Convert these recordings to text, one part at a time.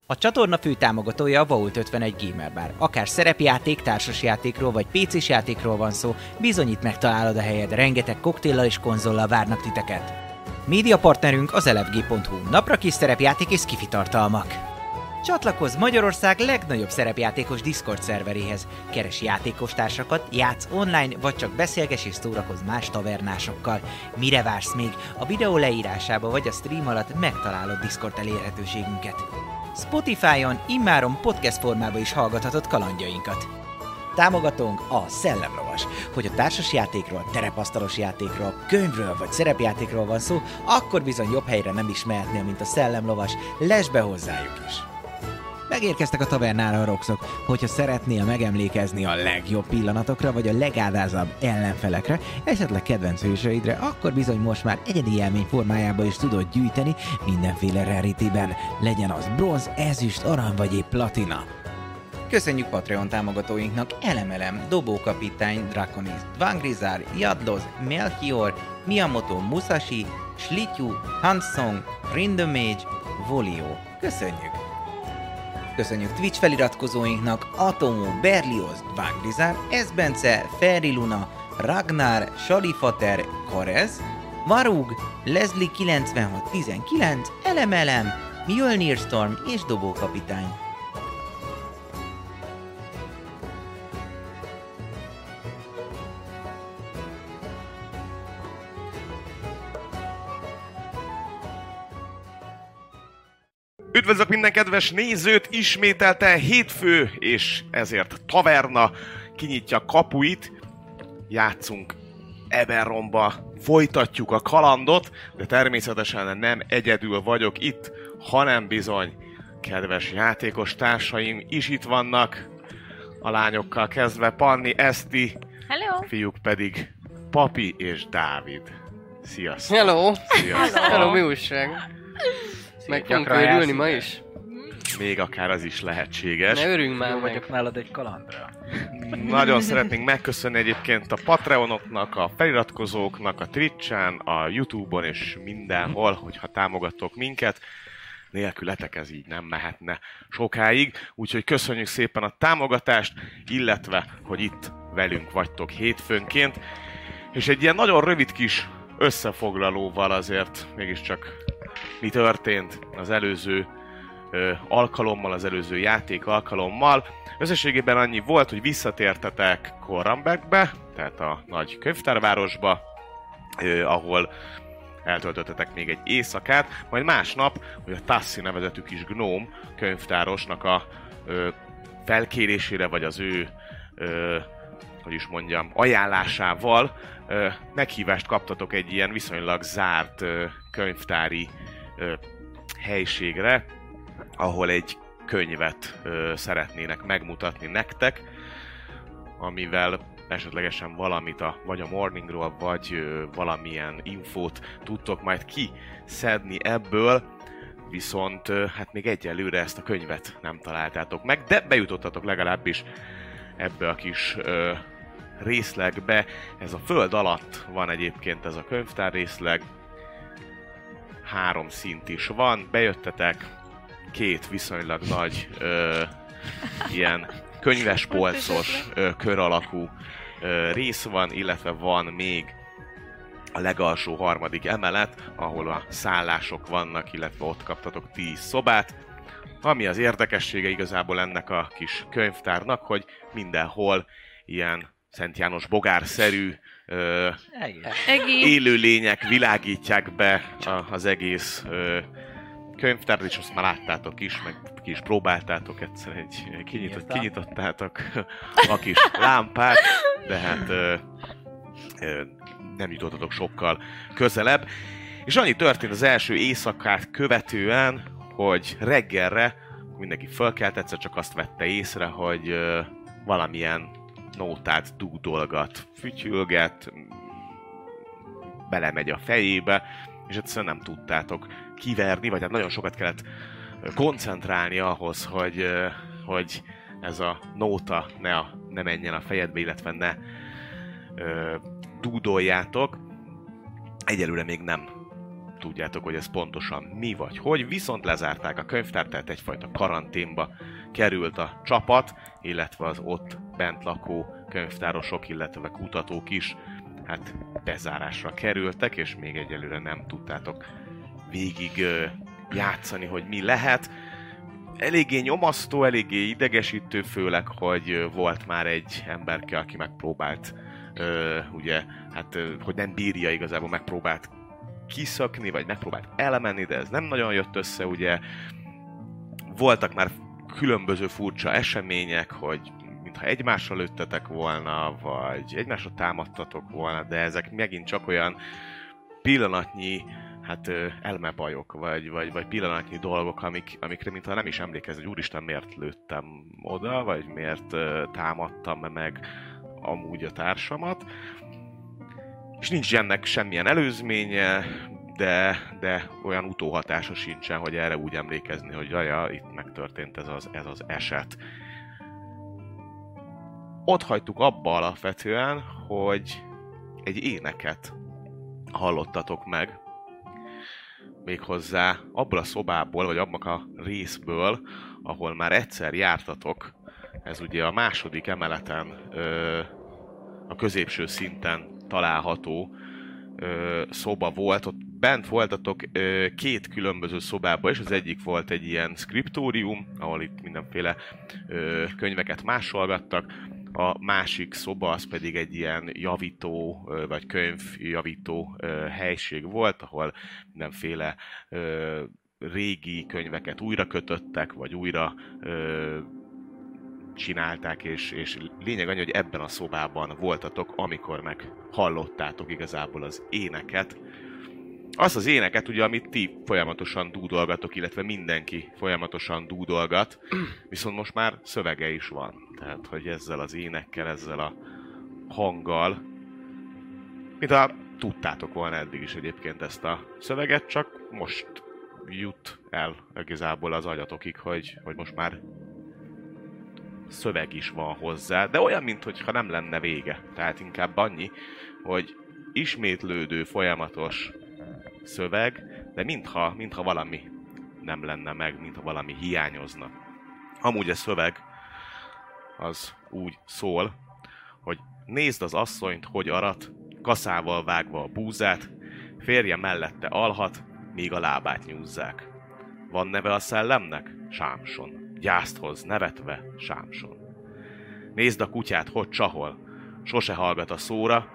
A csatorna fő támogatója a Vault 51 Gamer Bar. Akár szerepjáték, társasjátékról vagy PC-s játékról van szó, bizonyít megtalálod a helyed, rengeteg koktéllal és konzollal várnak titeket. Média partnerünk az elefg.hu, napra kis szerepjáték és skifi tartalmak. Csatlakozz Magyarország legnagyobb szerepjátékos Discord szerveréhez. Keres játékostársakat, játsz online, vagy csak beszélges és szórakozz más tavernásokkal. Mire vársz még? A videó leírásába vagy a stream alatt megtalálod Discord elérhetőségünket. Spotify-on immáron podcast formában is hallgathatod kalandjainkat. Támogatónk a Szellemlovas. Hogy a társasjátékról, terepasztalos játékról, könyvről vagy szerepjátékról van szó, akkor bizony jobb helyre nem is mehetnél, mint a Szellemlovas. Lesz be hozzájuk is! Megérkeztek a tavernára a roxok, hogyha szeretnél megemlékezni a legjobb pillanatokra, vagy a legádázabb ellenfelekre, esetleg kedvenc hősöidre, akkor bizony most már egyedi élmény formájába is tudod gyűjteni mindenféle rarityben, legyen az bronz, ezüst, arany vagy épp platina. Köszönjük Patreon támogatóinknak Elemelem, Dobókapitány, Draconis, Vangrizár, Jadloz, Melchior, Miyamoto Musashi, Slityu, Hansong, Rindemage, Volio. Köszönjük! Köszönjük Twitch feliratkozóinknak Atomo, Berlioz, Vangrizár, Esbence, Ferri Luna, Ragnar, Salifater, Karez, Varug, Leslie 9619, Elemelem, Mjölnir Storm és Dobókapitány. Üdvözlök minden kedves nézőt, ismételten hétfő, és ezért taverna kinyitja kapuit. Játszunk Eberronba, folytatjuk a kalandot, de természetesen nem egyedül vagyok itt, hanem bizony kedves játékos társaim is itt vannak. A lányokkal kezdve Panni, Eszti, Hello. fiúk pedig Papi és Dávid. Sziasztok! Hello! Sziasztok! Hello, mi újság? Meg fogunk örülni ma is? Még akár az is lehetséges. Ne örüljünk már Jó meg. vagyok nálad egy kalandra. Nagyon szeretnénk megköszönni egyébként a Patreonoknak, a feliratkozóknak, a Twitch-en, a YouTube-on és mindenhol, hogyha támogattok minket. Nélkületek ez így nem mehetne sokáig. Úgyhogy köszönjük szépen a támogatást, illetve, hogy itt velünk vagytok hétfőnként. És egy ilyen nagyon rövid kis összefoglalóval azért mégiscsak mi történt az előző alkalommal, az előző játék alkalommal. Összességében annyi volt, hogy visszatértetek Korranbergbe, tehát a nagy könyvtárvárosba, ahol eltöltöttetek még egy éjszakát, majd másnap, hogy a Tassi nevezetű kis gnóm könyvtárosnak a felkérésére, vagy az ő, hogy is mondjam, ajánlásával meghívást kaptatok egy ilyen viszonylag zárt könyvtári helységre, ahol egy könyvet szeretnének megmutatni nektek, amivel esetlegesen valamit vagy a Morningról, vagy valamilyen infót tudtok majd kiszedni ebből, viszont hát még egyelőre ezt a könyvet nem találtátok meg, de bejutottatok legalábbis ebbe a kis részlegbe. Ez a föld alatt van egyébként ez a könyvtár részleg, 3 szint is van, bejöttetek, 2 viszonylag nagy ilyen könyvespolcos kör alakú rész van, illetve van még a legalsó 3. emelet, ahol a szállások vannak, illetve ott kaptatok 10 szobát. Ami az érdekessége igazából ennek a kis könyvtárnak, hogy mindenhol ilyen Szent János bogárszerű élőlények világítják be az egész könyvtárt, és azt már láttátok is, meg ki is próbáltátok egyszer, kinyitottátok a kis lámpát, de hát nem jutottatok sokkal közelebb. És annyi történt az első éjszakát követően, hogy reggelre mindenki fölkelt, egyszer csak azt vette észre, hogy valamilyen nótát dúdolgat, fütyülget, belemegy a fejébe, és egyszerűen nem tudtátok kiverni, vagy hát nagyon sokat kellett koncentrálni ahhoz, hogy ez a nóta ne menjen a fejedbe, illetve ne dúdoljátok. Egyelőre még nem tudjátok, hogy ez pontosan mi vagy hogy, viszont lezárták a könyvtárt, tehát egyfajta karanténba került a csapat, illetve az ott bent lakó könyvtárosok, illetve kutatók is hát bezárásra kerültek, és még egyelőre nem tudtátok végig játszani, hogy mi lehet. Eléggé nyomasztó, eléggé idegesítő, főleg, hogy volt már egy emberke, aki megpróbált, ugye, hát, hogy nem bírja igazából, megpróbált kiszökni, vagy megpróbált elmenni, de ez nem nagyon jött össze, ugye. Voltak már különböző furcsa események, hogy mintha egymásra lőttetek volna, vagy egymásra támadtatok volna, de ezek megint csak olyan pillanatnyi hát elmebajok, vagy pillanatnyi dolgok, amikre mintha nem is emlékezz, hogy úristen, miért lőttem oda, vagy miért támadtam meg amúgy a társamat. És nincs ennek semmilyen előzménye, de olyan utóhatása sincsen, hogy erre úgy emlékezni, hogy jaja, itt megtörtént ez az eset. Ott hagytuk abba alapvetően, hogy egy éneket hallottatok meg, méghozzá abból a szobából, vagy abban a részből, ahol már egyszer jártatok. Ez ugye a második emeleten, a középső szinten található szoba volt. Ott bent voltatok két különböző szobában is. Az egyik volt egy ilyen skriptórium, ahol itt mindenféle könyveket másolgattak. A másik szoba az pedig egy ilyen javító, vagy könyvjavító helység volt, ahol mindenféle régi könyveket újra kötöttek, vagy újra csinálták, és lényeg annyi, hogy ebben a szobában voltatok, amikor meg hallottátok igazából az éneket. Azt az éneket, ugye, amit ti folyamatosan dúdolgatok, illetve mindenki folyamatosan dúdolgat, viszont most már szövege is van. Tehát, hogy ezzel az énekkel, ezzel a hanggal, mintha tudtátok volna eddig is egyébként ezt a szöveget, csak most jut el igazából az agyatokig, hogy most már szöveg is van hozzá, de olyan, mintha nem lenne vége. Tehát inkább annyi, hogy ismétlődő, folyamatos szöveg, de mintha valami nem lenne meg, mintha valami hiányozna. Amúgy a szöveg az úgy szól, hogy nézd az asszonyt, hogy arat, kaszával vágva a búzát, férje mellette alhat, míg a lábát nyúzzák. Van neve a szellemnek? Sámson. Gyászt hoz, nevetve, Sámson. Nézd a kutyát, hogy csahol, sose hallgat a szóra,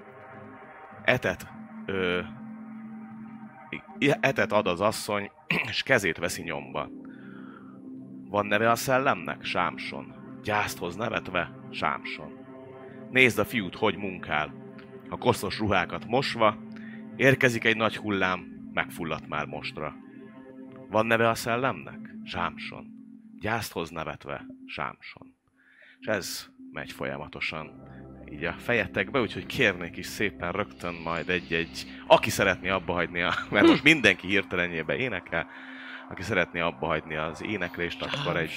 etet ad az asszony, és kezét veszi nyomba. Van neve a szellemnek? Sámson. Gyászt hoz, nevetve, Sámson. Nézd a fiút, hogy munkál, a koszos ruhákat mosva, érkezik egy nagy hullám, megfulladt már mostra. Van neve a szellemnek? Sámson. Gyászt hoz, nevetve, Sámson. És ez megy folyamatosan így a fejetekbe, úgyhogy kérnék is szépen rögtön majd egy aki szeretné abba hagyni, mert most mindenki hirtelenjébe énekel, aki szeretné abba hagyni az éneklést, akkor egy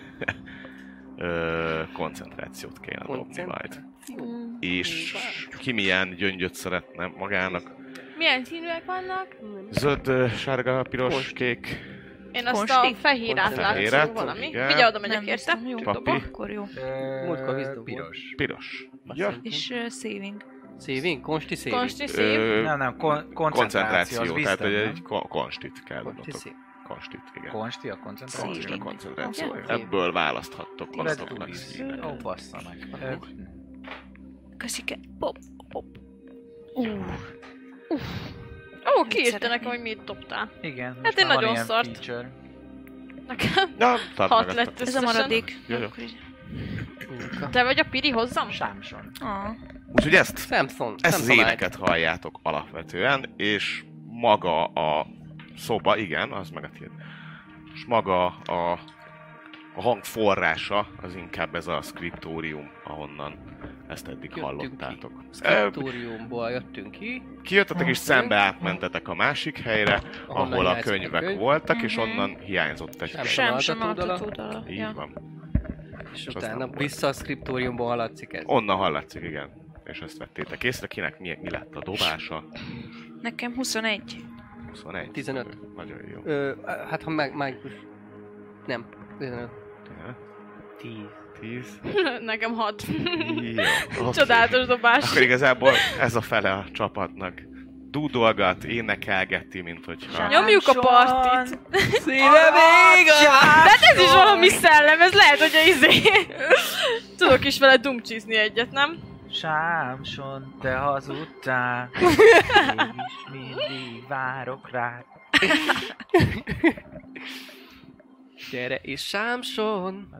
koncentrációt kéne dobni majd. És ki milyen gyöngyöt szeretne magának? Milyen színűek vannak? Zöld, sárga, piros, kék. Én azt a fehéret látszom valami. Vigye oda megyek érte. Papi. Akkor jó. Múltkor vízdobó. Piros. Ja. És saving. Saving? Konsti saving? Konsti szép. Nem, koncentráció, tehát hogy egy konstit kell adnotok. Konsti Konstit, igen. Konsti a koncentráció. Koncentráció. Ebből választhattok magatoknak. Ó, bassza meg. Köszike. Pop. Ó, kiírta nekem, hogy mit dobtál. Igen. Hát én nagyon szart. Nekem Na, 6 lett Ez a maradék. Jó. Te vagy a Piri hozzam? Sámson. Úgyhogy ezt Samson. az éneket halljátok alapvetően, és maga a szoba, igen, az meg a tiéd. És maga a hang forrása az inkább ez a skriptórium, ahonnan ezt eddig hallottátok. Skriptóriumból jöttünk ki. Kijöttetek és szembe átmentetek a másik helyre, ahol a könyvek voltak, és onnan hiányzott egy könyv. Samson altatúdala. Így van. És utána vissza a skriptóriumból hallatszik ez. Onnan hallatszik, igen. És ezt vettétek észre, kinek mi lett a dobása? Nekem 21. 21. 15. Nagyon jó. Hát ha mágikus... Nem, 15. 10. Nekem 6. Jó. Okay. Csodálatos dobás. Akkor igazából ez a fele a csapatnak. Dúdolgat, énekelgeti, mint hogyha... Nyomjuk a partit. Szíve még De hát ez is valami szellem, ez lehet, hogy tudok is vele dumcsizni egyet, nem? Sámson, te hazudtál, én is mindig várok rád. Gyere és Sámson!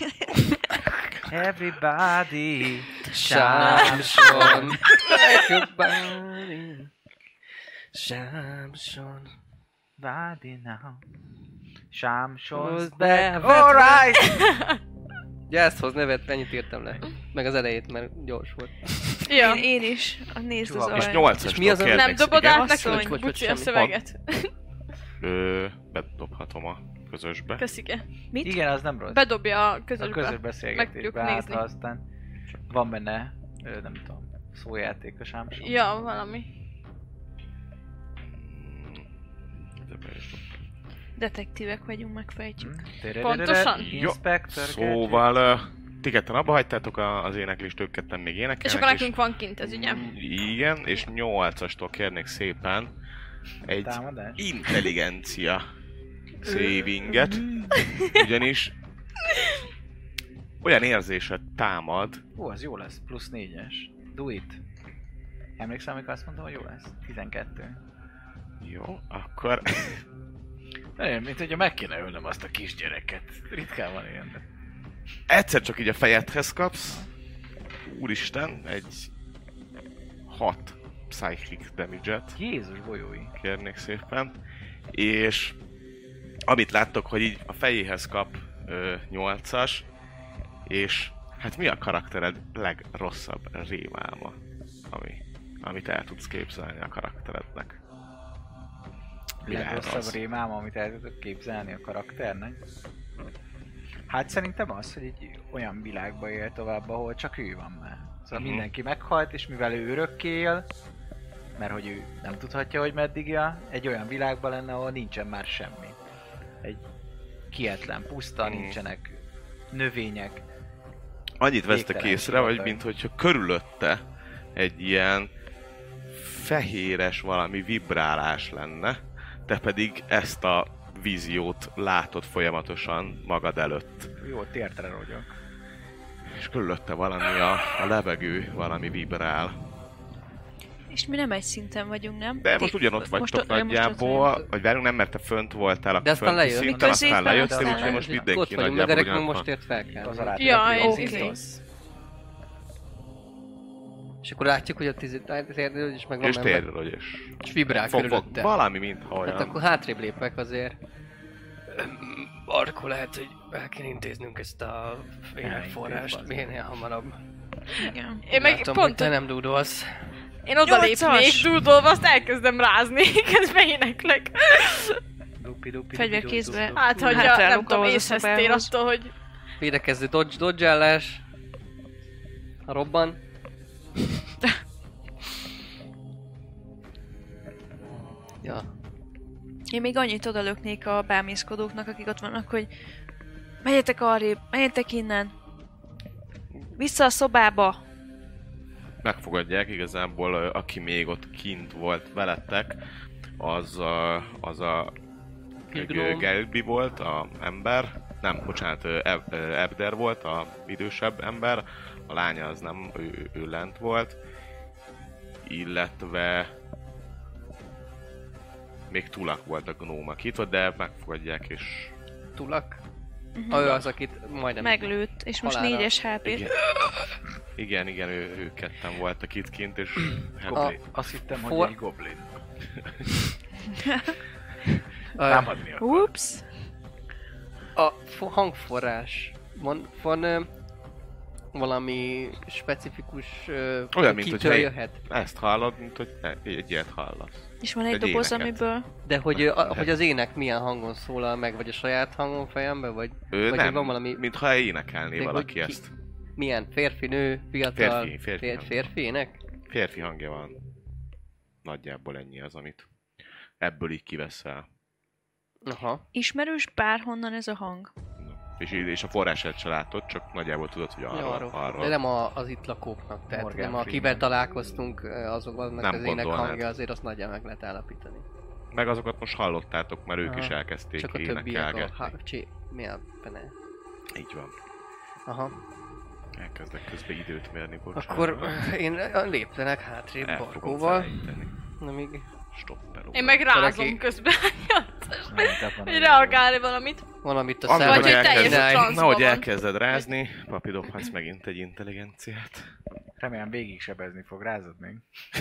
Everybody, Sámson! Everybody! Sámson! body now. Sámson's Hozd back, be, alright! Ugye ezt hoz nevet, ennyit írtam le. Meg az elejét, mert gyors volt. Ja. Én is. Nézd az És arany. 8-as És mi az, ami Nem dobod át Asszony. nekünk, Bocs, Buci, a semmi. szöveget? Bedobhatom a közösbe. Köszike. Mit? Igen, az nem rossz. Bedobja a A közösbe. közös Meg beszélgetésbe, tudjuk hát nézni. ha aztán van benne, nem tudom, szójáték a Sámson. Ja, valami. Detektívek vagyunk, megfejtjük. Pontosan? Inspector Szóval ti ketten abba hagytátok az éneklést, ők ketten még énekelnek. És akkor nekünk van kint ez, ugye? Igen, és 8-astól kérnék szépen egy támadás. intelligencia savinget, ugyanis olyan érzésed támad. Ó, az jó lesz, plusz 4-es. Do it. Emlékszem, amikor azt mondtam, hogy jó lesz? 12. Jó, akkor Olyan, mint hogyha meg kéne ölnöm azt a kisgyereket. Ritkán van ilyen, de... egyszer csak így a fejedhez kapsz. Úristen, egy 6 psychic damage-et Jézus bolyói. kérnék szépen. És amit láttok, hogy így a fejéhez kap 8-as, és hát mi a karaktered legrosszabb rémálma, amit el tudsz képzelni a karakterednek? Legrosszabb rémám, amit el tudok képzelni a karakternek. Hát szerintem az, hogy egy olyan világba él tovább, ahol csak ő van már. Szóval mindenki meghalt, és mivel ő örökké él, mert hogy ő nem tudhatja, hogy meddig él, egy olyan világban lenne, ahol nincsen már semmi. Egy kietlen, puszta, nincsenek növények. Annyit vesztek Végtelen észre, hogy sivatag. minthogyha körülötte egy ilyen fehéres valami vibrálás lenne, te pedig ezt a víziót látod folyamatosan magad előtt. Jó, tértre rogyok. És körülötte valami a levegő, valami vibrál. És mi nem egy szinten vagyunk, nem? De most ugyanott vagytok nagyjából, vagy várjunk, nem, mert te fönt voltál a De aztán fönti lejött. szinten, aztán Középen, lejöttél, aztán úgyhogy most lejött. mindenki Ott vagyunk, meg nagyjából Derek meg ugyanott most van. ért fel kell. Az alá Ja, tértre. oké. És akkor látjuk, hogy a térdről is meg van És ember. térről is. És vibrál körülötte. Valami, mintha olyan. Hát akkor hátrébb lépek azért. Arko, lehet, hogy el kell intéznünk ezt a fényforrást minél hamarabb. Igen. Én meg Látom, pont, hogy te nem dúdolsz. én oda lépnék, 8-as. dúdolva, azt elkezdem rázni, közben éneklek. Dupi, Fegyver kézbe. Hát, hogy Hát nem ellopom tudom, az észreztél szobához. attól, hogy... Védekező dodge-állás. A robban. Ja. Én még annyit odalöknék a bámészkodóknak, akik ott vannak, hogy menjetek arrébb, menjetek innen. Vissza a szobába. Megfogadják, igazából aki még ott kint volt veletek, az a Pilgrim. Gelbi volt, a ember, nem, bocsánat, Ebder volt, a idősebb ember, a lánya az nem, ő lent volt, illetve még Tulak volt a gnóm, aki itt volt, de megfogadják és... Tulak. Ő az, akit majdnem... Meglőtt, és most Halálra. 4-es HP-t. Igen, ő ketten voltak itt kint, és... Azt hittem, For- hogy egy goblin. Támadni akar. Ups. A hangforrás. Van valami specifikus Olyan, mint kitől hogy jöhet. ezt hallod, mint hogy egy ilyet hallasz. És van egy Egy doboz, éneket. amiből... De hogy az ének milyen hangon szólal meg, vagy a saját hangon fejembe, vagy Ő vagy nem, van valami... mintha énekelné De valaki hogy ki- ezt. Milyen? Férfi, nő, fiatal? Férfi. Férfi ének? Férfi hangja van. Nagyjából ennyi az, amit ebből így kiveszel. Aha. Ismerős bárhonnan ez a hang? És a forrását se látod, csak nagyjából tudod, hogy arról. De nem az itt lakóknak, tehát Morgan nem akivel Freeman. találkoztunk, azoknak Nem az ének gondolnád. hangja, azért azt nagyon meg lehet állapítani. Meg azokat most hallottátok, mert ők Aha. is elkezdték Csak a többiek énekelgetni. mi a pene? Így van. Aha. Elkezdek közben időt mérni, bocsánat. Akkor én léptenek hátrébb El fogom Barkóval. felejteni. Amíg... Stopper. Én meg rázom Valaki- közben. Mentek van Hogy reagálni valamit. Valamit a Vagy Vagy hogy szemben teljes csinálj. transzban Nahogy van. elkezded rázni, papi dobhatsz megint egy intelligenciát. Remélem végig sebezni fog, rázod még.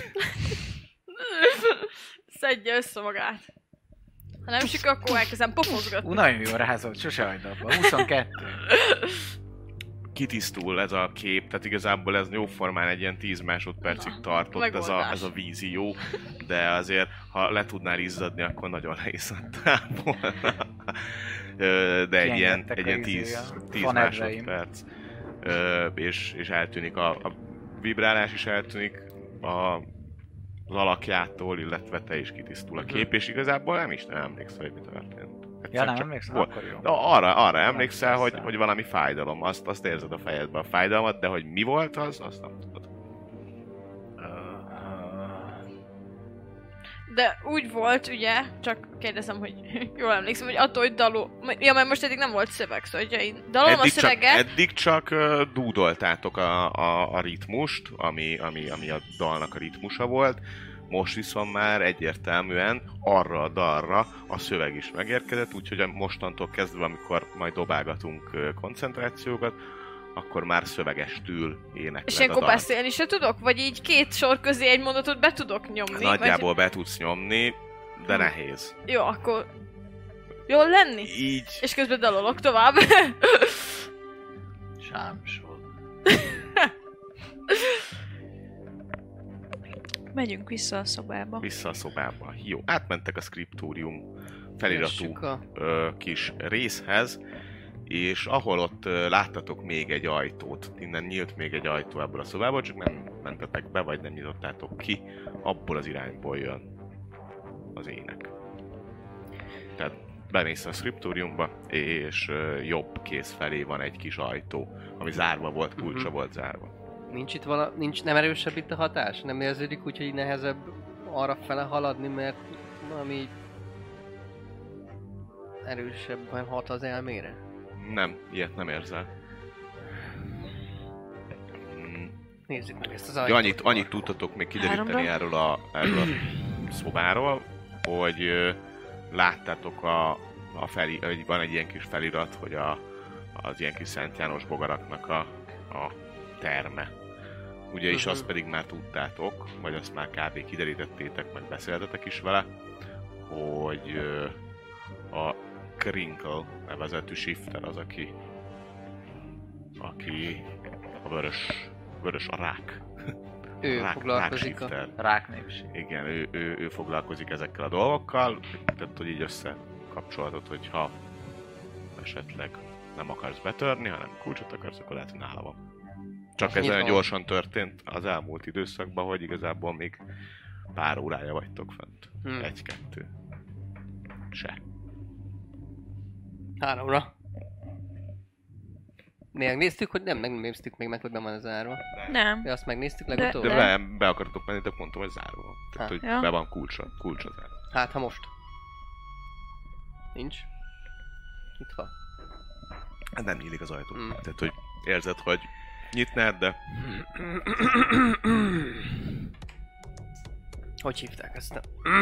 Szedje össze magát. Ha nem sikar, akkor elkezdem pofozgatni. Nagyon jó rázod, sose hagyd abba. 22. Kitisztul ez a kép, tehát igazából ez jóformán egy ilyen 10 másodpercig Na, tartott megoldás. ez a vízió, de azért, ha le tudnál izzadni, akkor nagyon leizzadtál volna. De egy ilyen Kiengedtek a 10 fanedveim. másodperc. És eltűnik a vibrálás is eltűnik az alakjától, illetve te is kitisztul a kép, és igazából nem is emlékszel, hogy mi történt. Ja, Egyszerűen nem csak emlékszem? volt- Akkor jó. De arra emlékszel, persze. hogy valami fájdalom, azt érzed a fejedben a fájdalmat, de hogy mi volt az, azt nem tudod. De úgy volt, ugye, csak kérdezem, hogy jól emlékszem, hogy attól, hogy daló... Ja, mert most eddig nem volt szöveg, szóval hogyha én dalolom a szöveget... Eddig csak dúdoltátok a ritmust, ami a dalnak a ritmusa volt, most viszont már egyértelműen arra a dalra a szöveg is megérkezett, úgyhogy mostantól kezdve, amikor majd dobálgatunk koncentrációkat, akkor már szövegestül énekled És a ilyenkor dalt. beszélni se tudok? Vagy így két sor közé egy mondatot be tudok nyomni? Nagyjából be tudsz nyomni, de nehéz. Vagy... Jó, akkor... Jól lenni? Így És közben dalolok tovább. Sámsod. Megyünk vissza a szobába. vissza a szobába. Jó, átmentek a scriptorium feliratú Kessük a... kis részhez, és ahol ott láttatok még egy ajtót, innen nyílt még egy ajtó ebből a szobából, csak nem mentetek be, vagy nem nyitottátok ki, abból az irányból jön az ének. Tehát bemész a scriptoriumba, és jobb kéz felé van egy kis ajtó, ami zárva volt, kulcsa volt zárva. Nincs itt nem erősebb itt a hatás? Nem érződik úgy, hogy így nehezebb arra fele haladni, mert valami erősebben hat az elmére? Nem, ilyet nem érzel. Nézzük meg ezt az Ja, ajtót. annyit tudtatok még kideríteni Háromra? erről a szobáról, hogy láttátok hogy van egy ilyen kis felirat, hogy az ilyen kis Szent János bogaraknak a terme. Ugye, és azt pedig már tudtátok, vagy azt már kb. Kiderítettétek, meg beszéltetek is vele, hogy a Crinkle nevezetű shifter az, aki a vörös a rák. Ő foglalkozik a... shifter. Rák népség. Igen, ő foglalkozik ezekkel a dolgokkal, tehát hogy így összekapcsolatod, hogyha esetleg nem akarsz betörni, hanem kulcsot akarsz, akkor lehet, hogy nála van. Csak ez olyan gyorsan történt az elmúlt időszakban, hogy igazából még pár órája vagytok fent. 1-2. Se. 3-ra. Megnéztük, hogy nem néztük még meg, hogy be van zárva. Nem. De azt megnéztük De- legutóbb? De be akartok menni, de mondtam, hogy zárva van. Tehát, hogy Ja. be van kulcsa zárva. Hát, ha most. Nincs. Itt van. Hát nem nyílik az ajtó. Mm. Tehát, hogy érzed, hogy nyitnád, de Hogy hívták ezt a...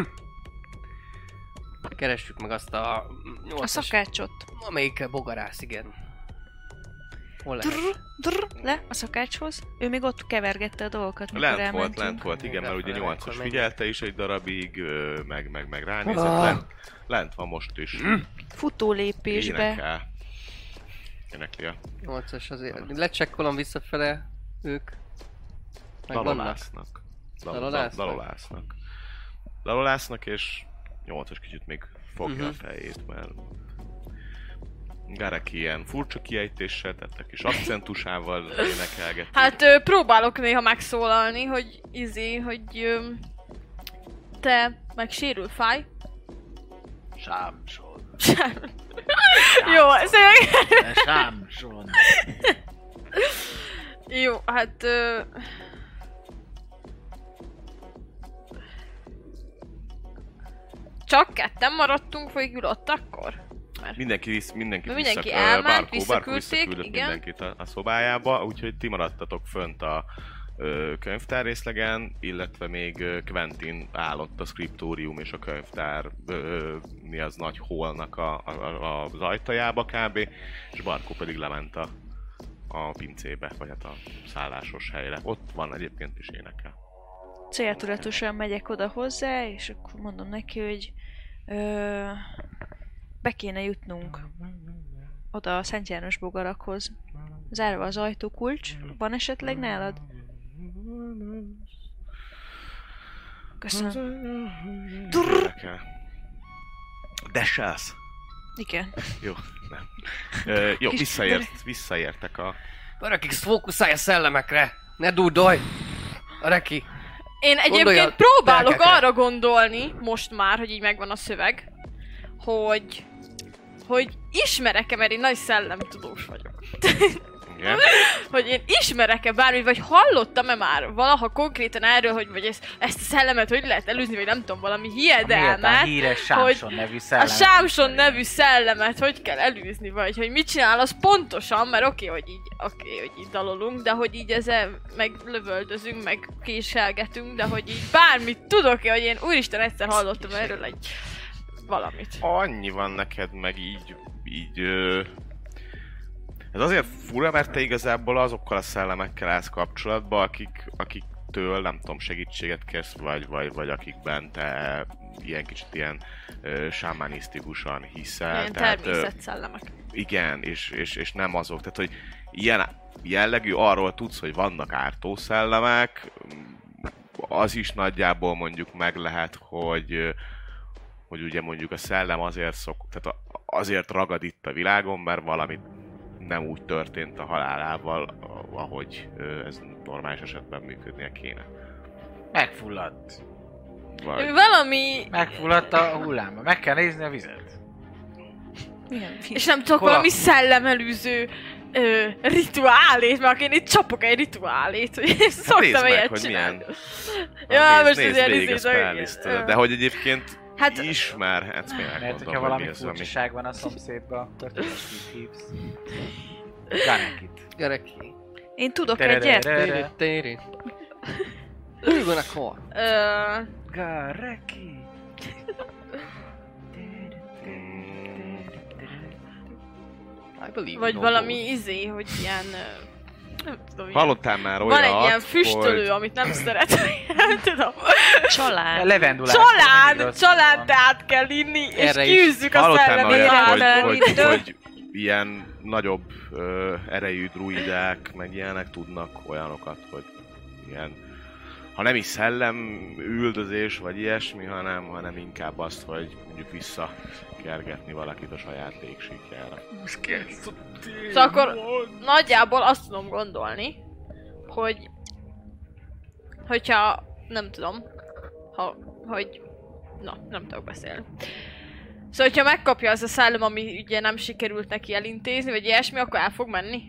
Keressük meg azt a... A 8-as... szakácsot. Amelyik bogarász, igen. Hol lehet? Drr, le a szakácshoz. Ő még ott kevergette a dolgokat, mikor elmentünk. lent volt, igen, mert ugye Lefele, 8-as akkor figyelte is egy darabig, meg ránézett, lent van most is. Futó lépésbe. Énekli a 8-as azért. Lecsekkolom visszafele ők. Meg vannak. dalolásznak. Dalolásznak? Dalolásznak, és 8-as kicsit még fogja a Mhm. fejét, mert Garek ilyen furcsa kiejtéssel, tehát a kis akcentusával énekelgeti. Hát próbálok néha megszólalni, hogy hogy van-e megsérül, fáj? Sámson. Jó, szóval... Sámson. Jó, hát... Csak ketten maradtunk végül ott akkor? Mert... Mindenki elment, Barkó visszaküldték, visszaküldött igen. mindenkit a szobájába, úgyhogy ti maradtatok fönt a könyvtár részlegen, illetve még Quentin állott a skriptórium és a könyvtár mi az nagy hallnak az ajtajába kb. És Barkó pedig lement a pincébe, vagy hát a szállásos helyre. Ott van egyébként is énekel. Céltudatosan megyek oda hozzá, és akkor mondom neki, hogy be kéne jutnunk oda a Szent János bogarakhoz. Zárva az ajtókulcs. Van esetleg nálad? Köszönöm. Desselsz? Igen. Jó, nem. Jó, visszaértek a... Arekik, fókuszálj a szellemekre! Ne dúdolj! Areki! Én egyébként Gondolja, próbálok lelkekre. arra gondolni, most már, hogy így megvan a szöveg, hogy ismerek-e, mert én nagy szellemtudós vagyok. Igen? Hogy én ismerek-e bármit, vagy hallottam-e már valaha konkrétan erről, hogy vagy ezt a szellemet hogy lehet elűzni, vagy nem tudom, valami Miért a hiedelmet, híres Sámson nevű a szellemet? Sámson nevű szellemet hogy kell elűzni, vagy hogy mit csinál, az pontosan, mert oké, hogy így dalolunk, de hogy így ezzel meg lövöldözünk, meg késelgetünk, de hogy így bármit tudok-e, hogy én úristen egyszer hallottam erről egy valamit. Annyi van neked meg így ez azért fura, mert te igazából azokkal a szellemekkel állsz kapcsolatba, akiktől nem tudom, segítséget kérsz, vagy akikben te ilyen kicsit ilyen sámánisztikusan hiszel. Ilyen természetszellemek. Igen, és nem azok. Tehát, hogy ilyen jellegű arról tudsz, hogy vannak ártó szellemek, az is nagyjából mondjuk meg lehet, hogy ugye mondjuk a szellem tehát azért ragad itt a világon, mert valamit nem úgy történt a halálával, ahogy ez normális esetben működnie kéne. Megfulladt. Vagy... Valami... Megfulladt a hullámba. Meg kell nézni a vizet. Milyen És nem tudok Hol a- valami szellemelűző rituálét, mert én itt csapok egy rituálét, hogy szoktam nézd meg, ilyet hogy csinálni. milyen... Ja, most nézd azért végig a izé- spelllistedet, de hogy egyébként Hát- ismerhetsz, még Mert megmondom, hogyha hogy valami mi az, ami... furcsaság van a szomszédban, akkor tudod, mit hívsz. Garekit. Gareki. Én tudok egyet. Tererere. Téri. Who gonna call? Gareki. I believe Vagy no valami izé, hogy ilyen... nem tudom, ilyen... Hallottál már Van egy ilyen olyat, füstölő, hogy... amit nem szeretek, nem tudom. Család. Levendulás. Család teát kell inni, és Erre is. kiűzzük a Hallottál már szellemét. olyat, hogy ilyen nagyobb erejű druidák, meg ilyenek tudnak olyanokat, hogy ilyen, ha nem is szellem üldözés, vagy ilyesmi, hanem inkább azt, hogy mondjuk visszakergetni valakit a saját légsíkjára. Szóval akkor nagyjából azt tudom gondolni, hogyha nem tudom, nem tudok beszélni. Szóval, hogyha megkapja az a szellem, ami ugye nem sikerült neki elintézni, vagy ilyesmi, akkor el fog menni?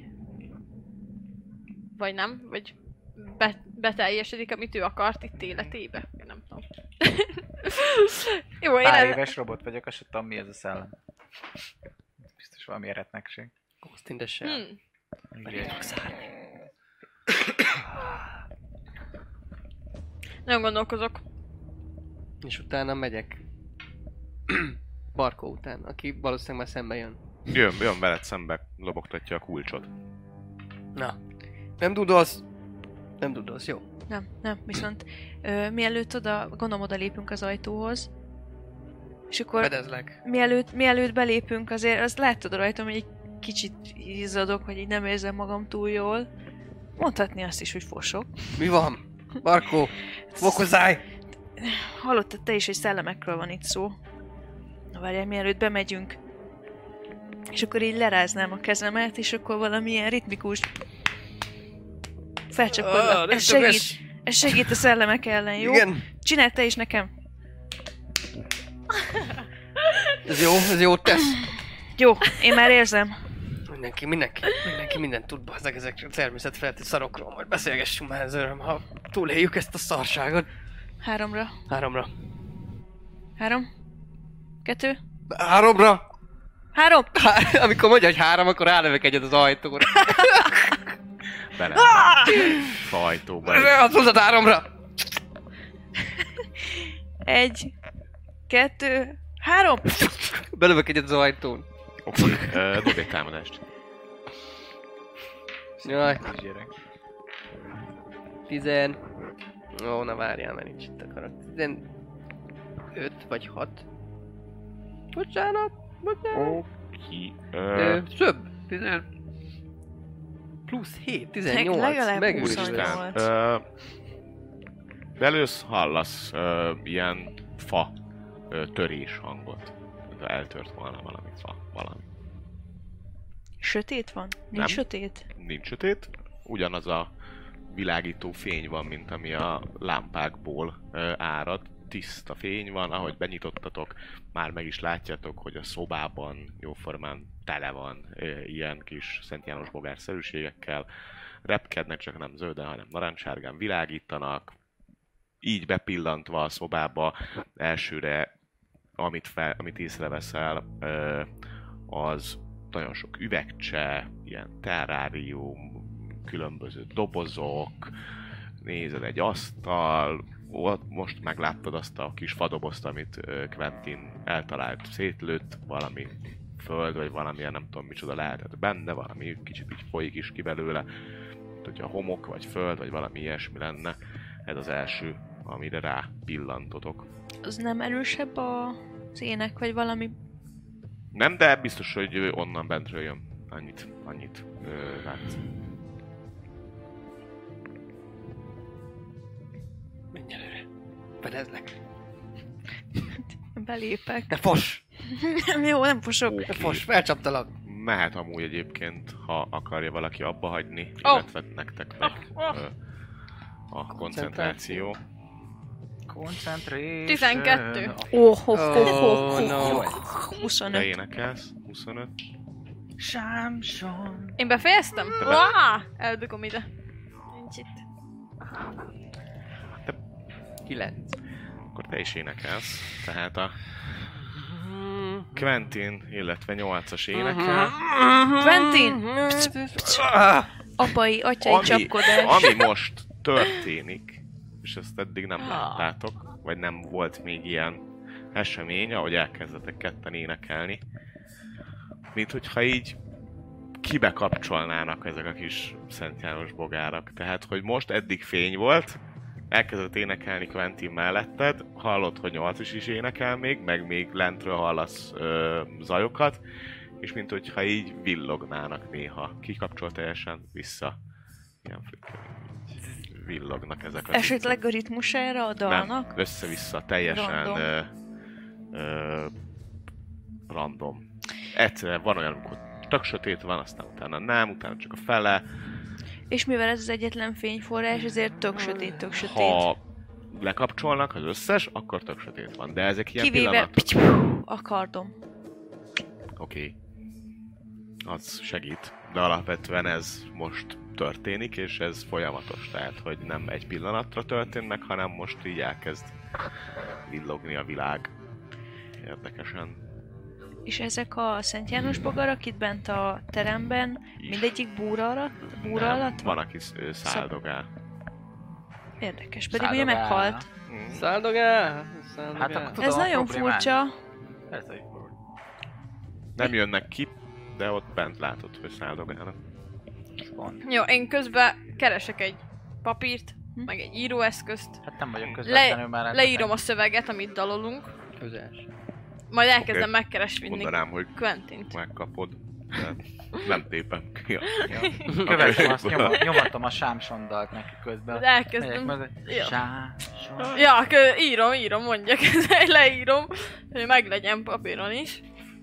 Vagy nem? Vagy beteljesedik, amit ő akart itt életébe? Én nem tudom. Jó, Pár éves robot vagyok, azt sem tudom, mi ez a szellem. Biztos valami eretnekség. Ghost in the Shell. Nagyon gondolkozok. És utána megyek. Barkó után, aki valószínűleg már szembe jön. Jön veled szembe, lobogtatja a kulcsot. Na. Nem dudolsz? Nem dudolsz, jó. Nem, viszont mielőtt gondolom oda lépünk az ajtóhoz, és akkor Fedezlek. mielőtt belépünk, azért azt láttad rajtam, hogy egy kicsit izzadok, hogy így nem érzem magam túl jól. Mondhatni azt is, hogy fosok. Mi van? Barkó, fokozáj! Hallottad te is, hogy szellemekről van itt szó. Na várjál, mielőtt bemegyünk. És akkor így leráznám a kezemet, és akkor valamilyen ritmikus felcsapkodnak. Ez segít a szellemek ellen, jó? Igen. Csináld te is nekem. Ez jó tesz. Jó, én már érzem. Mindenki mindent tud, bazdeg ezekről a természetfeletti szarokról. Majd beszélgessünk már ezzel, ha túléljük ezt a szarságot. 3-ra. 3-ra. 3. 2. 3-ra! 3. Amikor mondja, hogy 3, akkor rálövök egyet az ajtóra. Bele. Ajtóba. Azt mondod 3-ra! 1. 2. 3. Belövök egyet az ajtón. Oké, dobj egy támadást. Jaj. Gyerek. 10... Ó, na várjál, mert nincs itt a karakter. 15 vagy 6. Bocsánat. Oké. Több. 10... Plusz 7, 18. Legalább Megőriztem. 28. Belősz, hallasz ilyen fa törés hangot. Eltört volna valami fa, valami. Sötét van? Nincs Nem. sötét? Nincs sötét, ugyanaz a világító fény van, mint ami a lámpákból árad. Tiszta fény van, ahogy benyitottatok, már meg is látjátok, hogy a szobában jóformán tele van ilyen kis Szent János bogárszerűségekkel. Repkednek, csak nem zölden, hanem narancssárgán világítanak. Így bepillantva a szobába, elsőre amit észreveszel, az nagyon sok üvegcse, ilyen terrárium, különböző dobozok, nézed egy asztal, most megláttad azt a kis fadobozt, amit Quentin eltalált, szétlőtt, valami föld, vagy valamilyen nem tudom micsoda lehetett benne, valami kicsit így folyik is ki belőle, hogyha homok, vagy föld, vagy valami ilyesmi lenne. Ez az első, amire rá pillantotok. Az nem erősebb az ének, vagy valami? Nem, de biztos, hogy onnan bentről jön. Annyit látsz. Menj előre. Fedezlek. Belépek. Ne fos! Nem jó, nem fosok. Oké. Ne fos, felcsaptalak. Mehet amúgy egyébként, ha akarja valaki abba hagyni, Oh. illetve nektek meg a koncentráció. Concentration. 12. No. 25. Te énekelsz, 25. Samson. Én befejeztem? Te Wow! Eldugom ide. Nincs itt. 9. Akkor te is énekelsz. Tehát a Quentin, illetve 8-as énekel. Quentin! Apai, atyai csapkodás. Ami most történik, és ezt eddig nem láttátok, vagy nem volt még ilyen esemény, ahogy elkezdetek ketten énekelni, mint hogyha így kibekapcsolnának ezek a kis Szent János bogárak. Tehát, hogy most eddig fény volt, elkezdett énekelni Quentin melletted, hallod, hogy 8 is énekel meg még lentről hallasz zajokat, és mint hogyha így villognának néha. Kikapcsol teljesen vissza. Ilyen villognak ezek a Esetleg a ritmusára a dalnak? nem, össze-vissza, teljesen Random. random. Egyszerűen van olyan, amikor tök sötét van, aztán utána nem, utána csak a fele. És mivel ez az egyetlen fényforrás, ezért tök sötét. Ha lekapcsolnak az összes, akkor tök sötét van. De ezek ilyen Kivéve pillanatok. a kardom. Oké. Az segít. De alapvetően ez most történik, és ez folyamatos. Tehát, hogy nem egy pillanatra történt meg, hanem most így elkezd villogni a világ. Érdekesen. És ezek a Szent János bogarak itt bent a teremben, mindegyik búra alatt Van, aki száldogál. Érdekes, pedig ugye Száldogál. meghalt. Száldogál! Hát akkor tudom Ez a nagyon problémát. furcsa. Persze, hogy furcsa. Nem jönnek ki, de ott bent látod, hogy száldogálnak. Pont. Jó, én közben keresek egy papírt, meg egy íróeszközt. Hát nem vagyok közvetlenül már. Leírom a szöveget, amit dalolunk. Közels. Majd elkezdem Oké. megkeresni Mondanám, hogy Quentint. megkapod. De nem tépem ki. Követem azt, nyomatom a Samson dalt neki közben. Majd elkezdem. Megyek mögé. Jó. Samson. Ja, írom, mondjak, leírom, hogy meglegyen papíron is.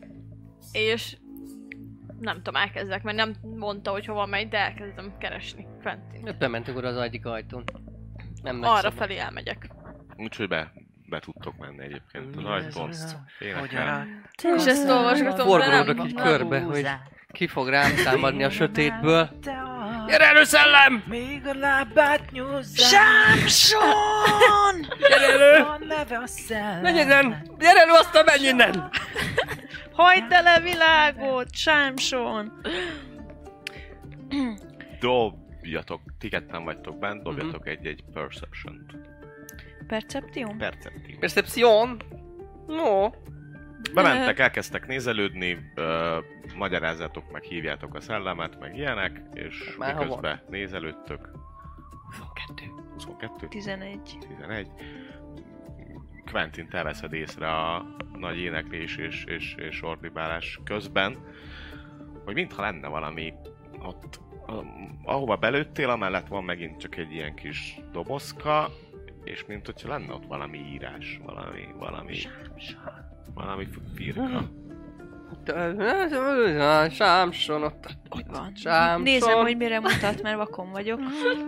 És nem tudom, elkezdek, mert nem mondta, hogy hova megy, de elkezdem keresni Quentin. Bementünk oda az egyik ajtón. Nem megy Arra szabad. felé elmegyek. Úgyhogy be tudtok menni egyébként az ajtón. Énekel. És ezt olvasgatom, de Forgolódok nem. így körbe, hogy ki fog rám támadni a sötétből. Gyere elő, szellem! Még a lábát nyúzzál. Sámson! Gyere elő! Van neve a szellem. Menj innen! Gyere elő, aztán menj innen! Hagyd el a világot, Sámson! Dobjatok, ti ketten vagytok bent, dobjatok egy Perception-t. Perception? Perceptív. Percepción? No. Bementek, elkezdtek nézelődni, magyarázzátok meg, hívjátok a szellemet, meg ilyenek, és Már miközben nézelődtök. 22. 22? 11. 11. Quentin, te veszed észre a nagy éneklés és ordibálás közben, hogy mintha lenne valami ott, ahova belőttél, amellett van megint csak egy ilyen kis dobozka, és mint hogyha lenne ott valami írás, valami firka. Sámson, ott Van. Sámson. Nézem, hogy mire mutat, mert vakon vagyok.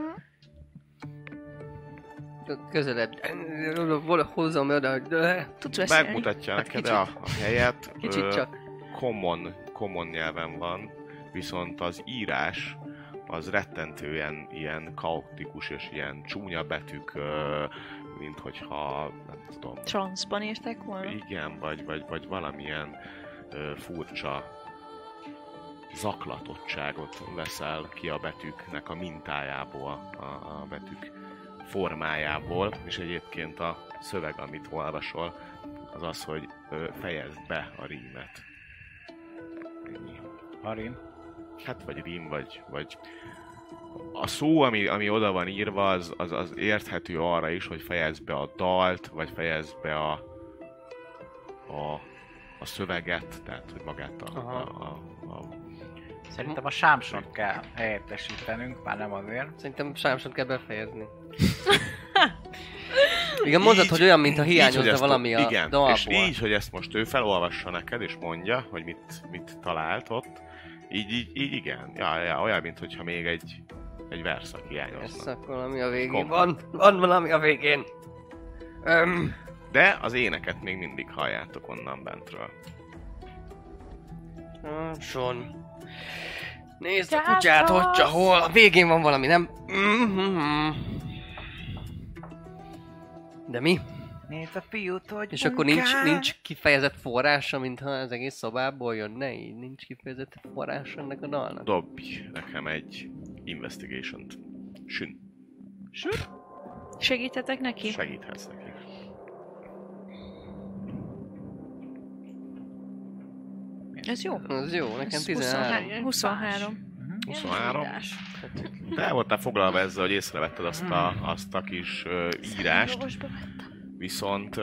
Közelebb. Hozzam oda, hogy... Tudsz beszélni? Megmutatja Hát neked kicsit. a helyet. Kicsit csak. Common nyelven van, viszont az írás az rettentően ilyen kaotikus és ilyen csúnya betűk, mint hogyha, nem tudom, Transzban írták volna? igen, vagy valamilyen furcsa zaklatottságot veszel ki a betűknek a mintájából, a betűk formájából, és egyébként a szöveg, amit olvasol, az az, hogy fejezd be a rímet. Ennyi. Harim. Hát vagy rím, vagy a szó, ami oda van írva, az érthető arra is, hogy fejezd be a dalt, vagy fejezd be a szöveget, tehát hogy magát a Szerintem a Sámsont kell helyettesítenünk, már nem azért. Szerintem Sámsont kell befejezni. Igen, mondod, hogy olyan, mintha hiányozna valami a igen, dalból. és így, hogy ezt most ő felolvassa neked, és mondja, hogy mit talált ott, így igen. Ja, olyan, mintha még egy verszak Ez hiányozna. akkor valami a végén. Komplet. Van valami a végén. De az éneket még mindig halljátok onnan bentről. Son. Nézd a kutyát, hogy hol. A végén van valami, nem? De mi? Nézd a fiút, hogy És akkor nincs kifejezett forrása, mintha az egész szobából jönne így? Nincs kifejezett forrása ennek a dalnak? Dobj nekem egy investigation-t. Sün. Segítetek neki? Segíthetsz neki. Ez jó. Az jó, nekem Ez 13. 23. 23. Te voltál foglalva ezzel, hogy észrevetted azt a kis írást, Orvosba vettem. viszont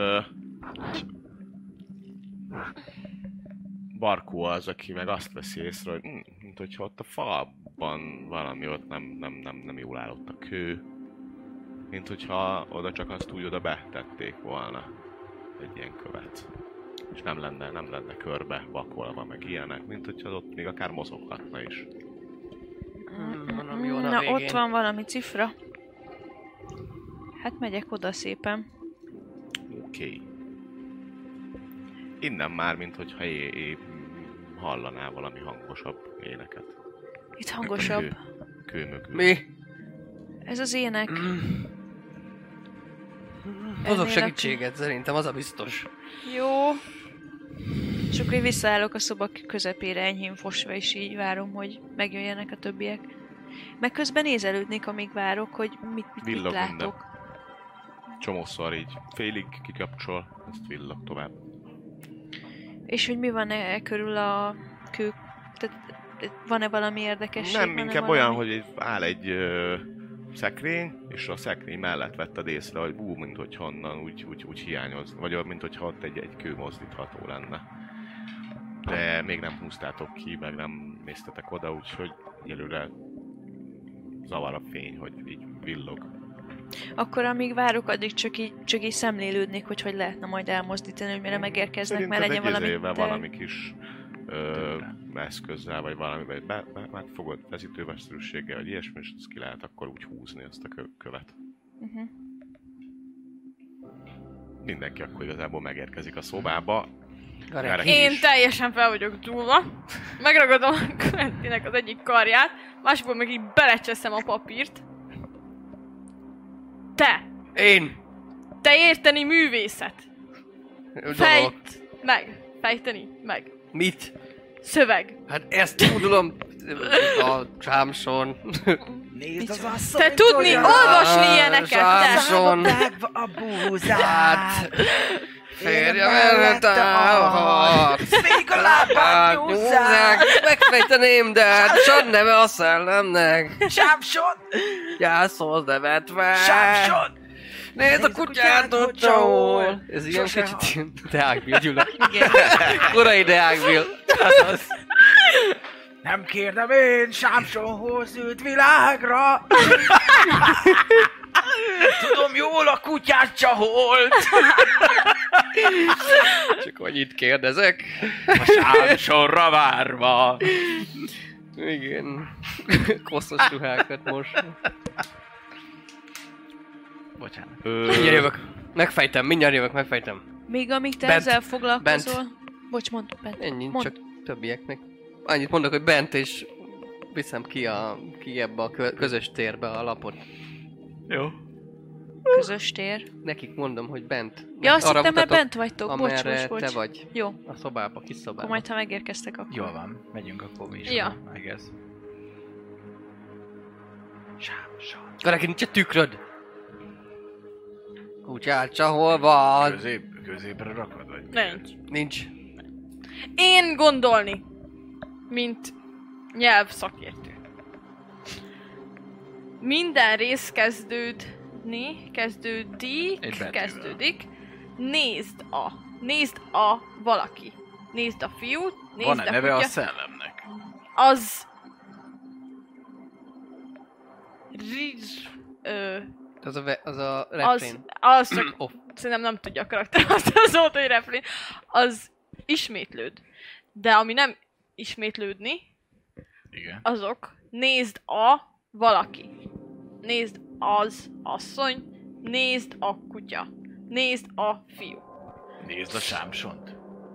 Barkó az, aki meg azt veszi észre, hogy mint hogyha ott a falban valami ott nem jól állott a kő. Mint hogyha oda csak azt úgy oda betették volna egy ilyen követ. És nem lenne körbe vakolva, meg ilyenek, mint hogyha ott még akár mozoghatna is. Valami jó a Na, végén. ott van valami cifra. Hát megyek oda szépen. Oké. Innen már, mint hogyha hallanál valami hangosabb éneket. Itt hangosabb. Kő mögül. Mi? Ez az ének. Hozok Ennél segítséget, szerintem az a biztos. Jó. És akkor én visszaállok a szoba közepére enyhén fosva, és így várom, hogy megjöjjenek a többiek. Meg közben nézelődnék, amíg várok, hogy mit Villog látok. minden. Csomószor így félig kikapcsol, ezt villog tovább. És hogy mi van körül a kő... Tehát van-e valami érdekesség? Nem, van-e inkább valami? olyan, hogy áll egy szekrény, és a szekrény mellett vetted észre, hogy mint hogy honnan úgy hiányoz, vagy mint hogyha ott egy kő mozdítható lenne. De még nem húztátok ki, meg nem néztetek oda, úgyhogy egyelőre zavar a fény, hogy így villog. Akkor amíg várok, addig csak így szemlélődnék, hogy lehetne majd elmozdítani, hogy mire megérkeznek, mert legyen valami... valami kis eszközzel, vagy valami, vagy megfogod vezítővesztőséggel, vagy ilyesmi, és azt ki lehet akkor úgy húzni azt a követ. mindenki akkor igazából megérkezik a szobába. Garek. Én teljesen fel vagyok dúlva. Megragadom Quentinnek az egyik karját, másikból meg így belecseszem a papírt. Te! Én! Te érteni művészet! Dolog. Fejteni meg. Mit? Szöveg. Hát ezt tudom. A Sámson. Nézd az asszony, Te tudni olvasni ilyeneket, te! Sámson. a búzát. Hát... Férjem eltállhat. Még a lábát nyúzzák. Megfejteném, de Sámson neve a szellemnek. Sámson! Gyászhoz nevetve. Sámson! Nézd a kutyát ott csahol. Ez ilyen kicsit Deákbil, Gyula. Korai Deákbil. Nem kérdem én Sámsonhoz ült világra. Tudom jól, a kutyát csaholt. Csak annyit kérdezek. A Sámsonra várva. Igen. Koszos ruhákat most. Bocsánat. Mindjárt jövök. Mindjárt jövök, megfejtem. Még amíg te Bent. ezzel foglalkozol... Bocs, mondd, Bent. Ennyi, Mondd. csak többieknek. Annyit mondok, hogy bent és viszem ki ebbe a közös térbe a lapot. Jó. Közös tér. Nekik mondom, hogy bent. Ja, azt Arra hittem, mert mutatok, bent vagytok. Bocs, amerre bocs, te bocs. vagy. Jó, A szobába, kis szobába. akkor majd ha megérkeztek, akkor... Jól van, megyünk akkor mi is. Ja. I guess. Sámson. Gareki, nincs egy tükröd? Kutyát hol van? Középre rakod, vagy? Nincs. Nincs. Én gondolni, mint nyelvszakértő. Minden rész kezdődik. Egy betűvel. Nézd a valaki. Nézd a fiút, nézd Van-e a neve kutya. a szellemnek? Az... Az a refrén. Az csak... Off. Szerintem nem tudja a karakter azt a szót, hogy refrén. Az ismétlőd. De ami nem ismétlődni, Igen. azok nézd a valaki. Nézd az asszony, nézd a kutya. Nézd a fiú. Nézd a Sámsont.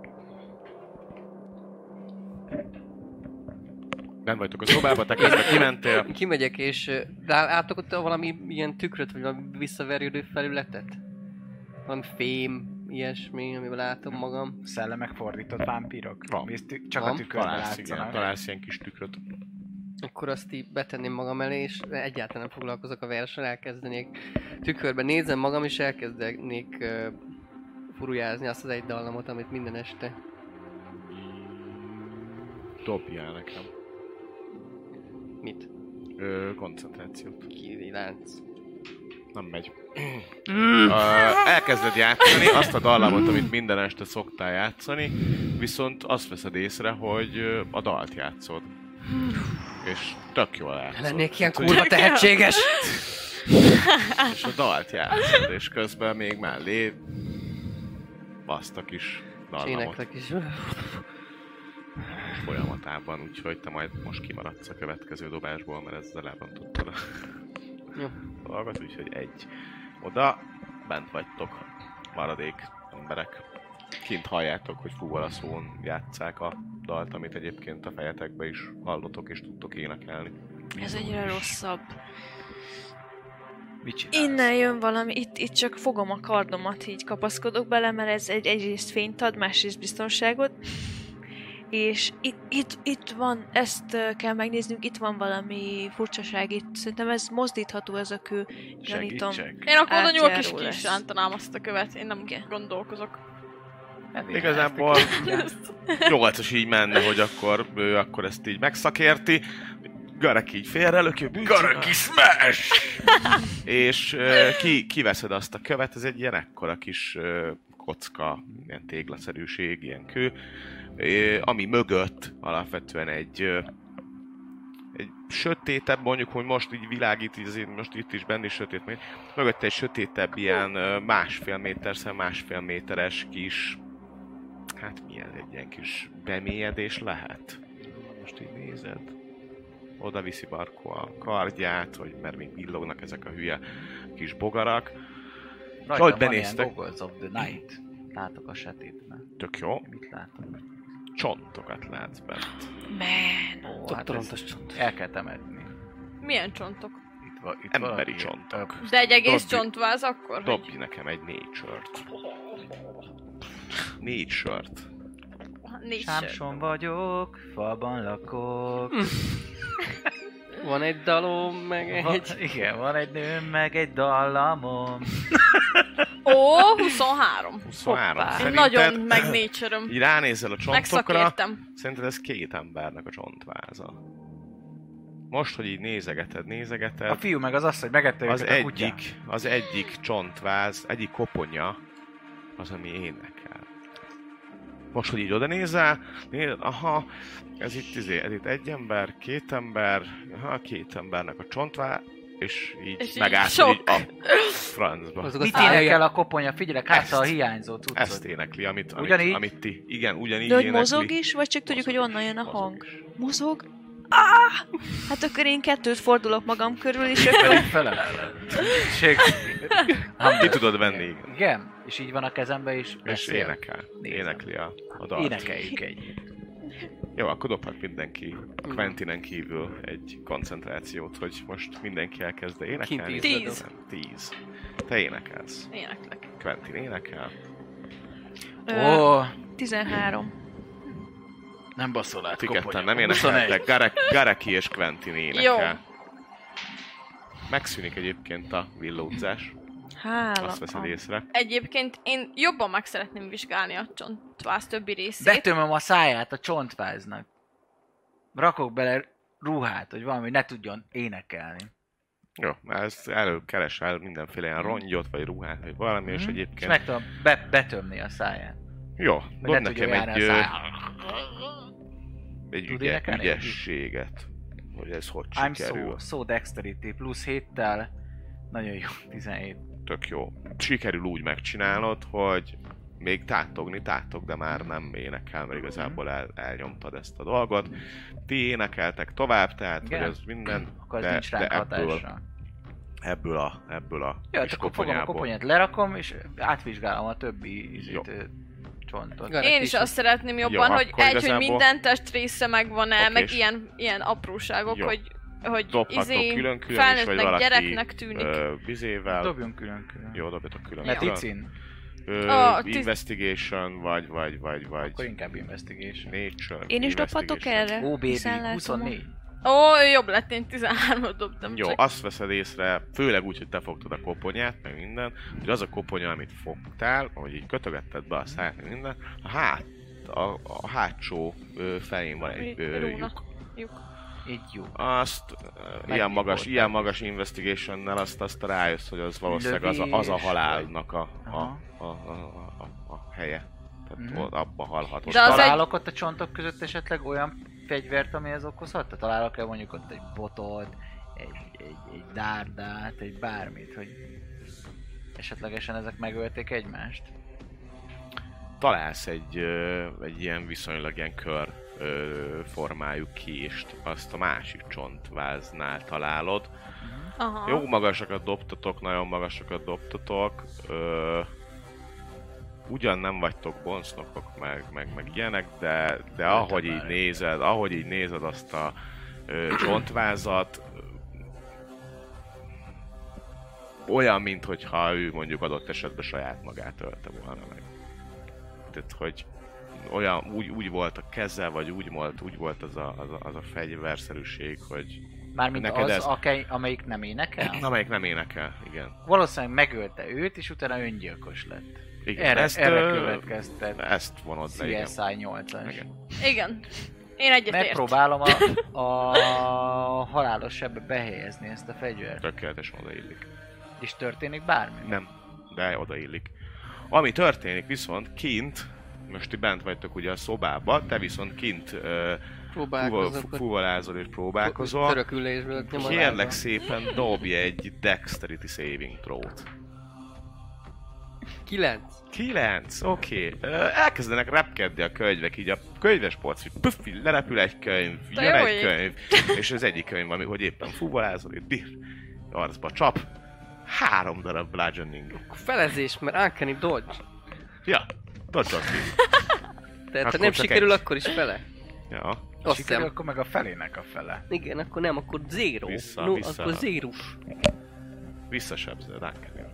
Nem vagytok a szobába, te közben kimentél. Kimegyek és látok ott valami ilyen tükröt, vagy valami visszaverődő felületet? Valami fém, ilyesmi, amivel látom magam. Szellemek fordított vámpírok? Van. Csak Van. a tükörben Találsz, igen, látszanak. találsz ilyen kis tükröt. Akkor azt így betenném magam elé, és egyáltalán nem foglalkozok a versen, elkezdenék tükörben nézem magam, és elkezdenék furujázni azt az egy dallamot, amit minden este. Dobjál nekem. Mit? Koncentrációt. Kilánc. Nem megy. Elkezded játszani azt a dallamot, amit minden este szoktál játszani, viszont azt veszed észre, hogy a dalt játszod. És tök jól játszod. Lennék ilyen kurva tehetséges! És a dalt játszod, és közben még mellé azt a kis dallamot Éneklek is. folyamatában, úgyhogy te majd most kimaradsz a következő dobásból, mert ezzel elrontottad a Jó. dolgot, úgyhogy egy. Oda, bent vagytok, maradék emberek. Kint halljátok, hogy fúvalaszón játsszák a dalt, amit egyébként a fejetekbe is hallotok és tudtok énekelni. Ez egyre rosszabb. Mit csinálsz? Innen jön valami, itt csak fogom a kardomat, így kapaszkodok bele, mert ez egyrészt fényt ad, másrészt biztonságot. És itt van, ezt kell megnéznünk, itt van valami furcsaság, itt szerintem ez mozdítható ez a kő, gyanítom. Segítsek. Én akkor oda nyúlok és Átjáró ki is lesz. rántanám azt a követ. Én nem Igen. gondolkozok. Igazából 8-as így menne, hogy akkor ő akkor ezt így megszakérti. Garek így félrelökő, Gareki smash! És kiveszed azt a követ, ez egy ilyen ekkora kis kocka, ilyen téglaszerűség, ilyen kő, ami mögött alapvetően egy sötétebb, mondjuk, hogy most így világít, így azért most itt is benne is sötét, mögött egy sötétebb ilyen 1,5 méteres kis, hát mi ez, egy ilyen kis bemélyedés lehet? Most így nézed. Oda viszi Barkó a kardját, hogy mert még villognak ezek a hülye kis bogarak. ahogy Rajtam van ilyen benéztek. Goggles of the Night. Látok a sötétben. Tök jó. Mit látok? Csontokat látsz bent. Man. Ó, Doktorontos csont. el kell temetni. Milyen csontok? Itt Emberi valaki- csontok. De egy egész Dobj- csontváz akkor? Dobj nekem egy nature-t. Nature-t. Nincs. Sámson vagyok, falban lakok. Van egy dalom, meg egy... Igen, van egy nőm, meg egy dallamom. Ó, 23. 23. Én Szerinted nagyon megnécsöröm. így ránézel a csontokra, Megszakértem. szerinted ez két embernek a csontváza. Most, hogy így nézegeted, A fiú meg az asszony megette az őket a kutyát. az egyik csontváz, egyik koponya, az, ami énekel. Most, hogy így oda nézel, aha, ez itt egy ember, két ember, aha, két embernek a csontváz, és így És így megállsz, sok. így a francba. Azok Mit az énekel a koponya? Figyelek, hátra a Ezt- hiányzó Ezt cuccot. énekli, amit Ugyanígy? amit ti. Igen, ugyanígy De hogy énekli. mozog is, vagy csak tudjuk, hogy onnan jön a Mozog hang? is. Mozog? Hát akkor én kettőt fordulok magam körül, és akkor... Pedig felelem. Ki tudod venni, igen. Igen, és így van a kezembe is. És beszél. énekel. Nézem. Énekli a dalt. Énekeljük együtt. Jó, akkor dobhat mindenki Quentinen kívül egy koncentrációt, hogy most mindenki elkezd énekelni. 10. 10. Te énekelsz. Éneklek. Quentin énekel. Ó, 13. nem baszol át Ti koponya. ketten nem 21. énekeltek. Gareki és Quentin énekel. Jó. Megszűnik egyébként a villódzás. Hála. Azt veszed észre. Egyébként én jobban meg szeretném vizsgálni a csontváz többi részét. Betömöm a száját a csontváznak. Rakok bele ruhát, hogy valami ne tudjon énekelni. Jó, ez keresel mindenféle ilyen rongyot, vagy ruhát, vagy valami, és És egyébként... meg tudom betömni a száját. Jó, Hogy dob ne nekem tudja járni a egy, száját. egy Tud énekelni? ügyességet, hogy ez hogy I'm sikerül. so dexterity plusz 7-tel. Nagyon jó, 17. Tök jó. Sikerül úgy megcsinálod, hogy még tátog, de már nem énekel, mert igazából elnyomtad ezt a dolgot. Ti énekeltek tovább, tehát Igen? hogy ez minden, Akkor ez de, nincs de ránk hatással. ebből a Jó, kis akkor fogom a koponyából. koponyát, lerakom, és átvizsgálom a többi Jó. csontot. Gareki Én is azt szeretném jobban, Jó, hogy akkor hogy igazából- minden testrésze megvan-e, Oké, meg és- ilyen apróságok, Jó. hogy Dobhatok külön-külön is, vagy felnőttnek, valaki gyereknek tűnik. vizével. Dobjunk külön-külön. Jó, dobjatok külön. Mert Jó. icin. Investigation, vagy Akkor inkább investigation. nature. Én is dobhatok investigation. erre? Ó, baby, Hiszen látom 24. Ó, jobb lett, én 13-ot dobtam Jó, csak. azt veszed észre, főleg úgy, hogy te fogtad a koponyát, meg minden, hogy az a koponya, amit fogtál, ahogy így kötögetted be a száját, meg minden, a hátsó fején van egy Rúna. lyuk. Így jó. Azt Megnyílt ilyen magas investigationnel azt rájössz, hogy az valószínűleg az a Lövés, halálnak Aha. a helye. Tehát Mhm. ott abba halhat. De az Találok ott a csontok között esetleg olyan fegyvert, ami ez okozhatta? Találok-e mondjuk ott egy botot, egy dárdát, egy bármit, hogy esetlegesen ezek megölték egymást? Találsz egy ilyen viszonylag ilyen kör formájú kést, azt a másik csontváznál találod. Aha. Jó magasakat dobtatok, nagyon magasakat dobtatok. Ugyan nem vagytok boncnokok, meg ilyenek, de ahogy így nézed azt a csontvázat, olyan, minthogyha ő mondjuk adott esetben saját magát ölte volna meg. Tehát, hogy olyan, úgy volt a keze, vagy úgy volt az a fegyverszerűség, hogy Mármint neked az, amelyik nem énekel? amelyik nem énekel, igen. Valószínűleg megölte őt, és utána öngyilkos lett. Igen, Erre ö, következtet ezt vonod le, igen. CSI 8-as. Igen. Igen. Én egyetért. Megpróbálom a halálos sebbe behelyezni ezt a fegyvert. Tökéletesen odaillik. És történik bármi? Nem, de odaillik. Ami történik viszont kint, most ti bent vagytok ugye a szobába, te viszont kint fuvalázol és próbálkozol. Törökülésből nyom a Kérlek lábam. szépen dobj egy Dexterity Saving Throw-t. 9. 9, oké. Elkezdenek repkedni a könyvek, így a könyves polc, hogy püff, így lerepül egy könyv, De jön jó egy ég. könyv, és az egyik könyv van, hogy éppen fuvalázol, itt arcba csap, 3 darab bludgeoning. Felezés, mert Uncanny Dodge. Ja, dodge. Tehát ha Akkor nem csak sikerül, egy. akkor is fele. Ja. Azt Sikerül, hiszem. akkor meg a felének a fele. Igen, akkor nem, akkor zero. Vissza. Akkor zérus. Visszasebzed, Uncanny.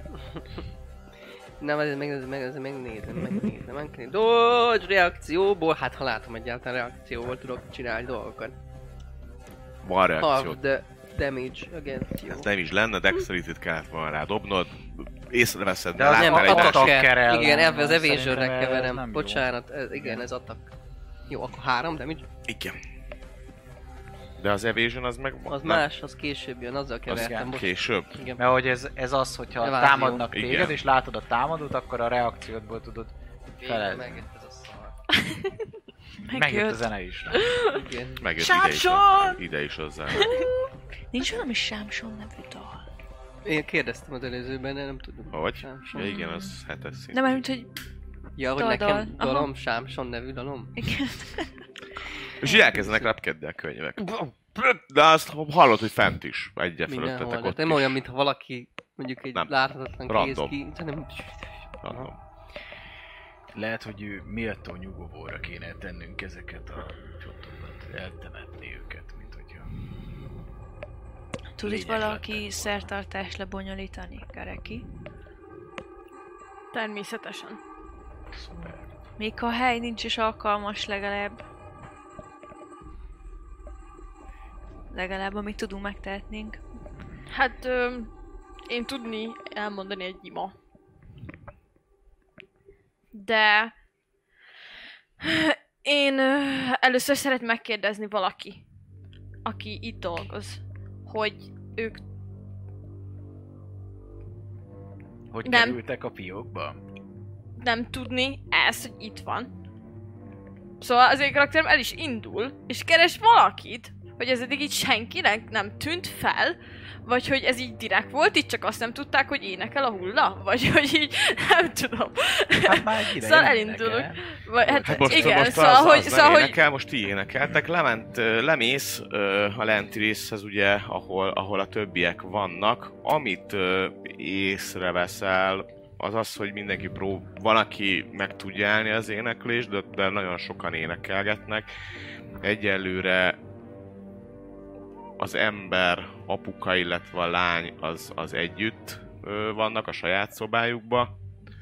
Nem, megnézem. Uncanny Dodge reakcióból, hát ha látom egyáltalán reakcióból tudok csinálni dolgokat. Van reakció. Half the damage against you. Ez nem is lenne, dexterity-t kellett volna rá dobnod. Észreveszed, De de az Nem, láttál attack egy attacker attacker. ellen Igen, ebben az van, evasionre szerintem ez keverem. nem jó. Bocsánat, igen, ez attack. Jó, akkor 3 damage. Igen. De az evasion az meg... Az nem, más, az később jön, azzal kevertem. Bocs. később. Igen. Mert hogy ez az, hogyha Evázió. támadnak téged, Igen. és látod a támadót, akkor a reakciódból tudod felezni. Megjött ez a szar. Megjött a zene is. Nem? Igen. Megjött Sámson! ide is hozzá. Nincs valami Sámson nevű dal. Én kérdeztem az előzőben, de nem tudom. Hogy? Sámson. Ja igen, az 7-es szint. Nem, mint hogy... Ja, hogy Dal. nekem Aha. dalom, Sámson nevű dalom. Igen. És így elkezdenek repkedni a könyvek. De azt hallod, hogy fent is. Egyre Mindenhol. fölöttetek De ott nem is. olyan, mintha valaki mondjuk egy Nem. láthatatlan kéz Random. ki, hanem... Random. Lehet, hogy ő méltó nyugovóra kéne tennünk ezeket a csotokat, eltemetni őket, mint hogyha... Tud itt Lényeg valaki lettek szertartást lebonyolítani, Gareki? Természetesen. Szuper. Még ha a hely nincs is alkalmas legalább. Legalább amit tudunk, megtehetnénk. Hát én tudni elmondani egy ima. De én először szeretném megkérdezni valaki, aki itt dolgoz, hogy ők Hogy Nem. kerültek a fiókba? nem tudni ezt, hogy itt van. Szóval az én karakterem el is indul, és keres valakit, hogy ez eddig így senkinek nem tűnt fel, vagy hogy ez így direkt volt, itt csak azt nem tudták, hogy énekel a hulla, vagy hogy így nem tudom. Hát már egy ideje Szóval nem elindulok. énekel. Vagy, hát Hát most, igen, most szóval, az, hogy, az szóval, nem hogy énekel, most ti énekeltek, lemész a lenti részhez ugye, ahol a többiek vannak. Amit észreveszel, az az, hogy mindenki van, aki meg tudja állni az éneklést, de nagyon sokan énekelgetnek. Egyelőre az ember, apuka, illetve a lány az együtt vannak a saját szobájukba.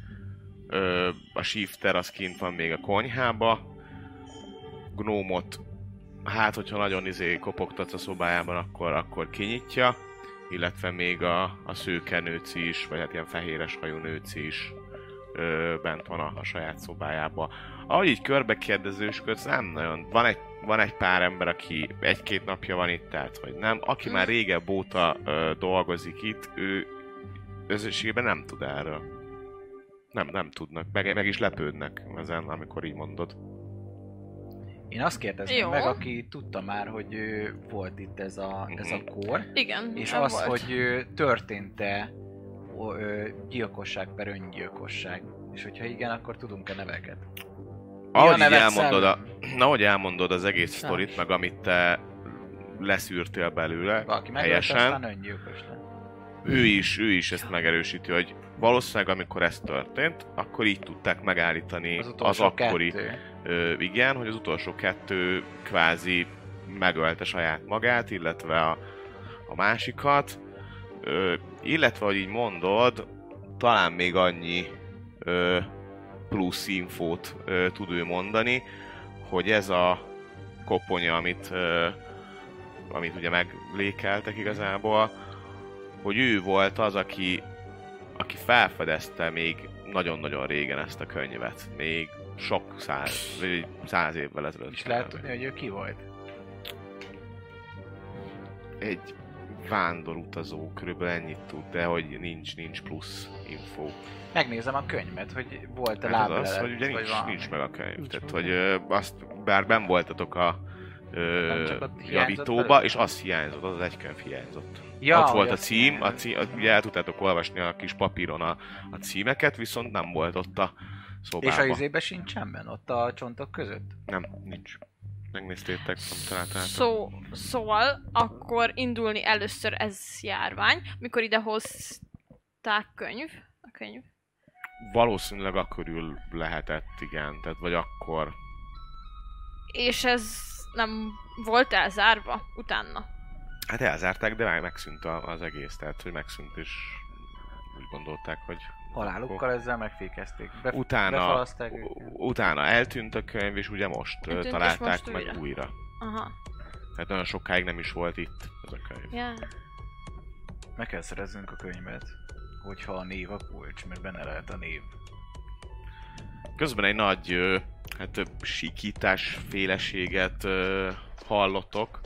A shifter az kint van még a konyhába. Gnómot, hát hogyha nagyon kopogtatsz a szobájában, akkor kinyitja. Illetve még a szőke nőci is, vagy hát ilyen fehéres hajú nőci is bent van a saját szobájába. Ahogy így körbekérdezősködsz, nem nagyon. Van egy pár ember, aki 1-2 napja van itt, tehát vagy nem. Aki már régebb óta dolgozik itt, ő összességében nem tud erről. Nem tudnak, meg is lepődnek ezen, amikor így mondod. Én azt kérdezném Jó. meg, aki tudta már, hogy volt itt ez a kor, igen, és nem az, volt. hogy történt-e gyilkosság per öngyilkosság. És hogyha igen, akkor tudunk-e neveket? Ahogy így neved ahogy elmondod az egész sztorit, meg amit te leszűrtél belőle, Valaki megölt, helyesen, aztán öngyilkos lett. ő is ezt megerősíti, hogy valószínűleg amikor ez történt, akkor így tudták megállítani Az az utolsó akkori... kettő. Igen, hogy az utolsó 2 kvázi megölte saját magát, illetve a másikat. Illetve, hogy így mondod, talán még annyi plusz infót tud ő mondani, hogy ez a koponya, amit ugye meglékeltek igazából, hogy ő volt az, aki felfedezte még nagyon-nagyon régen ezt a könyvet. Még sok 100 évvel ezelőtt. És lehet tudni, hogy ő ki volt? Egy vándorutazó, körülbelül ennyit tud, de hogy nincs plusz info. Megnézem a könyvet, hogy volt-e Hát az láblelet, az, hogy ugye vagy valami. nincs meg a könyv. Nincs Tehát, meg. hogy azt, bár benn voltatok a Nem csak ott hiányzott javítóba, belőle? és az hiányzott, az egy könyv hiányzott. Ja, ott hogy volt a azt cím, hiányzott. ugye el tudtátok olvasni a kis papíron a címeket, viszont nem volt ott a szobában. És a izébe sincsen benne, ott a csontok között? Nem, nincs. megnéztétek, nem találtátok. Szóval akkor indulni először ez járvány, mikor ide hozták a könyv. Valószínűleg akkörül lehetett, igen, tehát vagy akkor. És ez nem volt elzárva utána? Hát elzárták, de megszűnt az egész, tehát hogy megszűnt, és úgy gondolták, hogy Halálukkal ezzel megfékezték. Utána eltűnt a könyv, és ugye most találták most meg újra. Aha. Tehát nagyon sokáig nem is volt itt ez a könyv. Yeah. Meg kell szereznünk a könyvet, hogyha a név a kulcs, mert benne lehet a név. Közben egy nagy sikítás féleséget hallottok,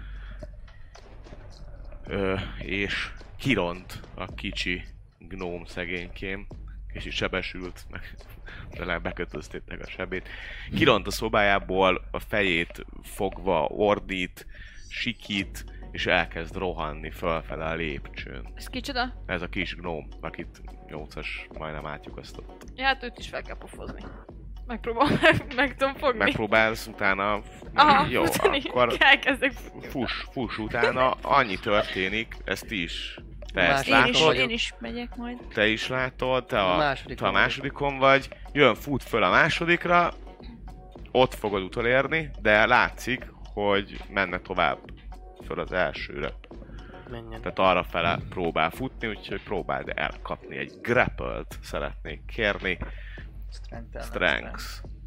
és kiront a kicsi gnóm szegénykém, és is sebesült, meg de bekötöztétek a sebét. Kiront a szobájából, a fejét fogva ordít, sikít, és elkezd rohanni fölfele a lépcsőn. Ez kicsoda? Ez a kis gnóm, akit 8-as majdnem átlyukasztott. Ja, hát őt is fel kell pofozni. Meg tudom fogni. Megpróbálsz utána... Aha, jó, futni. akkor Elkezdek futni. fuss utána, annyi történik, ezt is. Te ezt látod, Én is megyek majd. te is látod, te a másodikon másodikon vagy, fut föl a másodikra, ott fogod utolérni, de látszik, hogy menne tovább föl az elsőre. Menjen. Tehát arra fele próbál futni, úgyhogy próbáld elkapni. Egy grapple-t szeretnék kérni. Strength.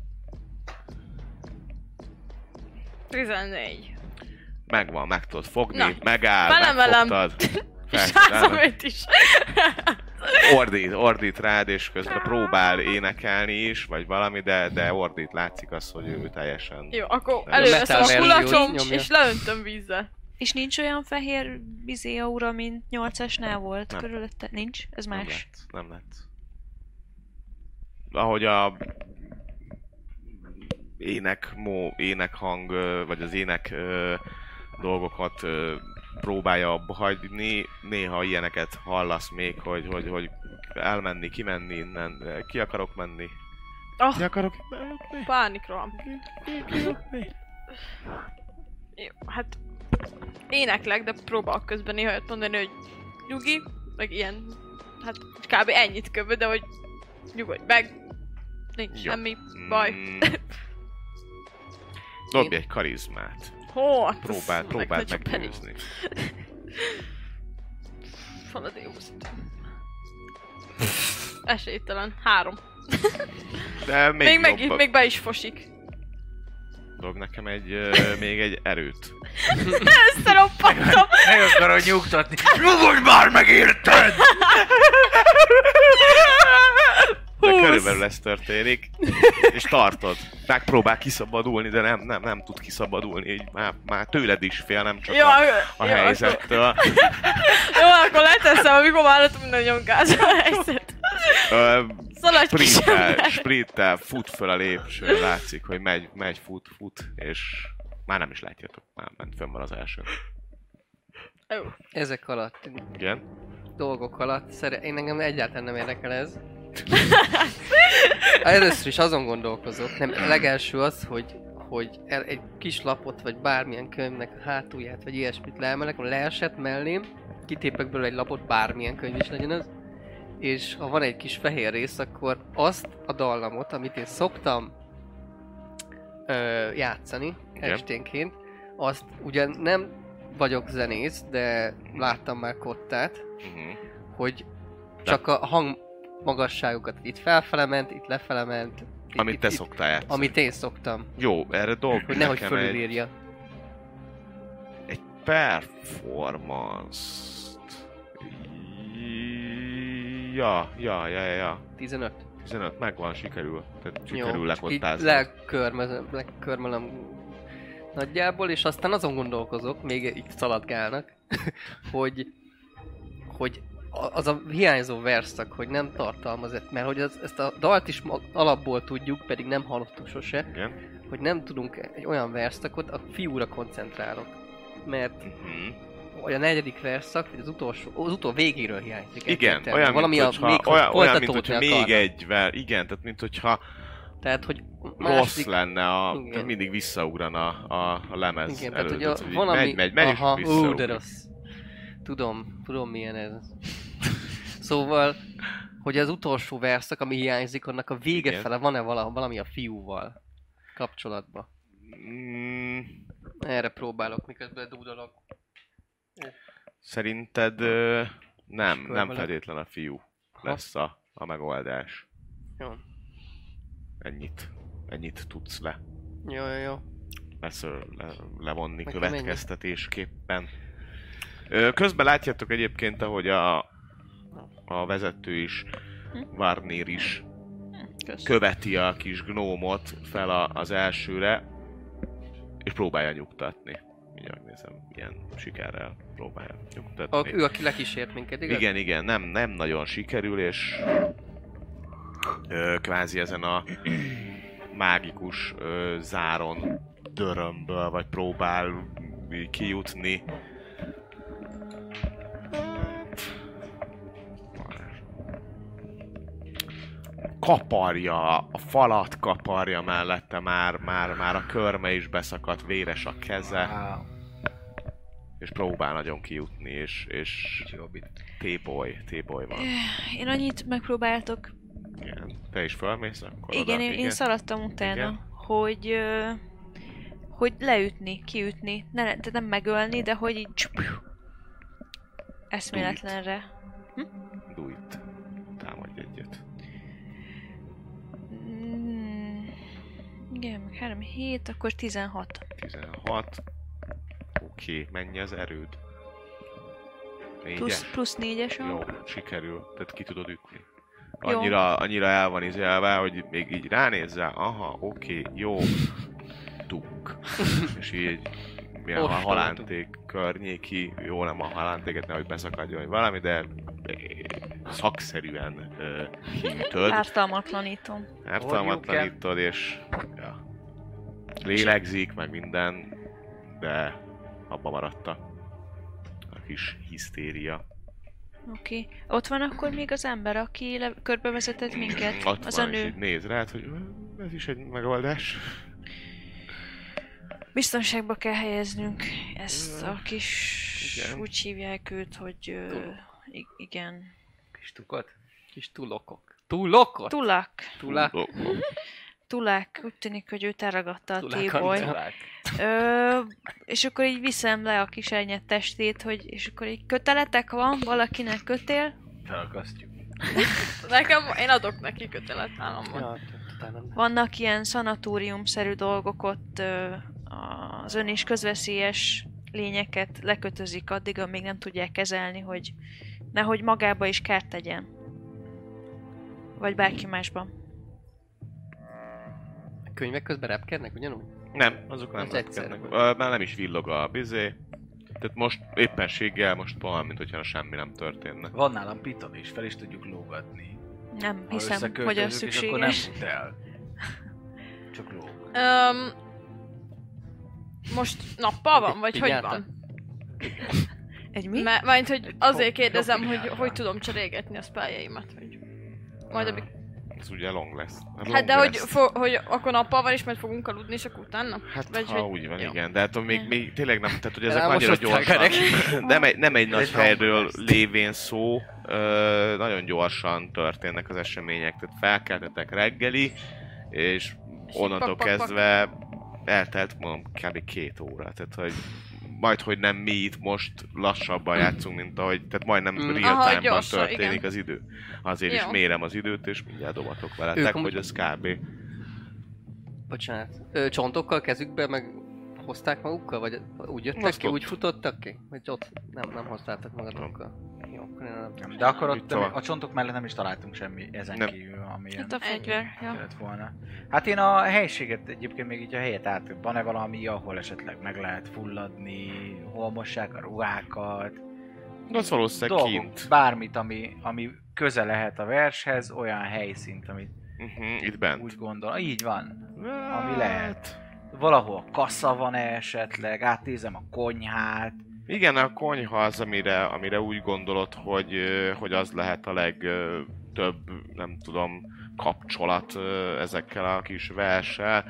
14. Megvan, meg tudod fogni, Na, megáll, felemelem. megfogtad. És házom őt is. Ordít rád, és közben próbál énekelni is, vagy valami, de ordít, látszik az, hogy ő teljesen... Jó, akkor Metal előveszem a verziót kulacsom, nyomja. és leöntöm vízzel. És nincs olyan fehér aura, mint 8-asnál volt Nem. körülötte? Nincs? Ez más? Nem lett. Ahogy a énekhang, vagy az ének dolgokat próbálja abba hagyni, néha ilyeneket hallasz még, hogy elmenni, kimenni innen, ki akarok menni. Oh, Ki akarok menni? pánikroham. Jó, hát éneklek, de próbálok közben néha olyat mondani, hogy nyugi, meg ilyen, hát kb. Ennyit köböd, de hogy nyugodj meg, nincs Jó. semmi baj. Dobj egy karizmát. Hó, Próbáld meggyőzni. Faladé úszítom. Esélytelen. 3. De Még be is fosik. Dob nekem még egy erőt. Összeroppanttam! Meg akarod nyugtatni. Nyugodj már meg, érted? De körülbelül ez történik, és tartod. Megpróbál kiszabadulni, de nem tud kiszabadulni, így már tőled is fél, nem csak a helyzettől. Jó, akkor leteszem, amikor már látom minden nyomkás a helyzet. Sprinttel fut föl a lépcsőn, látszik, hogy megy, fut, és már nem is látjátok, már ment fönn van az első. Jó. Ezek alatt, Igen? dolgok alatt, én engem egyáltalán nem érdekel ez. Először is azon gondolkozok, nem, legelső az, hogy egy kis lapot, vagy bármilyen könyvnek a hátulját, vagy ilyesmit leemelek, leesett mellém, kitépek belőle egy lapot, bármilyen könyv is legyen az, és ha van egy kis fehér rész, akkor azt a dallamot, amit én szoktam játszani esténként, azt ugyan nem vagyok zenész, de láttam már kottát, hogy csak a hang magasságokat itt felfele ment, itt lefele ment. Amit te szoktál játszani. Amit én szoktam. Jó, erre dolg. Hogy nehogy fölülírja. Egy performance-t... Ja. 15. 15, megvan, sikerül. Tehát sikerül Jó, így lekottázni. lekörmelem nagyjából, és aztán azon gondolkozok, még itt szaladgálnak, hogy az a hiányzó verszak, hogy nem tartalmaz, mert hogy ezt a dalt is alapból tudjuk, pedig nem hallottuk sose, Igen. hogy nem tudunk egy olyan verszakot, a fiúra koncentrálok. Mert vagy a negyedik verszak, vagy az utó végéről hiányzik. Igen, olyan, valami mint hogyha még egy, igen, tehát mint hogyha Tehát, hogy Rossz lenne, Igen. tehát mindig visszaugran a lemez Igen, előtt. tehát, Tehát, hogy van, ami... megy, Aha, és visszaugrik. de rossz. Tudom milyen ez. Szóval, hogy az utolsó verszak, ami hiányzik, annak a vége Igen. fele van-e valami a fiúval kapcsolatban? Erre próbálok, miközben dúdolok. Szerinted nem vele. feltétlen a fiú lesz a megoldás. Jó. Ennyit tudsz Jó. levonni Nekem következtetésképpen. Közben látjátok egyébként, ahogy a vezető is, Varnir is követi a kis gnómot fel az elsőre, és próbálja nyugtatni. Mindjárt nézem, milyen sikerrel próbálja nyugtatni. Ő, aki lekísért minket, igaz? Igen, nem nagyon sikerül, és kvázi ezen a mágikus záron dörömből, vagy próbál kijutni. Kaparja, a falat kaparja mellette, már a körme is beszakadt, véres a keze, és próbál nagyon kijutni, és T-boy van. Én annyit megpróbáltok. Igen. Te is felmész akkor Igen, oda? én szaladtam utána, Igen. hogy leütni, kiütni, de nem megölni, de hogy így eszméletlenre. Do it. Támadj egyet. Igen, meg 3, 7, akkor 16. 16. Oké, mennyi az erőd? 4-es? Plusz 4-es. Jó, sikerül. Tehát ki tudod ütni. Jó. Annyira el van izélve, hogy még így ránézzel, aha, oké, jó. Tuk. És így milyen a halánték környéki, jó nem a halántéket, nehogy beszakadjon, vagy valami, de szakszerűen kiütöd. Ártalmatlanítom. Ártalmatlanítod, és lélegzik, meg minden, de abba maradta a kis hisztéria. Oké. Ott van akkor még az ember, aki körbevezetett minket? Ott az van, a és nő. így néz rád, hogy ez is egy megoldás. Biztonságba kell helyeznünk ezt a kis... Igen. Úgy hívják őt, hogy... igen. Kis tukot? Kis tulokok. Tulokot? Tulak. Tulák. Tulák. Úgy tűnik, hogy őt elragadta a Tulák, T-boy. Tulák. És akkor így viszem le a kis elnyett testét, hogy... És akkor így köteletek van, valakinek kötél. Felakasztjuk. Nekem, én adok neki kötelet, nálam van. Ja, utána nem. Vannak ilyen szanatórium-szerű dolgok ott, az ön és közveszélyes lényeket lekötözik addig, amíg nem tudják kezelni, hogy nehogy magába is kárt tegyen. Vagy bárki másban. A könyvek közben repkednek ugyanúgy? Nem, azok nem Az egyszer repkednek. Már nem is villog a bizé. Tehát most éppenséggel most olyan, mint hogyha semmi nem történne. Van nálam piton is, fel is tudjuk lógatni. Nem Ha hiszem, hogy az összeköltözzük, és akkor nem szükséges. fut el. Csak lóg. Most nappal van, vagy hogy Pinyáta. van? Egy mi? Mert hogy azért kérdezem, Jobb hogy pinyáta. tudom cserélgetni a spelljeimet, hogy... Majd amik... Ez ugye long lesz. Hát de hogy akkor nappal van, és majd fogunk aludni, és akkor utána? Hát Vagy ha hogy- úgy van, jó. igen. De hát még tényleg nem, tehát hogy ezek Elmosották annyira a gyorsan. Nem egy nagy Ez helyről long lesz. lévén szó, nagyon gyorsan történnek az események. Tehát felkeltetek reggeli, és onnantól pak, pak, pak. kezdve eltelt, mondom, kb. 2 óra. Tehát, hogy majd, hogy nem mi itt most lassabban játszunk, mint ahogy, tehát majdnem real Aha, time-ban gyorsan, történik igen. az idő. Azért is Jó. mérem az időt, és mindjárt dobatok Ők veletek, amúgy- hogy ez kb. Bocsánat. Csontokkal kezükbe meg hozták magukkal? Vagy úgy jöttek Azt ki, ott. úgy futottak ki? Vagy ott nem hoztátok magatokkal? Jó, akkor én nem. De akkor Itt ott van. a csontok mellett nem is találtunk semmi ezen Nem. kívül, ami ilyen Hát a fegyver, ja. kellett volna. Hát én a helységet egyébként még így a helyet át, van-e valami, ahol esetleg meg lehet fulladni, hol mossák a ruhákat, Az valószínűleg dolgok, kint. bármit, ami köze lehet a vershez, olyan helyszínt, amit Itt bent. úgy gondol. Így van, ami Hát, lehet. Valahol kassa van-e esetleg, átnézem a konyhát. Igen, a konyha az, amire úgy gondolod, hogy az lehet a legtöbb, nem tudom, kapcsolat ezekkel a kis verssel.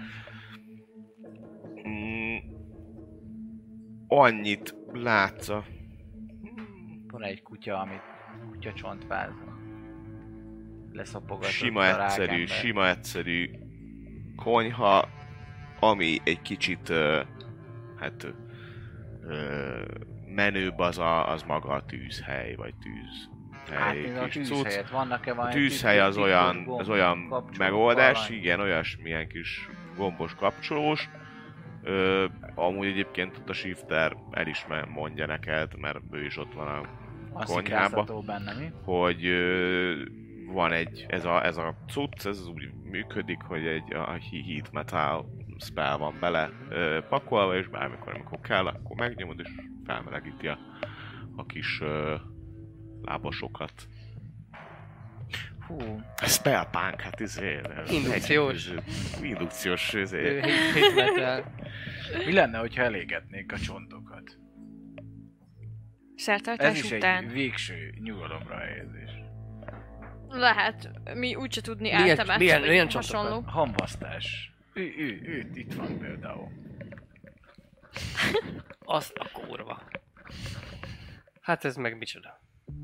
Annyit látsz a... Van egy kutya, amit kutya csontváz. Leszapogatott Sima egyszerű konyha, ami egy kicsit menőbb az maga a tűzhely, vagy tűzhely. Hát, a tűzhelyet vannak-e valami? Tűzhely az olyan megoldás, igen, olyasmilyen kis gombos kapcsolós. Amúgy egyébként ott a shifter el is mondja neked, mert ő is ott van a konyhában, benne, mi? hogy van ez a cucc, ez úgy működik, hogy a heat metal spell van bele pakolva, és bármikor, amikor kell, akkor megnyomod, és felmelegíti a kis lábasokat. Hú. Spellpunk, hát indukciós Mi lenne, hogyha elégetnék a csontokat? Ez Szertartás is után. egy végső nyugalomra helyezés. Lehet, mi úgyse tudni Milyen- eltemetni, milyen- vagy milyen hasonló. Hamvasztás. Ő itt van például. Azt a kurva. Hát ez meg micsoda?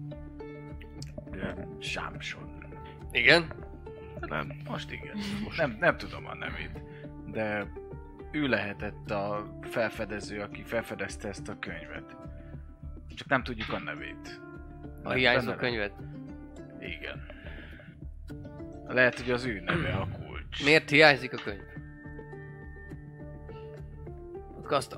Sámson. Igen? Nem. Most igen. Nem tudom a nevét. De ő lehetett a felfedező, aki felfedezte ezt a könyvet. Csak nem tudjuk a nevét. A hiányzó könyvet? Igen. Lehet, hogy az ő neve a kulcs. Miért hiányzik a könyv? Azt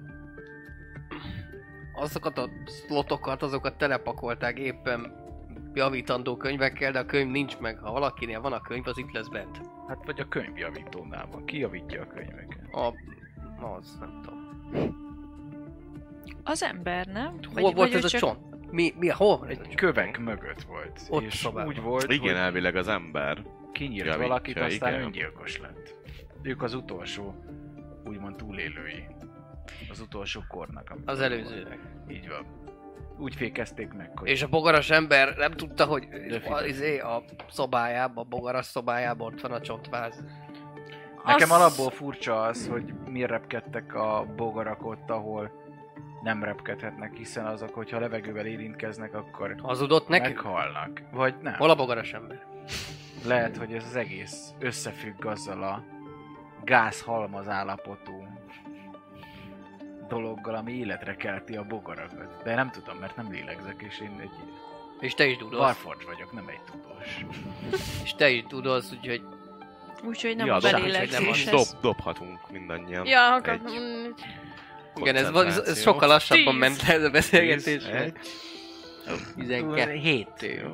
azokat a szlotokat, azokat telepakolták éppen javítandó könyvekkel, de a könyv nincs meg. Ha valakinél van a könyv, az itt lesz bent. Hát vagy a könyvjavítónál van. Ki javítja a könyveket? Az nem tudom. Az ember, nem? Hol volt ő ez a csak- csont? Hol van ez a Egy csont? kövek mögött volt. Ott és szobában. úgy volt, Igen, hogy elvileg az ember. kinyírt javítja, valakit, aztán igen. öngyilkos lett. Ők az utolsó, úgymond túlélői. Az utolsó kornak. amikor Az előzőnek. Így van. Úgy fékezték meg, hogy... És a bogaras ember nem tudta, hogy Döfi. a szobájában, a bogaras szobájában ott van a csontváz. Nekem Az- alapból furcsa az, hogy miért repkedtek a bogarak ott, ahol nem repkedhetnek, hiszen azok, hogyha levegővel érintkeznek, akkor Hazudott neki? meghalnak. Vagy nem. Hol a bogaras ember? Lehet, hogy ez az egész összefügg azzal a gázhalmaz állapotú dologgal, ami életre kelti a bogarakat. De nem tudom, mert nem lélegzek, és én egy És te is tudod. Warforged vagyok, nem egy tudós. És te is tudod, úgyhogy Úgyhogy nem Ja, a dob- belélegzéshez. dobhatunk mindannyian. Ja, akartam Egy mondani. igen, ez koncentráció. sokkal lassabban 10. ment le ez a beszélgetés. 10, egy. 12. 7.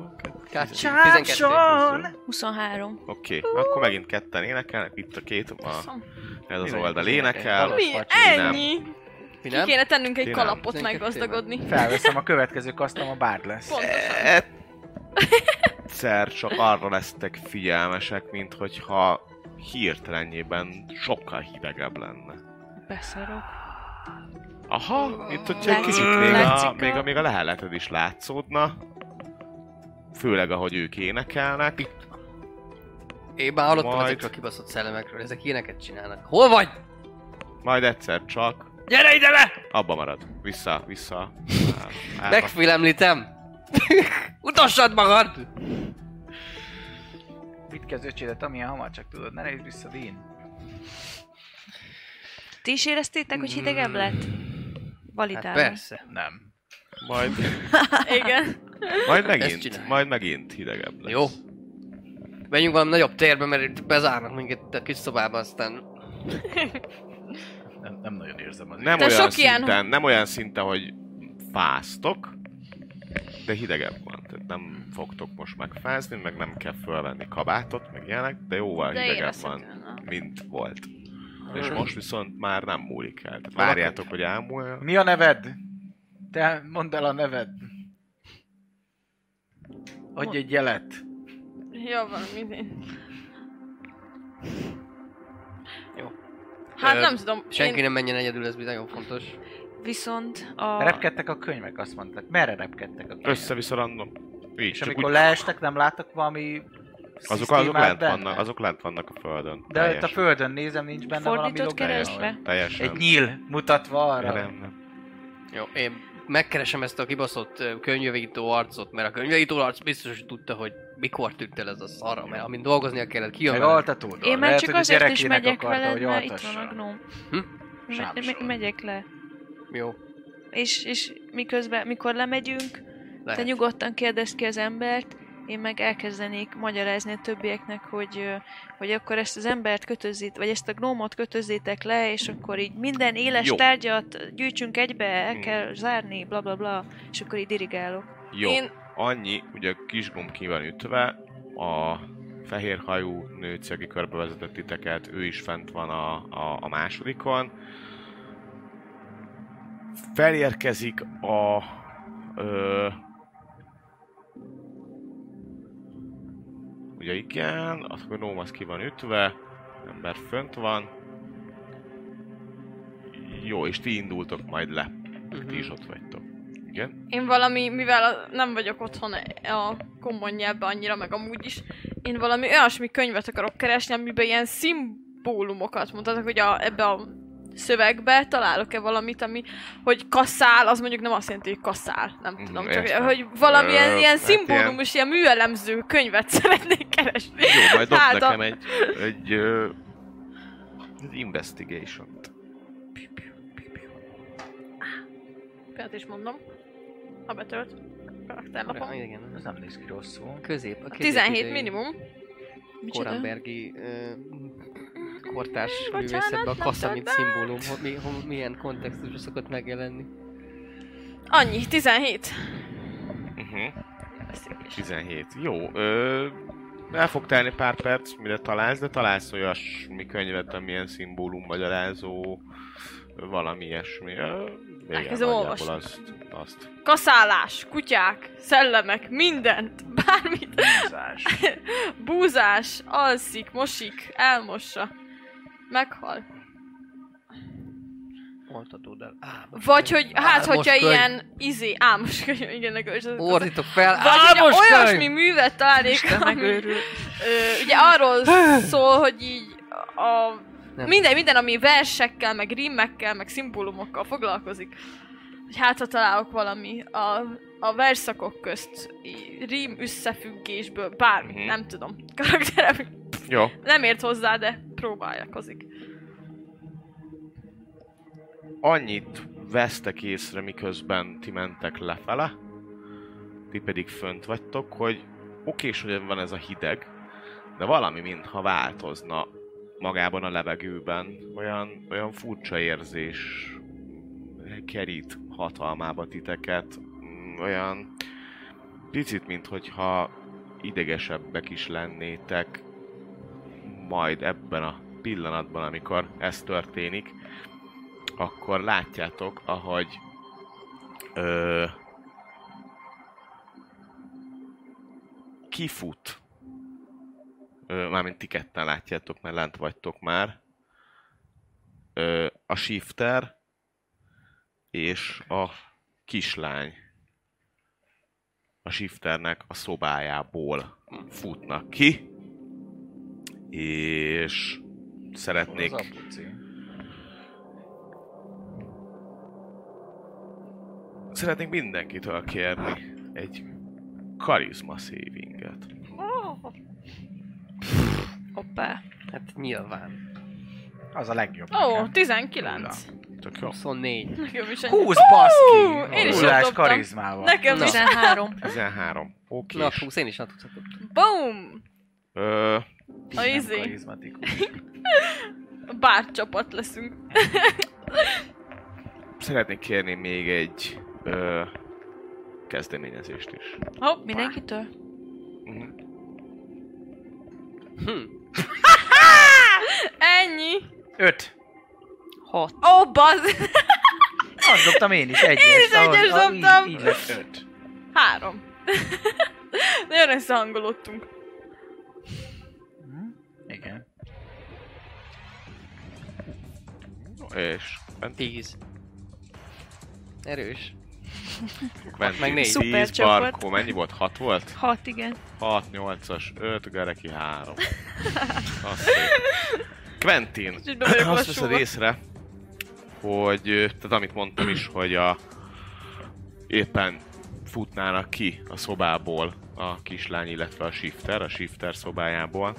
12. 23. Oké, akkor megint ketten énekelnek, itt a két, ez az Mi oldal vagyunk énekel. az Mi? Pacsi, Ennyi? Mi Ki nem? kéne tennünk egy Ti nem. kalapot 12 meggazdagodni. Felveszem a következő kasztom, a bárd lesz. Pontosan. Egyszer csak arra lesztek figyelmesek, mint hogyha hirtelenjében sokkal hidegebb lenne. Beszarok. Aha, mint hogyha egy Látszik- kicsit látszik még a leheleted is látszódna. Főleg ahogy ők énekelnek. Én már hallottam Majd. ezekről a kibaszott szellemekről, ezek ilyeneket csinálnak. Hol vagy? Majd egyszer csak Gyere ide le! abba marad. Vissza. Megfélemlítem! Utassad magad! Vidd ki az öcsédet, amilyen hamar csak tudod, ne nézd vissza, Dean. Ti is éreztétek, hogy hidegebb lett? Hát Validálom. persze. Nem. Majd Igen. Ezt csinálj. majd megint hidegebb lesz. Jó. Menjünk valami nagyobb térbe, mert itt bezárnak minket a kis szobába, aztán... Nem nagyon érzem az Nem De olyan, sok ilyen- szinten, nem olyan szinten, hogy fáztok, de hidegebb van. Tehát nem fogtok most megfázni, meg nem kell fölvenni kabátot, meg ilyenek, de jóval De hidegebb van, érezhetően. mint volt. És most viszont már nem múlik el. Tehát várjátok, hogy elmúljon. Mi a neved? Te mondd el a neved. Adj egy jelet. Jó, valami. Jó. Hát nem tudom. Senki nem menjen egyedül, ez nagyon fontos. Viszont a... Repkedtek a könyvek, azt mondták. Merre repkedtek a könyvek? Össze-vissza random. Így, És csak amikor úgy... leestek, nem láttak valami azok lent vannak a földön. De itt a földön nézem, nincs benne valami Fordított logája. keresve? Teljesen. Egy nyíl mutatva arra. Nem. Jó, én megkeresem ezt a kibaszott könyvjavító arcot, mert a könyvjavító arc biztos, hogy tudta, hogy mikor tűnt el ez a szara, mert amint dolgoznia kellett, kijön Meg vele. altatódon. Én már Lehet, csak hogy a azért is gyerekének megyek akarta, veled, hogy mert itt altassa. van a gnóm. Sámsor. Megyek le. Jó, És miközben, mikor lemegyünk, te lehet. nyugodtan kérdezd ki az embert, én meg elkezdenék magyarázni a többieknek, hogy akkor ezt az embert kötözzét, vagy ezt a gnómot kötözzétek le, és akkor így minden éles Jó. tárgyat gyűjtsünk egybe, el kell zárni, bla bla bla, és akkor így dirigálok. Jó, Én- annyi, ugye a kis gomb ki van ütve, a fehérhajú nőc, aki körbevezetett titeket, ő is fent van a másodikon. Felérkezik a... ugye igen, a gnóm az ki van ütve, ember fönt van. Jó, és ti indultok majd le. Ti is ott vagytok. Igen? Én valami, mivel nem vagyok otthon a kommon nyelvben annyira, meg amúgy is, én valami olyasmi könyvet akarok keresni, amiben ilyen szimbólumokat mutatok, hogy ebbe a szövegbe találok-e valamit, ami, hogy kasszál, az mondjuk nem azt jelenti, hogy kasszál, nem tudom, csak értem. hogy valamilyen ilyen hát szimbólumos, ilyen műelemző könyvet szeretnék keresni. Jó, majd dob Hát nekem egy investigation-t. Például is mondom, ha betölt karakterlapom. Igen, Ez nem néz ki rosszul. közép. A 17 minimum. Micsoda? Korenbergi kortárs Bocsánat, művészetben a nem kassa, tölt mint be. szimbólum, milyen kontextusban szokott megjelenni. Annyi, 17. Uh-huh. Beszélés. 17. Jó. El fog telni pár perc, mire találsz, de találsz olyasmi könyvet, amilyen szimbólum magyarázó, valami ilyesmi. Igen, Elkezdem nagyjából olvasni. azt. Kaszálás, kutyák, szellemek, mindent, bármit. Búzás. Búzás, alszik, mosik, elmossa. Meghal. Mondhatod el. Vagy hogy, hát Álmos hogyha könyv. ilyen álmos könyv, igen, nekem is az. Ordítok fel, Vagy hogyha álmos olyasmi könyv! művet találnék, Isten ami, megőrül. ugye arról szól, hogy így Nem. minden, ami versekkel, meg rímekkel, meg szimbólumokkal foglalkozik. Hogy hát, ha találok valami a versszakok közt, rím összefüggésből, bármi, Mhm. nem tudom. Karakterem Jó. nem ért hozzá, de próbáljakozik. Annyit vesztek észre, miközben ti mentek lefele, ti pedig fönt vagytok, hogy okés, hogy van ez a hideg, de valami mintha változna magában a levegőben. Olyan furcsa érzés kerít hatalmába titeket. Olyan picit, minthogyha idegesebbek is lennétek majd ebben a pillanatban, amikor ez történik, akkor látjátok, ahogy kifut. Mármint ti ketten látjátok, mert lent vagytok már. A shifter és a kislány a shifternek a szobájából futnak ki, és szeretnék Az apuci. szeretnék mindenkitől kérni egy karizma savinget. Hoppá. Hát nyilván. Az a legjobb. Ó, nekem. 19. Csak jó. 24. Nekem is egy... 20 baszki! Én is Húzás ott dobtam. karizmával. Nekem is. 13. 13. Oké. Na, 20, én is átudhatok. Boom! A Nem izé. karizmatikus. Bárcsapat leszünk. Szeretnék kérni még egy kezdeményezést is. Hoppá. Mindenkitől? Ennyi. 5. 6. Ó, bazd! Azt dobtam én is, egyes. Én is egyes dobtam. Így lett 5. 3. Nagyon összehangolódtunk. Igen. És 10. Erős. Quentin négy. 10, Szuper csapat. Barkó mennyi volt? 6 volt? 6, igen. 6, 8-as, 5, Gareki 3. Azt szép. Quentin, Kicsit be vagyok azt veszed lassulva. észre, hogy, tehát amit mondtam is, hogy éppen futnának ki a szobából a kislány, illetve a shifter szobájából.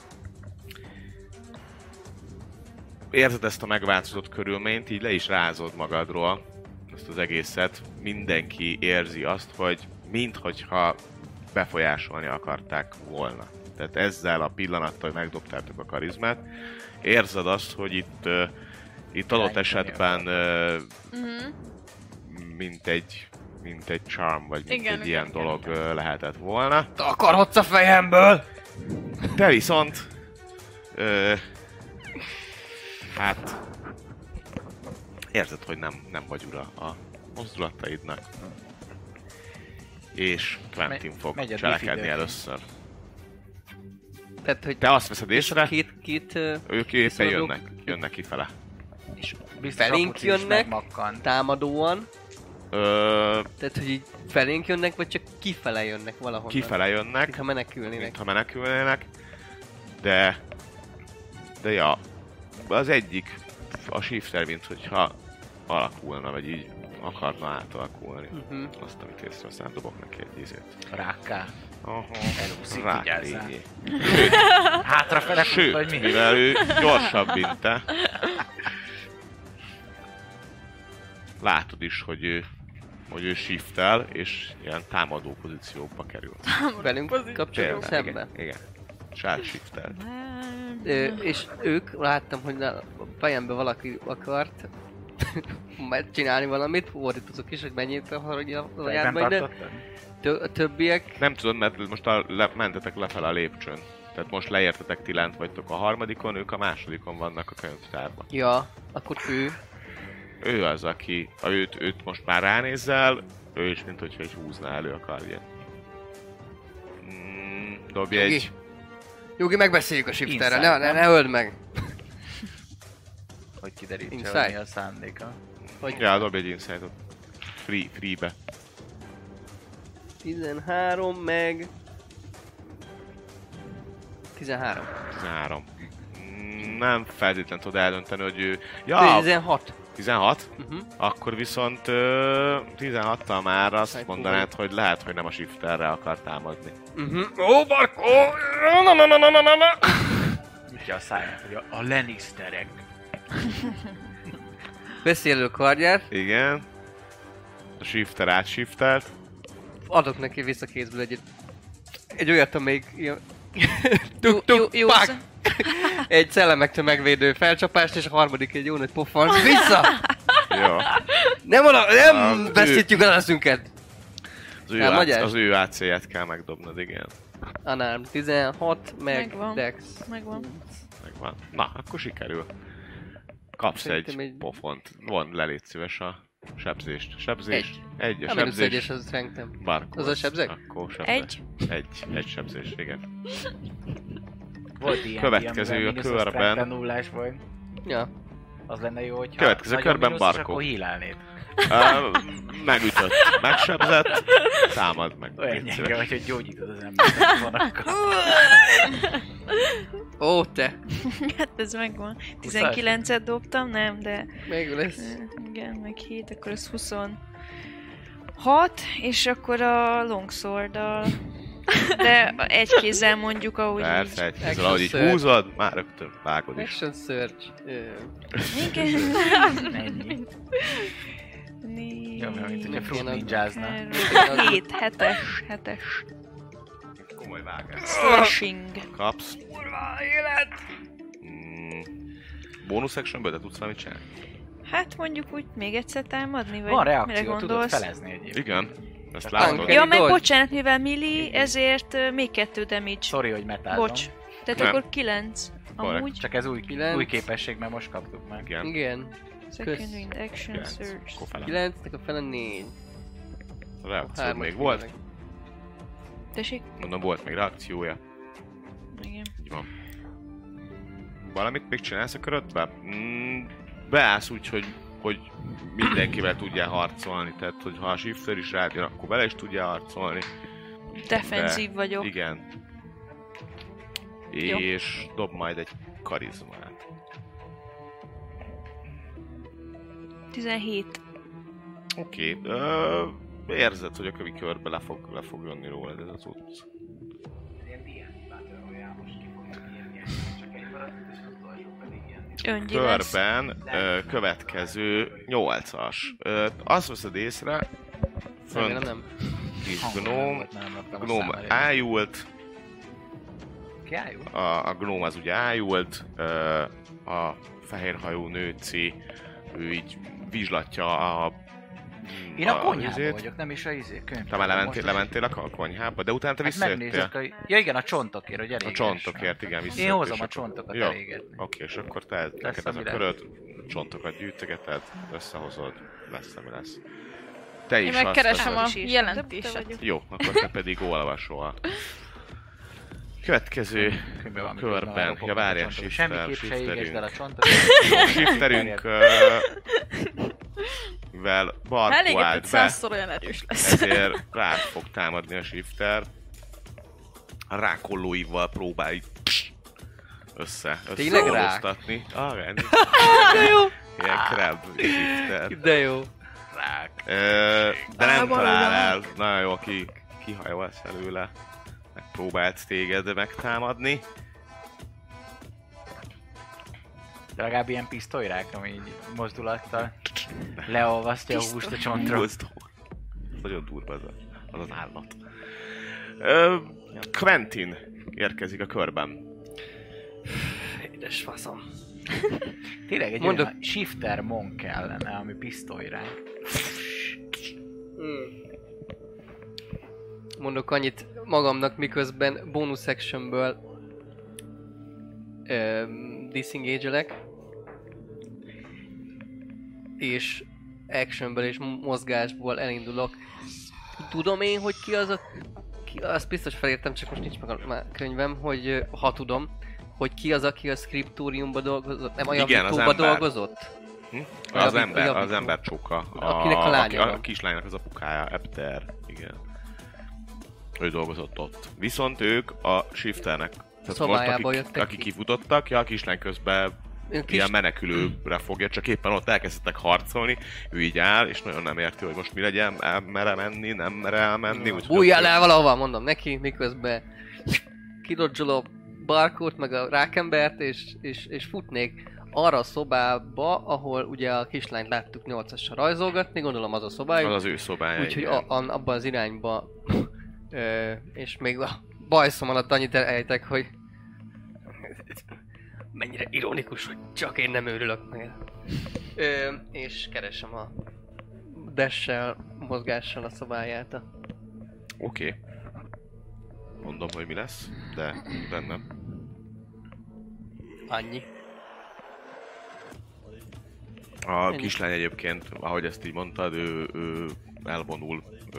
Érzed ezt a megváltozott körülményt, így le is rázod magadról ezt az egészet. Mindenki érzi azt, hogy minthogyha befolyásolni akarták volna. Tehát ezzel a pillanattal, hogy megdobtátok a karizmát, érzed azt, hogy itt adott esetben mint egy charm, vagy mint Igen, egy ilyen igen, dolog lehetett volna. Akarhatsz a fejemből! Te viszont... hát... érzed, hogy nem vagy ura a mozdulataidnak. És Quentin fog megy a cselekedni diffidő. először. Tehát, hogy Te azt veszed észre, két ők éppen viszonylag- jönnek kifele. Biztos Felénk a puci is jönnek. megmakkant. támadóan, Ö, tehát, hogy így felénk jönnek, vagy csak kifele jönnek valahonnan? kifele jönnek, Mintha menekülnének. mintha menekülnének, de ja, az egyik, a shifter, mint hogyha alakulna, vagy így akarna átalakulni. Azt, amit észreveszem, dobok neki egy ízét. Rákká. Aha, Elúszik, rák vigyázzál. lényé. Hátrafele fut, vagy Sőt, mi? mivel ő gyorsabb, mint te, látod is, hogy ő shiftel, és ilyen támadó pozícióba kerül. Velünk kapcsolatban Tényleg, szemben. igen. Sár shiftel. És ők, láttam, hogy a fejembe valaki akart csinálni valamit, fordítozok is, hogy menjél a haragja a Fejben járba ide. tartottad? A többiek, Nem tudod, mert most mentetek lefele a lépcsőn. Tehát most leértetek, ti lent vagytok a harmadikon, ők a másodikon vannak a könyvtárban. ja, akkor Ő az, aki, őt most már ránézzel, ő is, mint hogyha egy húzná elő a kardját. Dobj Jogi. egy... Jogi, megbeszéljük a shifterrel, Inside, ne öld meg! Hogy kiderítse, Inside. hogy mi a szándéka. Hogy Ja, dobj egy insight-ot. Free-be. 13 meg... 13. 13. Nem feltétlenül tudod eldönteni, hogy ő... Ja, 16. 16? Uh-huh. Akkor viszont 16-tal már azt Szájt mondanád, hogy lehet, hogy nem a shifterre akar támadni. Ó, Barkó! Nyitja a száját, hogy a Lannisterek. Beszélő kardját, Igen. A shifter átshiftelt. adok neki vissza kézből egy olyat, amelyik ilyen... Jó, pak! Egy szellemektől megvédő felcsapást, és a harmadik egy jó nagy pofon. Vissza! Jó. Nem Az veszítjük el eszünket! Elmagyar? Az ő AC-ját kell megdobnod, igen. Anám, 16 meg Megvan. Dex. Megvan. Megvan. Na, akkor sikerül. Kapsz Szerintem egy egy- pofont. Von, lelégy szíves a sebzést. Sebzés. Egy a A mínusz sebzés. egyes, az strength-em. Barkó. Az a sebzeg? Akkor sebzeg. Egy. Egy sebzés, igen. Volt ilyen, Következő amivel a mínuszos körben. strength-en nullás volt. Ja. Az lenne jó, hogyha Következő nagyon körben mínuszos, Barkó. akkor hílálnéd. Megütött, megsebzett, támad meg. Olyan Légy gyenge szíves. vagy, hogy gyógyítod az embert vonakkal. Ó, te! Hát ez megvan. 19-et dobtam, nem, de... Még lesz. Igen, meg 7, akkor ez 26. És akkor a longsword-dal... De egy kézzel mondjuk, ahogy Persze, egy Action kézzel, ahogy így search. húzod, már rögtön vágod is. Action search. Igen. Ennyi. Jó, mint hogyha fruit Én a- ninjázna. 7, 7-es. Komoly vágás. Slashing. Kapsz. Bónusz actionből te tudsz valamit csinálni? Hát mondjuk úgy még egyszer támadni, vagy Van mire reakció, tudod gondolsz? felezni egyébként. Igen. Ezt Uncanny látod? Ja, meg dodge. bocsánat, mivel milli, ezért még 2 damage. Sorry, hogy metázom. Bocs. Tehát Nem. akkor 9. Korrekt. Amúgy. Csak ez új, Kilenc. új képesség, mert most kaptuk meg. Igen. Igen. Second Kösz. wind action Kilenc. search. Akkor fele. 9, a fele 4. A reakció Hármas még volt. félnek. Tessék? Mondom, volt még reakciója. Igen. Így van. Valamit még csinálsz a körödben? Beállsz úgy, hogy mindenkivel tudjál harcolni, tehát hogy ha a shifter is rád jön, akkor vele is tudjál harcolni. Defenzív vagyok. Igen. Jó. És dob majd egy karizmát. 17. Oké. Érzed, hogy a kövi körbe le fog jönni rólad ez az utc. Öngyi lesz. Körben következő 8-as. Azt veszed észre, Remélem fönt nem. kis Hangom gnóm, nem raktam a gnóm számára. ájult, Ki ájult? a gnóm az ugye ájult, a fehérhajú nőci, ő így vizslatja a... Én a konyhában izét. vagyok, nem is a könyv. Te már lementél a konyhába, de utána te Hát visszajöttél. megnézek a... Ja igen, a csontokért, hogy elég. A csontokért, igen, Én visszajöttél. hozom és a akkor- csontokat Jó. elégetni. Oké, és akkor te neked ez a ami köröd, csontokat gyűjtögeted, összehozod, lesz ami lesz. Te is Én azt megkeresem veszed. a Te jelentéset. vagyok. Jó, akkor te pedig olvasol. Következő Könyvben van, körben, miközben ja ellopok várjál, a csontokat. Semmiképp se égesd el a csontokat. shifterünk vel Barkó Elégetett állt be, 100-szor olyan erős lesz. ezért rád fog támadni a shifter. A rákollóival próbál így Tényleg rák? összehoztatni. Ilyen crab shifter. De jó. Rák. De nem talál el. Nagyon jó, kihajolsz előle. Megpróbált téged megtámadni. De legalább ilyen pisztolyrák, ami így mozdulattal leolvasztja a húst a csontra. Mozdul. Nagyon durva az az állat. Quentin érkezik a körben. Édes faszom. Tényleg egy Mondok- olyan shifter monk kellene, ami pisztolyrák. Mondok annyit magamnak, miközben bonus actionből disengage-elek. És actionből és mozgásból elindulok. Tudom én, hogy ki az a... Azt biztos felírtam, csak most nincs meg a könyvem, hogy ha tudom, hogy ki az, aki a Scriptoriumban dolgozott, nem a Igen, az javítóban ember. dolgozott? Az Javító. ember csóka. Akinek a lánya a van. kislánynak az apukája, Epter. Igen. Ő dolgozott ott. Viszont ők a shifternek. Tehát Szobájába most, jöttek akik ki. kifutottak, a kislány közben ilyen menekülőre fogja, csak éppen ott elkezdtek harcolni, ő így áll, és nagyon nem érti, hogy most mi legyen, el mere menni, nem mere elmenni. Bújjál el valahova, mondom neki, miközben kidodzsolom Barkót, meg a rákembert, és futnék arra a szobába, ahol ugye a kislányt láttuk 8-assal rajzolgatni, gondolom az a szobájuk. Az az ő szobája. Úgyhogy igen. abban az irányba, és még a bajszom alatt annyit ejtek, hogy mennyire ironikus, hogy csak én nem őrülök meg. És keresem a dash-sel, mozgással a szobáját. Oké. Mondom, hogy mi lesz, de bennem. Annyi. A Ennyi. kislány egyébként, ahogy ezt így mondtad, ő elvonul,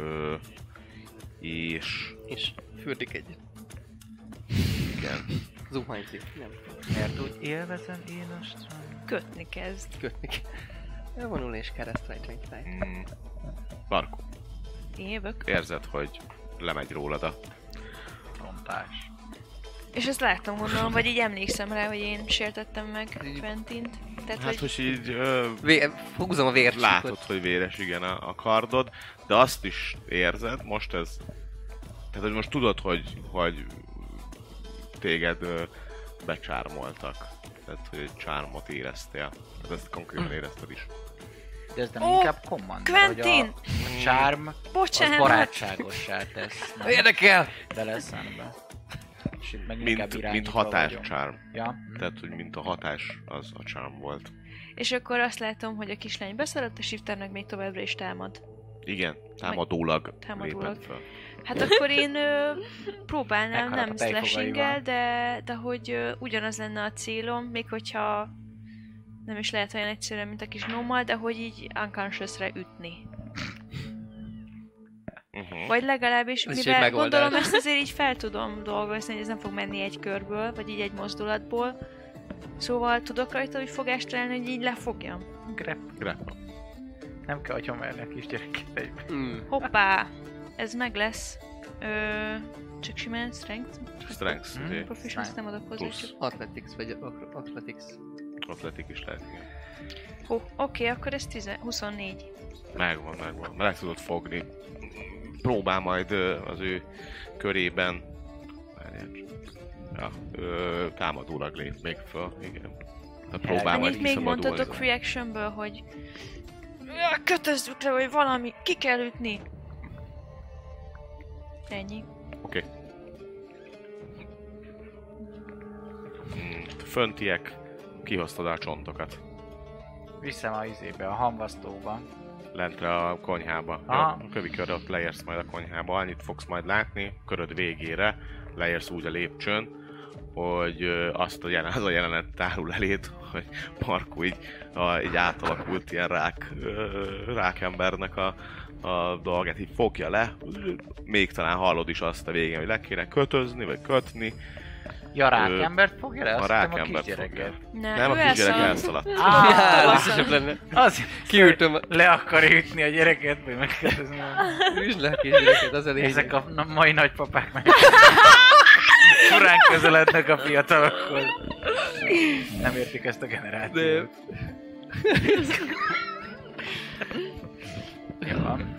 és És fürdik egyet. igen. Zuhanyzik. Nem. Mert úgy élvezem én a strand. Kötni kezd. Kötni kell. Elvonul és kereszt rajt. Barkó, Én jövök. érzed, hogy lemegy rólad a... Rontás. És ezt láttam, gondolom, vagy így emlékszem rá, hogy én sértettem meg Quentint. Tehát, Hát, hogy hogy így Húzom a vércsíkot. látod, hogy véres igen a kardod, de azt is érzed, most ez... Tehát, hogy most tudod, hogy téged becsármoltak. Tehát, hogy egy csármot éreztél. Tehát ezt konkrétan érezted is. De ez nem Ó, inkább command, Quentin! hogy a charm az bocsánat! barátságossá tesz. Nem? Érdekel! Bele szembe. És itt meg inkább Mint irányítva hatás vagyunk. charm. Ja. Tehát, hogy mint a hatás, az a charm volt. És akkor azt látom, hogy a kislány beszaladt, a shifternek még továbbra is támad. Igen, támadólag Támadólag. lépett fel. Hát akkor én próbálnám, Meghalok nem a tejfogaival. slashinggel, de hogy ugyanaz lenne a célom, még hogyha nem is lehet olyan egyszerűen, mint a kis nómmal, de hogy így unconscious-re ütni. Vagy legalábbis, Ez is egy mivel megoldás. gondolom ezt azért így fel tudom dolgozni, hogy ez nem fog menni egy körből, vagy így egy mozdulatból. Szóval tudok rajta úgy fogást találni, hogy így lefogjam. Grep. Grappa. Nem kell agyonverni a kisgyereket egyben. Hoppá! Ez meg lesz. Csak simán strength? Strength, ugye? Proficiency nem adok hozzá, Plusz. csak... Athletics vagy Athletics. Atletik is lehet, igen. Oké, akkor ez 24. Megvan. Meg tudod fogni. Próbál majd az ő körében... Ja, támadólag lép még fel, igen. Tehát próbál majd Annyit még mondtatok kiszabadulni. free actionből, hogy... Kötözzük le, vagy valami, ki kell ütni. Ennyi. Oké. Föntiek, kihoztad a csontokat. Viszem a izébe, a hamvasztóba. Lentre a konyhába. Aha. Ja, a kövi körre ott leérsz majd a konyhába, annyit fogsz majd látni, köröd végére leérsz úgy a lépcsőn, hogy az a jelenet tárul eléd, hogy Markó így átalakult ilyen rákembernek a dolgát így fogja le, még talán hallod is azt a végén, hogy le kéne kötözni, vagy kötni. Ja, rákembert fogja le? A Azt hittem rákembert kisgyereket. Nem, a kisgyerek elszaladt. Biztosabb lenne. Azért Kiütöm. le akar ütni a gyereket, vagy megkérdezni. Üsd le a kisgyereket, az elég. Ezek a mai nagypapák meg korán közelednek a fiatalokhoz. Nem értik ezt a generációt. Jó van.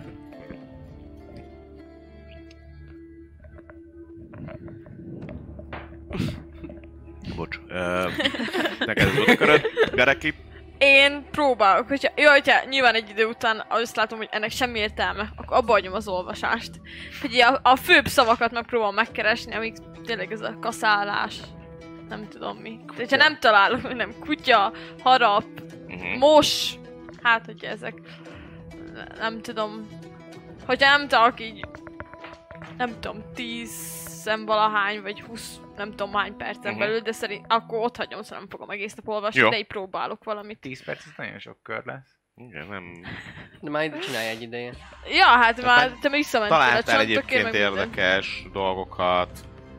Bocs. Neked ez volt a köröd, Gareki? Én próbálok, hogyha nyilván egy idő után azt látom, hogy ennek semmi értelme, akkor abba hagyom az olvasást. Hogy a főbb szavakat megpróbálom megkeresni, amik tényleg ez a kaszálás, nem tudom mi. De ha nem találok, nem kutya, harap, mos, hát hogyha ezek, nem tudom, hogyha nem találok így, nem tudom, 10 valahány, vagy 20, nem tudom hány percen belül, de szerint akkor ott hagyom, szóval nem fogom egész nap olvasni, Jó. de így próbálok valamit. 10 perc, ez nagyon sok kör lesz. Igen, nem... De már csinálj egy ideje. Ja, hát már te visszamentél a Találtál csontokért, egyébként meg minden. érdekes dolgokat.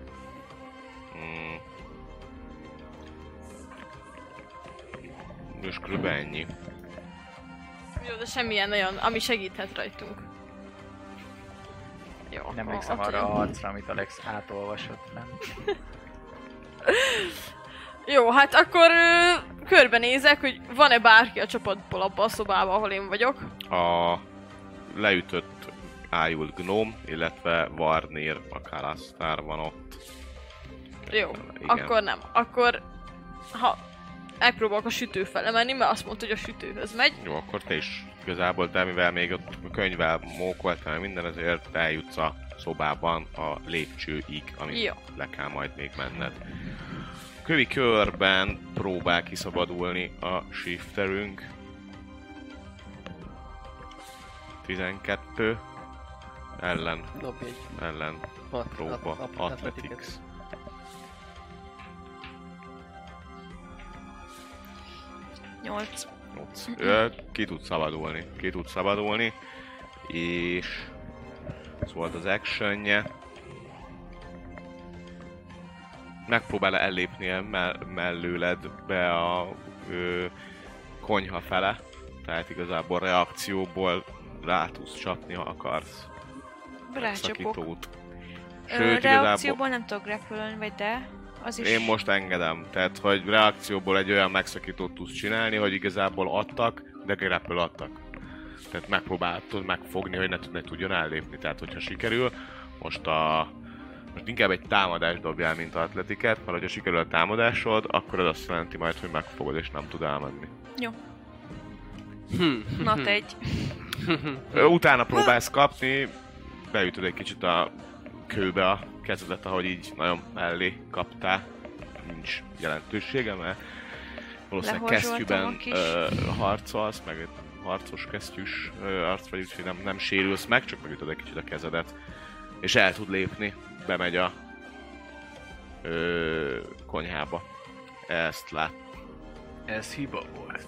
És kb. Ennyi. Jó, de semmilyen olyan, ami segíthet rajtunk. Jó, Nem akkor emlékszem ott arra vagyunk. a arcra, amit Alex átolvasott, nem? Jó, hát akkor körbenézek, hogy van-e bárki a csapatból abban a szobában, ahol én vagyok. A leütött ájult gnóm, illetve Varnir, a Kalasztár van ott. Jó, Igen. akkor nem. Akkor, ha megpróbálok a sütő fele menni, mert azt mondta, hogy a sütőhöz megy. Jó, akkor te is igazából, te mivel még ott a könyvvel mókoltál, meg minden, ezért eljutsz a szobában a lépcsőig, amit Jó. le kell majd még menned. Kövi körben próbál kiszabadulni a shifterünk. 12 ellen Dobj egy próba, Athletics. Nyolc. 8. Ki tud szabadulni, és ez volt az actionje. Megpróbál ellépnie mellőled be a konyha fele, tehát igazából reakcióból rá tudsz csapni, ha akarsz. Rácsapok. Szakítót. Sőt, Reakcióból nem tudok grapple vagy de az is... én most engedem, tehát hogy reakcióból egy olyan megszakítót tudsz csinálni, hogy igazából adtak, de grapple adtak. Tehát megpróbáltad megfogni, hogy ne tudjon ellépni, tehát hogyha sikerül, most inkább egy támadást dobjál, mint atletiket, mert hogyha sikerül a támadásod, akkor az azt jelenti majd, hogy megfogod és nem tud elmenni. Jó. Not egy. Utána próbálsz kapni, beütöd egy kicsit a kőbe a kezedet, ahogy így nagyon mellé kaptál. Nincs jelentősége, mert valószínűleg Lehorzsoltam kesztyűben a kis- harcolsz, meg egy harcos kesztyűs arc vagy, úgyhogy nem sérülsz meg, csak megütöd egy kicsit a kezedet. És el tud lépni, bemegy a konyhába. Ezt lát. Ez hiba volt.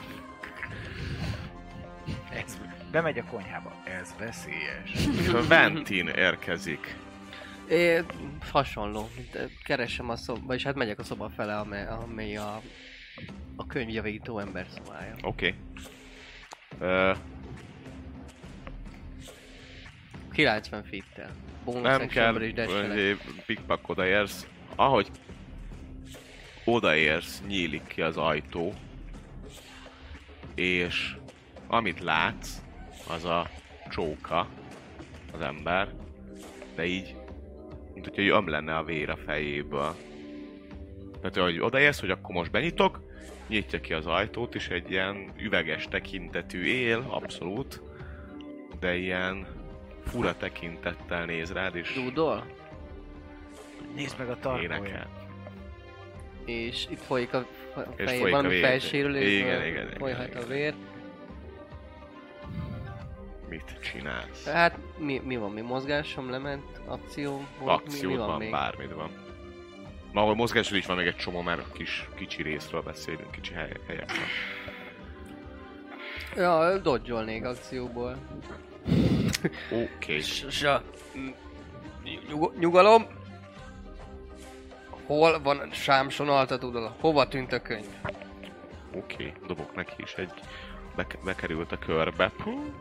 Bemegy a konyhába. Ez veszélyes. Ventin érkezik. Hasonló, keresem a szoba, vagyis hát megyek a szoba fele, amely a könyvjavító ember szobája. Oké. 90 feet-tel. Bonus Nem kell, actionből is dashelek. pikpak odaérsz. Ahogy odaérsz, nyílik ki az ajtó, és amit látsz, az a csóka, az ember, de így, mint hogyha öm lenne a vér a fejéből. Tehát, hogy odaérsz, hogy akkor most benyitok, nyitja ki az ajtót, és egy ilyen üveges tekintetű él, abszolút, de ilyen fura tekintettel néz rád, és Dúdol, Nézd meg a tarkóját. énekel. és itt folyik a És fején, folyik a valami vér. fejsérülés, Igen. folyhat a vér. Mit csinálsz? Hát mi van, mi mozgásom lement, akció? Akciód mi van, még? bármid van. Ma ahol mozgásod is van még egy csomó, mert kicsi részről beszélünk, kicsi helyekről. Ja, dodge-olnék akcióból. Oké. Nyugalom! Hol van Sámson altatudala? Hova tűnt a könyv? Oké, dobok neki is egy... Bekerült a körbe.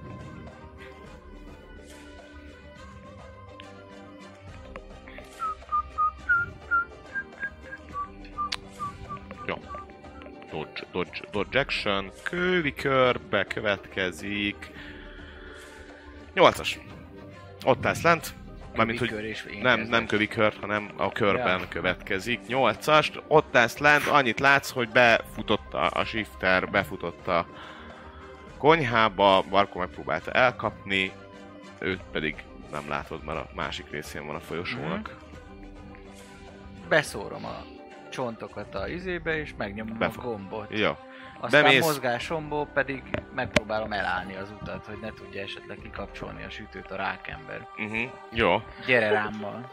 Jó. Dodge action. Kövi körbe következik. 8-as. Ott állsz lent. Mármint, hogy nem kövi kör, hanem a körben következik. 8-ast, ott állsz lent, annyit látsz, hogy befutott a shifter, befutott a konyhába, Barkó megpróbálta elkapni, őt pedig nem látod, mert a másik részén van a folyosónak. Beszórom a csontokat a izébe, és megnyomom a gombot. Jó. Aztán Bemész. mozgásomból pedig megpróbálom elállni az utat, hogy ne tudja esetleg kikapcsolni a sütőt a rákember. Jó. Gyere rámmal.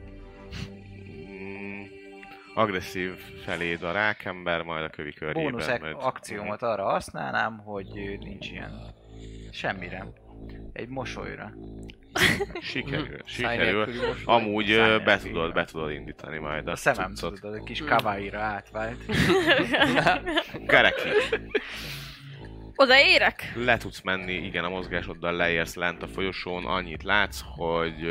Agresszív feléd a rákember, majd a kövi körjében. Bónusz akciómat arra használnám, hogy nincs ilyen semmire. Egy mosolyra. Sikerül. Amúgy be tudod indítani majd A szemem tudod, egy kis kawaii-ra átvált. Gareki. Odaérek? Le tudsz menni, igen, a mozgásoddal leérsz lent a folyosón, annyit látsz, hogy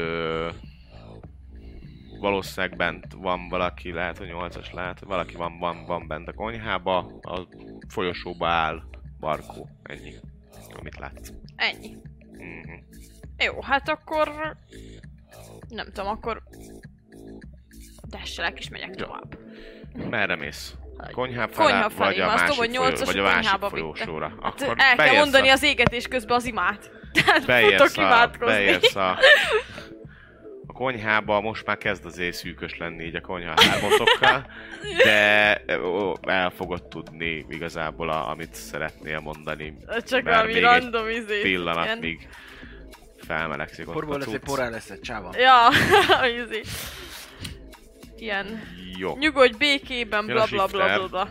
valószínűleg bent van valaki, lehet, hogy 8-as lehet, valaki van bent a konyhába, a folyosóba áll Barkó, ennyi, amit látsz. Ennyi. Jó, hát akkor... Nem tudom, akkor... Dasselek és megyek tovább. Merre mész? Konyha Konyha felé, felé, már azt tudom, hogy 8-as vagy a másik konyhába folyósóra. vitte. Hát Akkor el kell beérsz mondani az égetés közben az imát. Tehát futok imádkozni. Beérsz a konyhába, most már kezd azért szűkös lenni így a konyha hármasokkal, de el fogod tudni igazából, amit szeretnél mondani. Csak valami random izét. Pillanat, míg felmelegszik ott Porból a lesz egy cucc. porrá lesz egy csáva. Ja, izé. Ilyen. Jó. Nyugodj békében, bla bla bla bla.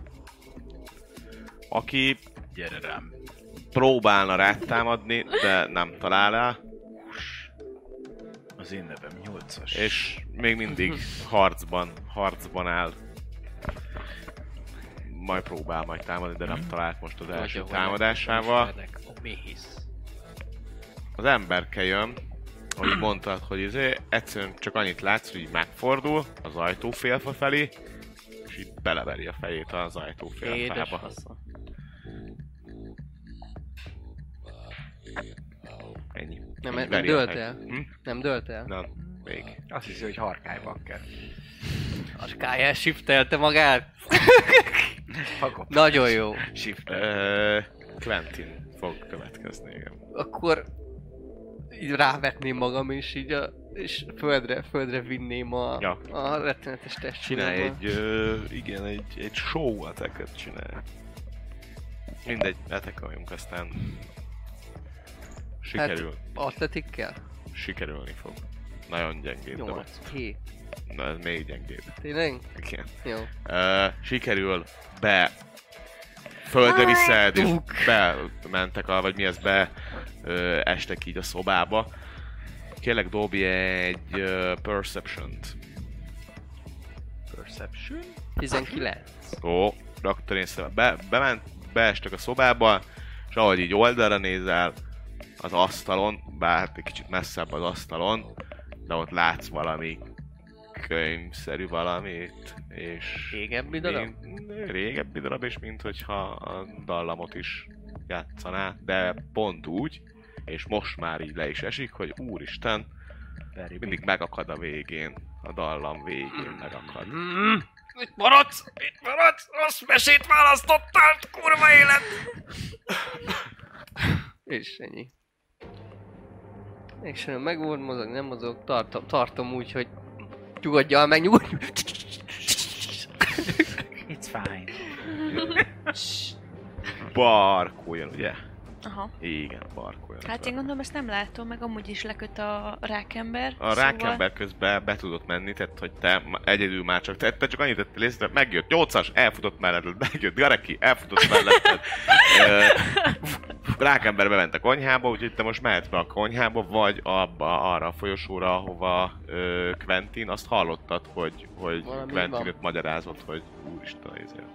Aki Gyere rám. próbálna rád támadni, de nem talál el. Az én nevem 8-as. És még mindig harcban áll. Majd próbál majd támadni, de nem talált most az első támadásával. Az emberke jön, ahogy mondtad, hogy egyszerűen csak annyit látsz, hogy így megfordul az ajtófélfa felé, és így beleveri a fejét az ajtófélfába. Ennyi. Nem dölt el? Nem dölt el? Nem, még. Azt hiszi, hogy harkálybakker. A Sky elshiftelte magát. Fakop. Nagyon jó. Quentin fog következni, igen. Akkor így rávetném magam és így és földre vinném a rettenetes testvérből. Csinálj egy show attack-et csinálj. Mindegy, attack-oljunk, aztán sikerül. Hát, atletikkel? Sikerülni fog. Nagyon gyengébb dobok. 7. Na, ez még gyengébb. Tényleg? Igen. Jó. Sikerül földre viszed, és bementek, vagy mi ez, estek így a szobába. Kérlek, dobj egy Perception-t. Perception? 19. Ó, raktor én beestek a szobába, és ahogy így oldalra nézel, az asztalon, bár egy kicsit messzebb az asztalon, de ott látsz valami könyvszerű valamit, és... Régebbi darab? Régebbi darab, és minthogyha a dallamot is játszaná, de pont úgy, és most már így le is esik, hogy úristen, mindig megakad a végén, a dallam végén megakad. Itt maradsz! Rossz mesét választottál, kurva élet! És ennyi. És megvolt, mozog, nem mozog, tartom úgy, hogy nyugodjál meg, nyugodj! It's fine. Barkoljon, ugye? Aha. Igen, barkoljon. Hát én gondolom ezt nem látom, meg amúgy is leköt a rákember. A rákember közben be tudott menni, tehát hogy te egyedül már csak, te csak annyit tettél észre, megjött 8-as, elfutott melletted, megjött Gareki, elfutott melletted. Rákember bement a konyhába, úgyhogy te most mehetsz be a konyhába, vagy arra a folyosóra, ahova Quentin, azt hallottad, hogy Quentin magyarázott, hogy úristen, ezért.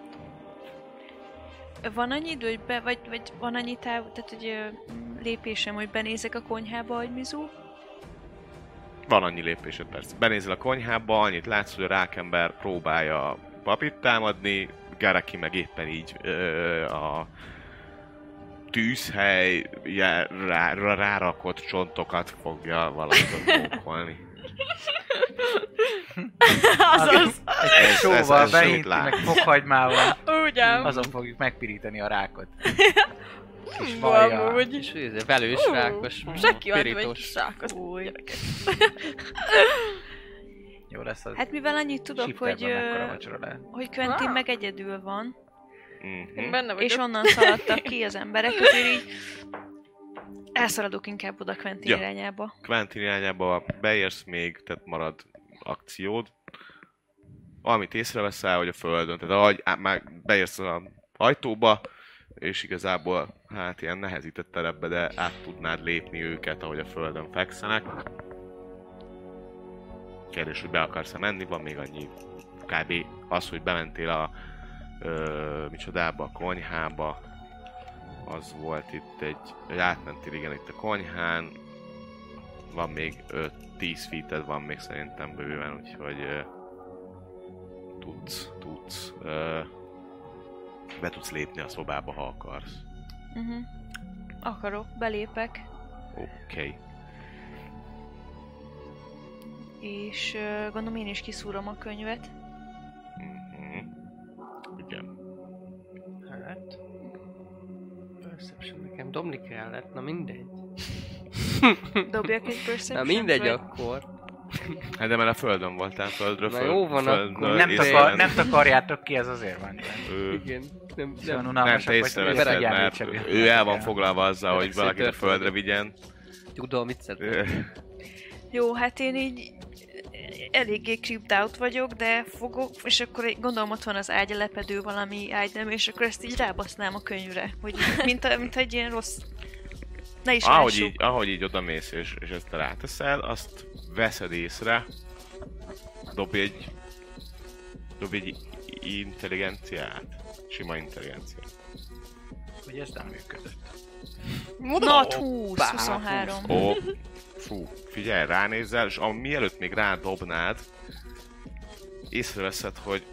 Van annyi idő, hogy vagy van annyi táv, tehát hogy lépésem, hogy benézek a konyhába, hogy Mizu? Van annyi lépésed, persze. Benézel a konyhába, annyit látsz, hogy a rákember próbálja papit támadni, Gareki meg éppen így a tűzhelyre rárakott csontokat fogja valamit mókolni. Azaz. Egy sóval ez behinti, lát. meg fokhagymával. Ugyan. Azon fogjuk megpirítani a rákot. Kis Jó, vajjal. amúgy. És ez velős, rákos, Seki van, vagy pirítós. sákos gyerekek. Jó lesz az. Hát mivel annyit tudok, Shifterben mekkora vacsora lehet. hogy Quentin meg egyedül van, Mhm. Benne vagyok. és onnan szaladtak ki az emberek, azért így elszaladok inkább oda Quentin Ja. irányába. Quentin irányába beérsz még, tehát marad akciód. Valamit észreveszel, hogy a földön, tehát ahogy már beérsz az ajtóba, és igazából hát ilyen nehezített terepbe, de át tudnád lépni őket, ahogy a földön fekszenek. Kérdés, hogy be akarsz-e menni, van még annyi kb. Az, hogy bementél a micsodába, a konyhába, az volt itt egy átmentél igen itt a konyhán, van még 10 feeted van még szerintem bőven, úgyhogy tudsz be tudsz lépni a szobába, ha akarsz. Akarok, belépek, Oké. és gondolom én is kiszúrom a könyvet. Mhm. Igen. Hát... Perception nekem dobni kellett, na mindegy. Dobjak egy perception. Na mindegy akkor. Hát de mert a földön voltál, földről, Na jó van, akkor Nem takarjátok ki, ez azért van. Igen. Nem, Olyan Nem, unalmasak te vagytok, észreveszed, hogy mert eljátsák. ő el van foglalva azzal, hogy Szépen valakit a történik. földre vigyen. tudom, mit szeretem. Jó, hát én így eléggé creeped out vagyok, de fogok, és akkor gondolom ott van az ágy, a lepedő valami ágynem, és akkor ezt így rábasznám a könyvre, hogy mint egy ilyen rossz... Ne is lássuk. Ahogy így odamész és ezt ráteszel, azt veszed észre, dobj egy intelligenciát, sima intelligenciát. Hogy ez nem működött. Not 20, 23. Ó, fú, figyelj, ránézzel, és mielőtt még rádobnád, észreveszed, hogy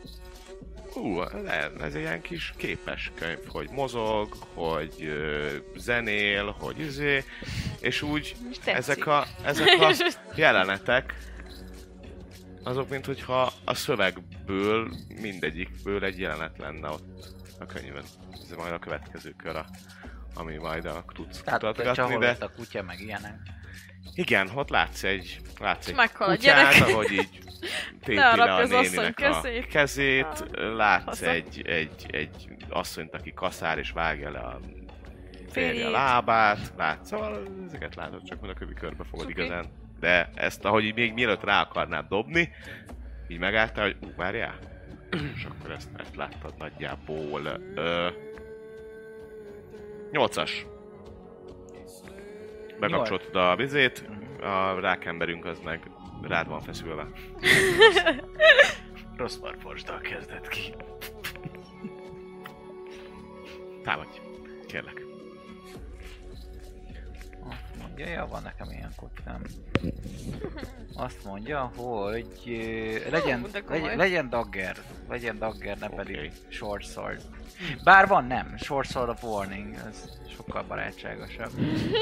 ez egy ilyen kis képes könyv, hogy mozog, hogy zenél, hogy és úgy ezek a jelenetek, azok minthogyha a szövegből, mindegyikből egy jelenet lenne ott a könyvön. Ez majd a következő kör, ami majd tudsz Tehát mutatgatni, csaholott de... a kutya, meg ilyenek. Igen, ott látsz egy meghal a kutyát, gyerek. ahogy így tépi Ne le a harapj az asszony néninek a kezét. kezét, látsz Haza. egy asszonyt, aki kaszál és vágja le a férje Férjét. lábát, látsz, szóval ezeket látod, csak majd a kövi körbe fogod Oké. igazán. De ezt, ahogy így még mielőtt rá akarnád dobni, így megálltál, hogy várjál, és akkor ezt láttad nagyjából 8-as. Bekapcsoltad a vizét, a rákemberünk az meg rád van feszülve. Rossz farforsdal kezdett ki. Támadj, kérlek. Ja, van nekem ilyen kockám. Azt mondja, hogy legyen dagger. Legyen dagger, ne pedig short sword. Bár van, nem. Short sword of warning. Ez sokkal barátságosabb.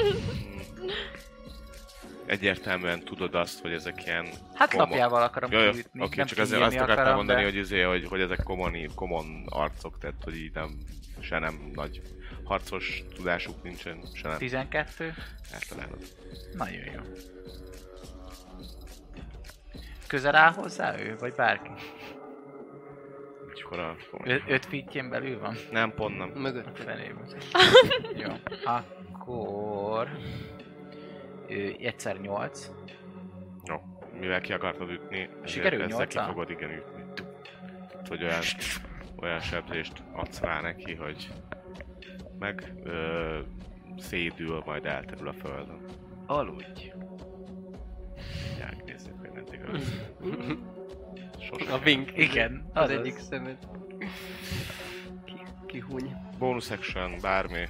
Egyértelműen tudod azt, hogy ezek ilyen... Hát lapjával akarom kiütni. Oké, csak azért azt akartam mondani, hogy ezek common arcok, tehát hogy így nem nagy harcos tudásuk nincsen, se nem. 12? Eltalálod. Nagyon jó. Közel áll hozzá ő, vagy bárki? Mikor 5 feetjén belül van? Nem, pont nem. Mögött. Felében. Jó. Akkor... egyszer 8. Jó. Mivel ki akartad ütni, Sikerül ezzel ki 8-al? fogod igen ütni. Hogy olyan sebzést adsz rá neki, hogy meg szédül, majd elterül a földön. Aludj. Nézzük, hogy meddig az. Sosem. A wink. Igen, Az egyik szemed. Kihúny. Bonus action, bármi.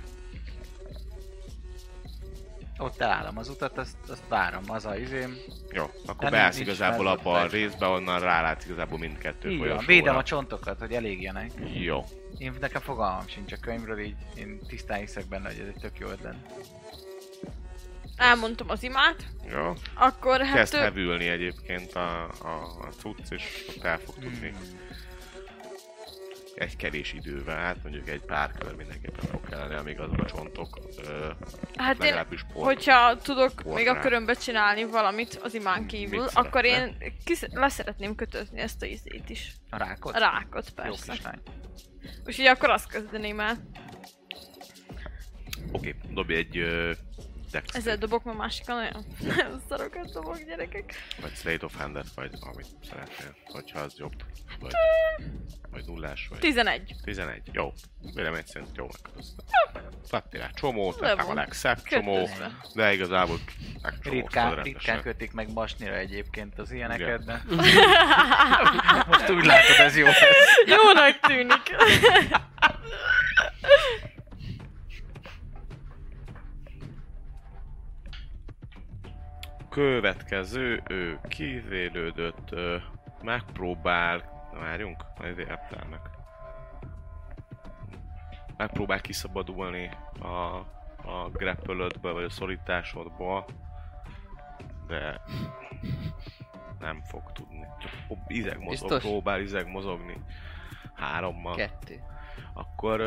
Ott elállom az utat, azt várom, az a izém. Jó, akkor Nem, beállsz nincs igazából fel, abba a persze. részbe, onnan rálátsz igazából mindkettő Így van, folyosóra. védem a csontokat, hogy elégjenek. Jó. Én nekem fogalmam sincs a könyvről, így én tisztán hiszek benne, hogy ez egy tök jó ötlet. Elmondtam az imát, Jó. akkor hát... Kezd hevülni egyébként a cucc, és ott el fog tudni. Egy kevés idővel, hát mondjuk egy pár kör mindenképpen fog kelleni, amíg azok a csontok Hát én, legalábbis hogyha tudok még a rá. körömbe csinálni valamit az imán kívül, Mit akkor szeretne? én leszeretném kötözni ezt a izét is. A rákot? A rákot, Jó persze. kislány. Úgyhogy akkor azt kezdeném el. Oké, dobj egy dex Ezzel dobok, ma másikan olyan szarokat dobok, gyerekek. vagy Slate of Hand-et, vagy amit szeretnél, hogyha az jobb. Vagy nullás, vagy... 11. 11, jó. Vélemény szerint jó megkötöztem. Adtél rá csomót, Le nem a van. legszebb csomó, Kötözve. de igazából megcsomóztad Ritkán kötik meg masnira egyébként az ilyeneket, Igen. de... Most úgy látod, ez jó lesz. Jónak tűnik. Következő, ő kivélődött, megpróbál... Várjunk, majd értelmek. Megpróbál kiszabadulni a grapple-ödből, vagy a szorításodból, de nem fog tudni. Csak Biztos? próbál izeg mozogni 3-mal. 2. Akkor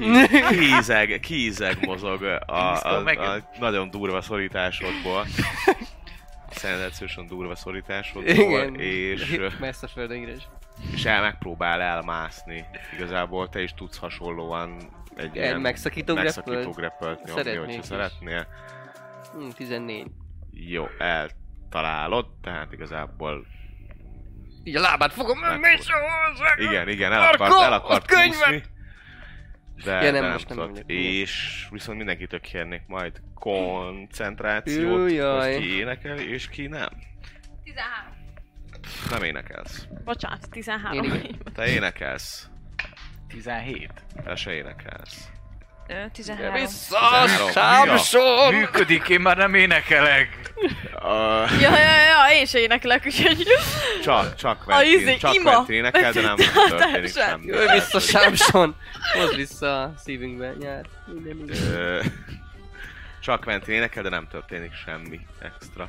kízeg mozog a nagyon durva szorításodból. Szenzációsan durva szorításodból, Igen. és Messze a földön is. megpróbál elmászni. Igazából te is tudsz hasonlóan egy ilyen megszakító grappelt nyomni, Szeretnék hogyha is. szeretnél. 14. Jó, eltalálod, tehát igazából... Így a lábát fogom menni, Igen, Marko, el akart a könyvet! úszni. De Ja, nem, nem most nem tudott. mondjuk. És viszont mindenkitől kérnék majd koncentrációt, Jaj. hogy ki énekel és ki nem. 13. Nem énekelsz. Bocsánat, 13. Én Te énekelsz. 17. Te se énekelsz. 13. Vissza, 13. Samson! Működik, én már nem énekelek. Ja, én se éneklek, úgyhogy... Csak izé, ima. Quentin énekel, de nem történik Sem. semmi. Jöjj vissza, Samson! Hozd vissza a szívünkbe, nyár. Minden. Ö, Csak Quentin énekel, de nem történik semmi extra.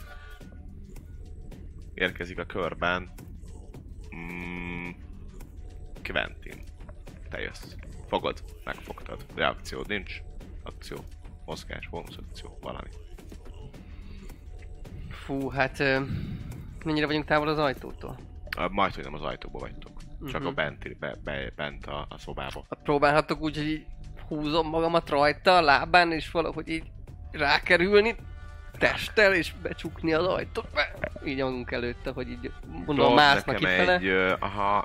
Érkezik a körben. Quentin. Te jössz. Fogod, megfogtad. Reakciód nincs. Akció. Mozgás, bónusz akció, valami. Fú, hát... mennyire vagyunk távol az ajtótól? Majd, hogy nem az ajtóba vagytok. Csak a bent a szobába. Hát próbálhatok úgy, hogy így húzom magamat rajta a lábán, és valahogy így rákerülni testtel, és becsukni az ajtót. Így a magunk előtte, hogy így mondom, másznak itt nekem fele. egy,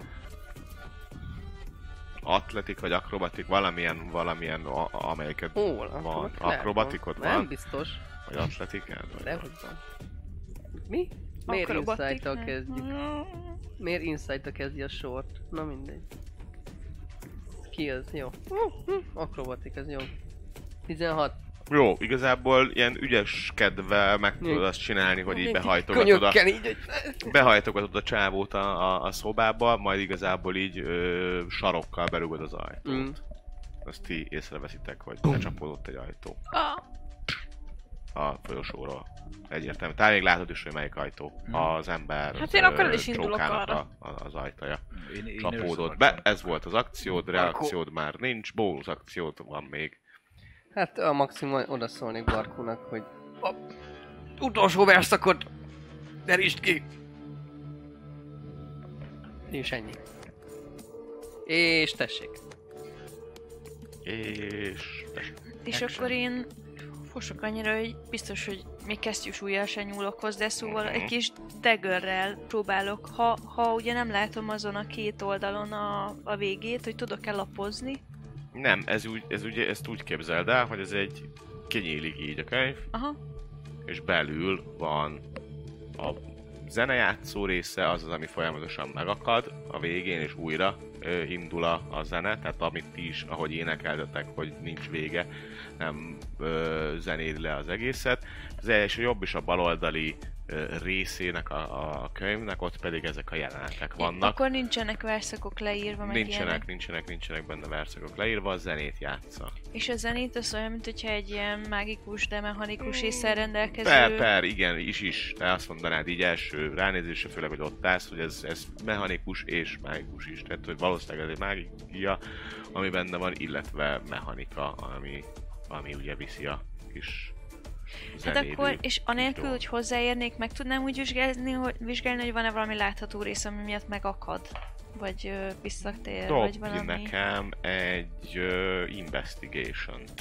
atletik vagy akrobatik, valamilyen amelyiket Hol? van. Lehet, Akrobatikod Nem van? biztos. Vagy atletiked? Vagy Dehogy van. Mi? Miért Akrobatik? insight-tal kezdjük? Miért insight-tal kezdi a sort? Na mindegy. Ki az? Jó. Akrobatik, ez jó. 16. Jó, igazából ilyen ügyeskedve meg tudod azt csinálni, hogy így behajtogatod a csávót a szobába, majd igazából így sarokkal berúgod az ajtót. Azt ti észreveszitek, hogy lecsapódott egy ajtó. A folyosóról. Egyértelmű. Te még látod is, hogy melyik ajtó. Az ember hát én akkor is indulok arra. Az ajtaja. Én Csapódott be. Ez volt az akciód, reakciód már nincs, bónusz akciód van még. Hát a maximum odaszólnék Barkónak, hogy a utolsó verszakot derítsd ki! És ennyi. És tessék. És akkor én fosok annyira, hogy biztos, hogy még kesztyűsúllyal sem nyúlok hozzá, szóval egy kis daggerrel próbálok. Ha ugye nem látom azon a két oldalon a végét, hogy tudok-e lapozni. Nem, ezt úgy képzeld el, hogy ez egy kinyílik így a könyv, és belül van a zenejátszó része, az, ami folyamatosan megakad a végén, és újra indul a zene, tehát amit ti is, ahogy énekeltetek, hogy nincs vége, nem zenéli le az egészet. És a jobb és a baloldali részének a könyvnek, ott pedig ezek a jelenetek vannak. Akkor nincsenek verszakok leírva, meg nincsenek benne verszakok leírva, a zenét játsza. És a zenét az olyan, mint hogyha egy ilyen mágikus, de mechanikus ésszel rendelkező... Igen, is. Te azt mondanád így első ránézésre, főleg, hogy ott állsz, hogy ez mechanikus és mágikus is. Tehát, hogy valószínűleg ez egy mágia, ami benne van, illetve mechanika, ami ugye viszi a kis hát akkor, és anélkül, hogy hozzáérnék, meg tudnám úgy vizsgálni, hogy van-e valami látható rész, ami miatt megakad? Vagy visszatér, vagy valami... nekem egy investigation-t.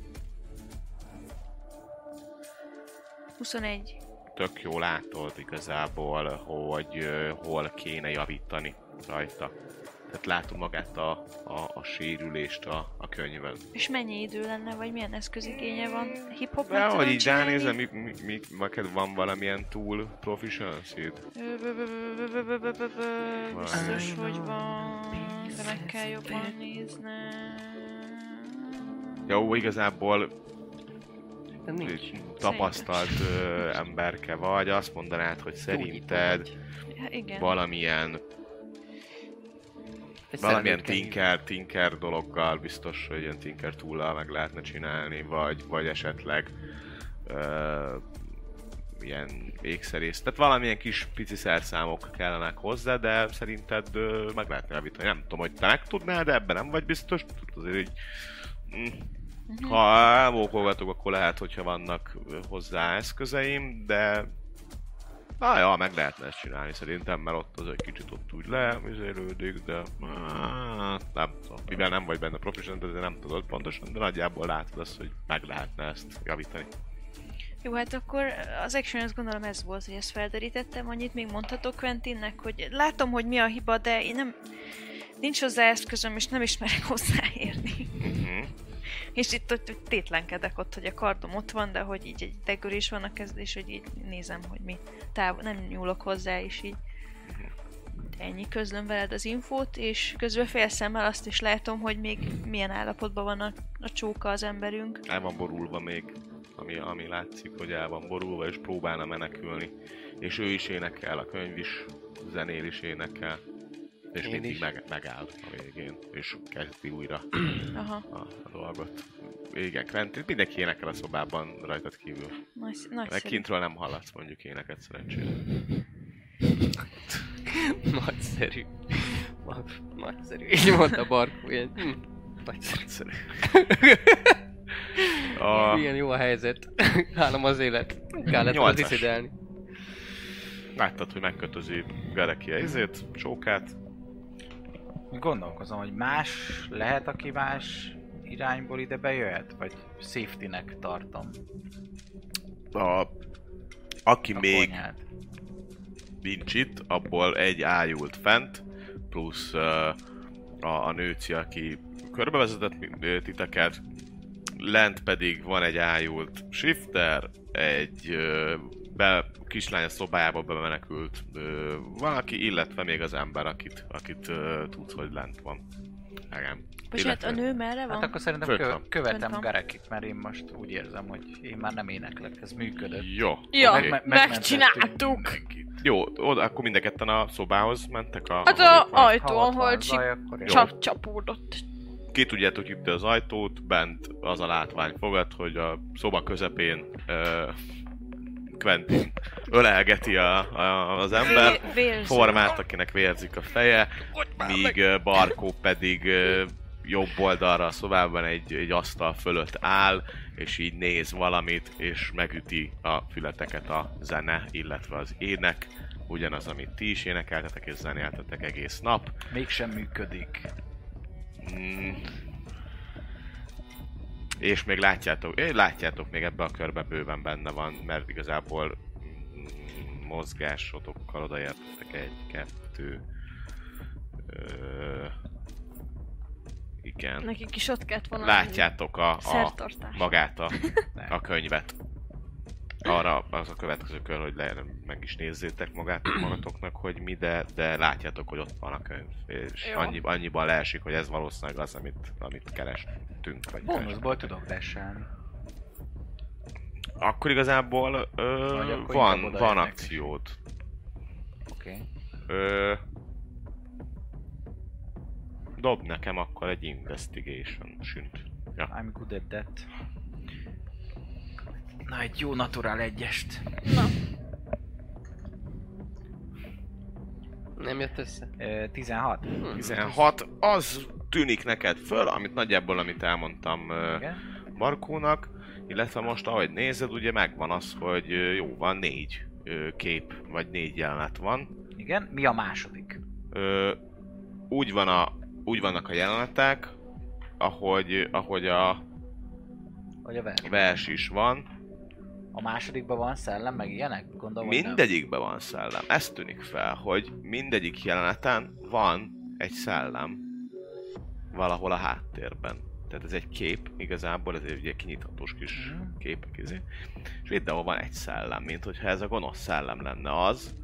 21. Tök jó látod igazából, hogy hol kéne javítani rajta. Tehát látom magát a sérülést a könyvön. És mennyi idő lenne, vagy milyen eszközigénye van? Hip-hop meg tudom így ránézem, neked van valamilyen tool proficiency-d? Biztos, hogy van, de meg kell jobban néznem. Jó, igazából tapasztalt emberke vagy, azt mondanád, hogy szerinted valamilyen tinker dologgal biztos, hogy ilyen tinker tool-al meg lehetne csinálni, vagy esetleg ilyen ékszerész. Tehát valamilyen kis pici szerszámok kellenek hozzá, de szerinted meg lehetne javítani. Nem tudom, hogy te meg tudnád, de ebben nem vagy biztos. Azért így... Ha elmókolgatok, akkor lehet, hogyha vannak hozzá eszközeim, de... meg lehetne ezt csinálni szerintem, mert ott az egy kicsit ott úgy lemizélődik, de... nem tudom, mivel nem vagy benne proficient, ezért nem tudod pontosan, de nagyjából látod azt, hogy meg lehetne ezt javítani. Jó, hát akkor az action, azt gondolom ez volt, hogy ezt felderítettem. Annyit még mondhatok Quentinnek, hogy látom, hogy mi a hiba, de én nem... Nincs hozzá eszközöm, és nem ismerek hozzáérni. És itt tétlenkedek ott, hogy a kardom ott van, de hogy így egy dagger is van a kezed, és hogy így nézem, hogy mi nem nyúlok hozzá, és így ennyi, közlöm veled az infót, és közben félszemmel azt is látom, hogy még milyen állapotban van a csóka az emberünk. El van borulva még, ami látszik, hogy el van borulva, és próbálna menekülni. És ő is énekel, a könyv is, zenél is énekel. És mindig megáll a végén, és kezdi újra a dolgot. Igen, Quentin, mindenki énekel a szobában rajtad kívül. Nagyszerű. Kintről nem hallatsz mondjuk éneket szerencsére. Nagyszerű. Nagyszerű. Így mondta Barkó, ilyen. Nagyszerű. Ilyen jó a helyzet. Hálam az élet. Kellett az iszidelni. Láttad, hogy megkötözi Gareki a izét, csókát. Gondolkozom, hogy lehet, aki más irányból ide bejöhet? Vagy safety-nek tartom? Aki még nincs itt, abból egy ájult fent, plusz a nőci, aki körbevezetett titeket, lent pedig van egy ájult shifter, egy kislány a szobájába bemenekült valaki, illetve még az ember, akit tudsz, hogy lent van. Igen. Bocsánat, a nő merre van? Hát akkor szerintem Fönt van. követem Fönt van. Garekit, mert én most úgy érzem, hogy én már nem éneklek, ez működött. Jó. Ja, oké. megcsináltuk. Jó, oda, akkor mind a ketten a szobához mentek a... Hát ahol a itt van. ajtó, Ha ott van ahol zaj, akkor jó. csak csapódott. Ki tudjátok nyitni az ajtót, bent az a látvány fogad, hogy a szoba közepén Quentin ölelgeti az ember formát, akinek vérzik a feje, míg Barkó pedig jobb oldalra a szobában egy asztal fölött áll, és így néz valamit, és megüti a fületeket a zene, illetve az ének. Ugyanaz, amit ti is énekeltetek és zenéltetek egész nap. Mégsem működik. És még látjátok, még ebbe a körbe bőven benne van, mert igazából mozgásotokkal odaértetek egy, kettő... igen. Nekik is ott kellett volna Látjátok szertartás. magát a könyvet. Arra az a következő kör, hogy meg is nézzétek magatoknak, hogy mi, de látjátok, hogy ott van a könyv. És Jó. annyiban leesik, hogy ez valószínűleg az, amit kerestünk. Vagy Bónuszból tudok dasselni. Akkor igazából Vagy akkor van inkább odaérnek. akciód. Oké. Dob nekem akkor egy investigation-sünt. Ja. I'm good at that. Na, egy jó naturál egyest. Na, Nem jött össze? 16. 16, az tűnik neked föl, amit elmondtam Igen. Markónak, illetve most ahogy nézed, ugye megvan az, hogy jó, van 4 kép, vagy 4 jelenet van. Igen. Mi a második? Úgy vannak a jelenetek, ahogy a Vagy a vers? vers is van. A másodikban van szellem, meg ilyenek? Gondolom, hogy nem. Mindegyikben van szellem. Ez tűnik fel, hogy mindegyik jeleneten van egy szellem valahol a háttérben. Tehát ez egy kép, igazából ez egy ugye kinyithatós kis képek izé. És mindenhol van egy szellem, mint hogyha ez a gonosz szellem lenne az,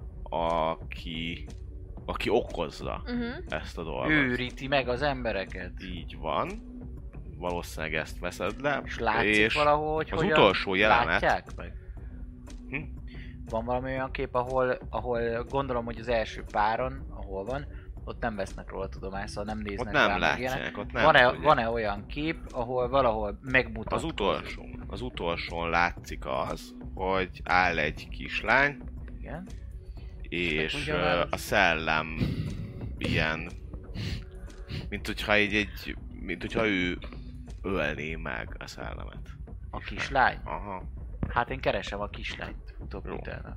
aki okozza ezt a dolgot. Őríti meg az embereket. Így van. Valószínűleg ezt veszed le. És látszik valahol, hogy az hogyan utolsó jelenet. látják meg? Hm? Van valami olyan kép, ahol gondolom, hogy az első páron, ahol van, ott nem vesznek róla tudomást, szóval nem néznek Ott rá, nem meg ilyenek. látják, ott nem Van-e, tudják. van-e olyan kép, ahol valahol megmutat? Az utolsón látszik az, hogy áll egy kislány, Igen. és Mondja már. a szellem ilyen, mint hogyha ő ölné meg a szellemet. A kislány? Aha. Hát én keresem a kislányt. Utóbb Jó. utána.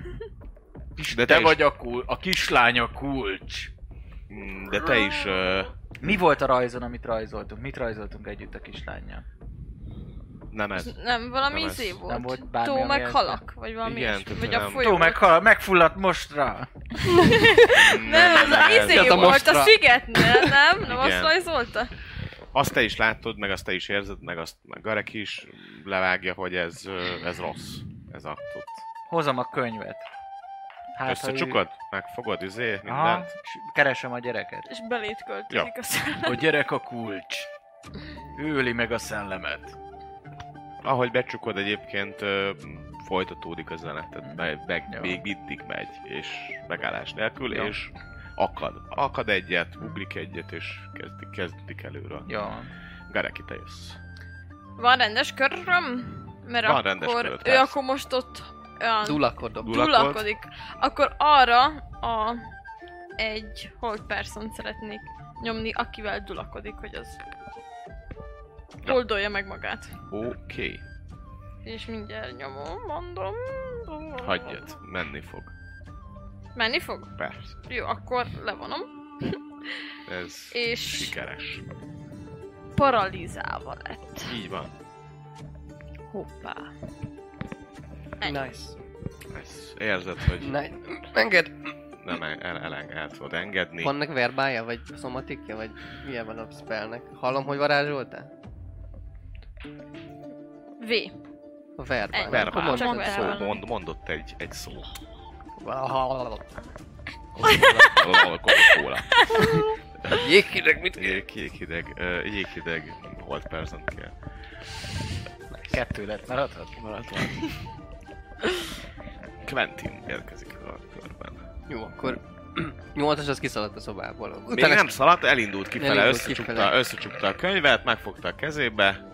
De Te te vagy a kislány a kulcs. De te is... Mi volt a rajzon, amit rajzoltunk? Mit rajzoltunk együtt a kislánnyal? nem ez. nem valami Nem izé ez. volt. Nem volt bármi, Tó ami meg ez- halak, vagy valami Igen, ilyesmi. tehát Vagy a nem- folyó. Tó, megfulladt most rá! Nem, az a izé Ez a volt a mostra. szigetnél, nem? Nem azt Igen. rajzolta? Azt te is látod, meg azt te is érzed, meg azt meg Garek is levágja, hogy ez rossz. Ez aktot. Hozom a könyvet. Hát, Összecsukod? Megfogod, Aha, mindent? és keresem a gyereket. És belét költözik a szellem. A gyerek a kulcs. Ő öli meg a szellemet. Ahogy becsukod egyébként folytatódik a zenetet, Jó. még mindig megy, és megállás nélkül, Jó. és akad egyet, ugrik egyet, és kezdik előről. Jó. Gareki, te jössz. Van rendes köröm? Mert Van rendes akkor köröd, ő persze. akkor most ott olyan Dulakodok. dulakodik. Akkor arra egy hold person szeretnék nyomni, akivel dulakodik, hogy az Ja. holdolja meg magát. Oké. És mindjárt nyomom, mondom. Hagyjad, menni fog. Menni fog? Persze. Jó, akkor levonom. Ez És- sikeres. Paralizálva lett. Így van. Hoppá. Nice. Ez érzed, hogy Nice. Enged. nem el tudod engedni. Vannak verbája, vagy szomatikja, vagy milyen van a spellnek? Hallom, hogy varázsoltál? V. A verbája. Ennyi. Verbál. Akkor mondd. Csak Szó, verbál. mondott egy szót. Valaha- Coca-Cola. Jéghideg, mit kér? Jéghideg hold person kell. 2 lett, maradt van. Quentin érkezik a körben. Jó, akkor 8-as az kiszaladt a szobából. Még nem szaladt, elindult kifele, Elindult kifele. összecsukta a könyvet, megfogta a kezébe,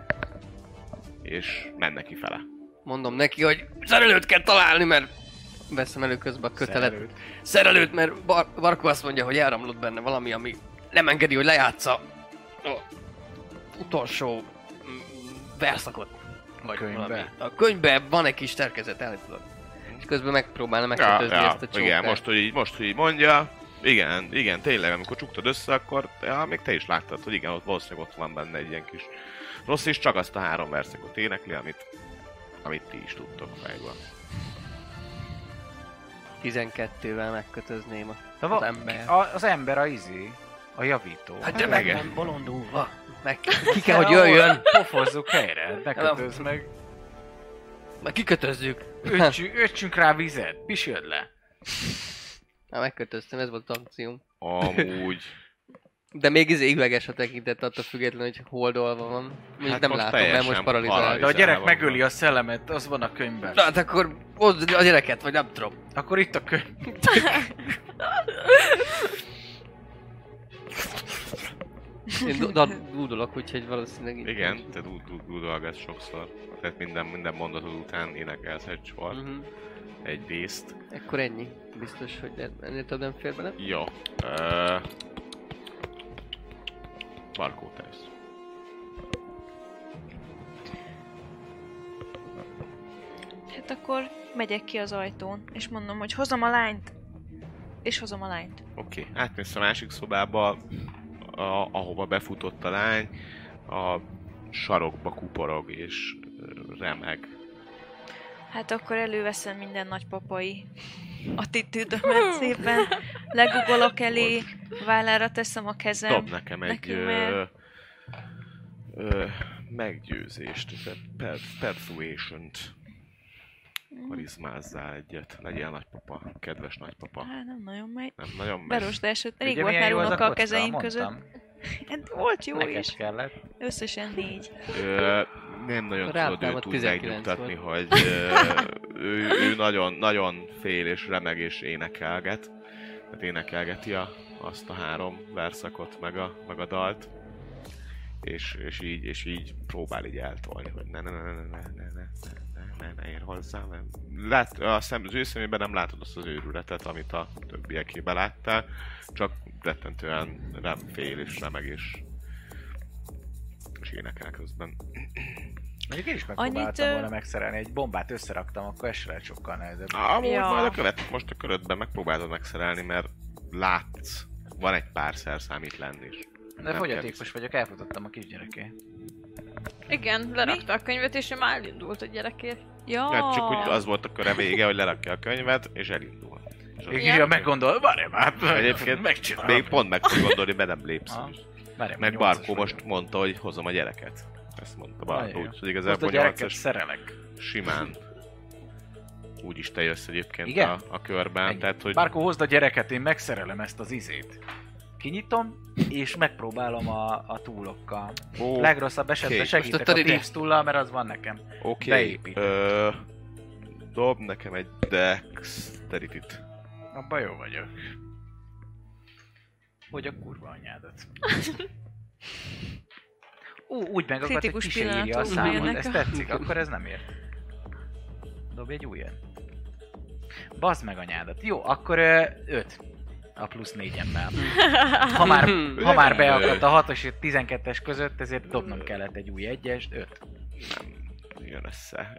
és menne kifele. Mondom neki, hogy szerelőt kell találni, mert veszem elő közben a kötelet. Szerelőt, mert Barkó azt mondja, hogy elramlott benne valami, ami nem engedi, hogy lejátsza a utolsó verszakot. Vagy Könyvbe? valami. A könyvben van egy kis szerkezet, állítólag. És közben megpróbálna megkötözni ezt a csókát. Igen, most, hogy így mondja, igen, tényleg, amikor csuktad össze, akkor még te is láttad, hogy igen, ott valószínűleg ott van benne egy ilyen kis rossz, és csak azt a 3 verszakot énekli, amit ti is tudtok fejből. 12-vel megkötözném az Az ember. Az ember a javító. Hát de meg igen. van bolondulva. Ki kell, hogy jöjjön. Pofozzuk helyre, ne kötözz meg. Meg kikötözzük. Ötsünk rá vizet, pisöld le. Hát megkötöztem, ez volt az akcióm. Amúgy... De még üveges a tekintet attól függetlenül, hogy holdolva van. Mondjuk Hát nem most látom, mert teljesen most paralizál. De a gyerek van. megöli a szellemet, az van a könyvben. Na hát akkor hozd a gyereket, vagy nem tudom. Akkor itt a könyv. Én dúdolok, úgyhogy valószínűleg így. Igen, te dúdolgatsz sokszor. Tehát minden mondatod után énekelsz egy sort, egy részt. Akkor ennyi. Biztos, hogy ennél több nem fér bele. Jó. Barkó, te jössz. Hát akkor megyek ki az ajtón, és mondom, hogy hozom a lányt. És hozom a lányt. Oké, átmész a másik szobába, ahova befutott a lány, a sarokba kuporog és remeg. Hát akkor előveszem minden nagypapai attitűdömet szépen, legugolok elé, vállára teszem a kezem. Dob nekem egy Nekünk már- meggyőzést, persuasion-t. Karizmázzál egyet, legyél nagypapa, kedves nagypapa. Hát nem nagyon megy. Nem nagyon megy. Berosdásod, rég Ugye volt milyen már jó az unoka a kocka? kezeim Mondtam. között. Hát volt jó Neked is. kellett. Összesen 4. Nem nagyon Rám tudod őt támadt úgy 19 megnyugtatni, volt. hogy ő nagyon, nagyon fél és remeg és énekelget. Tehát énekelgeti azt a 3 verszakot meg a dalt. És így próbál így eltolni, hogy ne ér hozzá. Az ő szemében nem látod azt az őrületet, amit a többiekébe láttál, csak rettentően fél és remeg és énekel közben. Mondjuk én is megpróbáltam volna megszerelni, egy bombát összeraktam, akkor ez se lehet sokkal nehezebb. Amúgy Ja. majd most a körödben megpróbálod megszerelni, mert látsz, van egy pár szerszám itt lenni is. De Nem fogyatékos vagyok, elfutottam a kisgyereké. Igen, lerakta a könyvet, és ő már elindult a gyerekért. Ja. Hát csak úgy az volt a köre vége, hogy lerakja a könyvet, és elindul. És az- Igen, meggondol, várj már, Egyébként megcsinálom. még pont meg fog gondolni, be nem lépsz. Aha. Várj, Meg 8-as Barkó vagyok. most mondta, hogy hozom a gyereket. Ezt mondta Barkó, Nagyon jó. úgyhogy Hozd a igazából gyereket, 8-as szerelek. simán. Úgyis te jössz egyébként Igen? a körben, tehát hogy... Barkó, hozd a gyereket, én megszerelem ezt az izét. Kinyitom, és megpróbálom a túlokkal. Ó, Legrosszabb esetben oké. segítek Most adtad a ide? Thieves túllal, mert az van nekem. Oké, beépítem. dob nekem egy dexterity-t. Abban jó vagyok. Hogy a kurva anyádat. Úgy megakadt, hogy Kritikus ki se írja a pillanatok számot. jönnek Ez a- tetszik, akkor ez nem ért. Dobj egy újat. Bazd meg anyádat. Jó, akkor 5. A plusz 4-emmel. Ha már beakadt a 6-os és 12-es között, ezért dobnom kellett egy új 1-est, 5. Nem jön össze.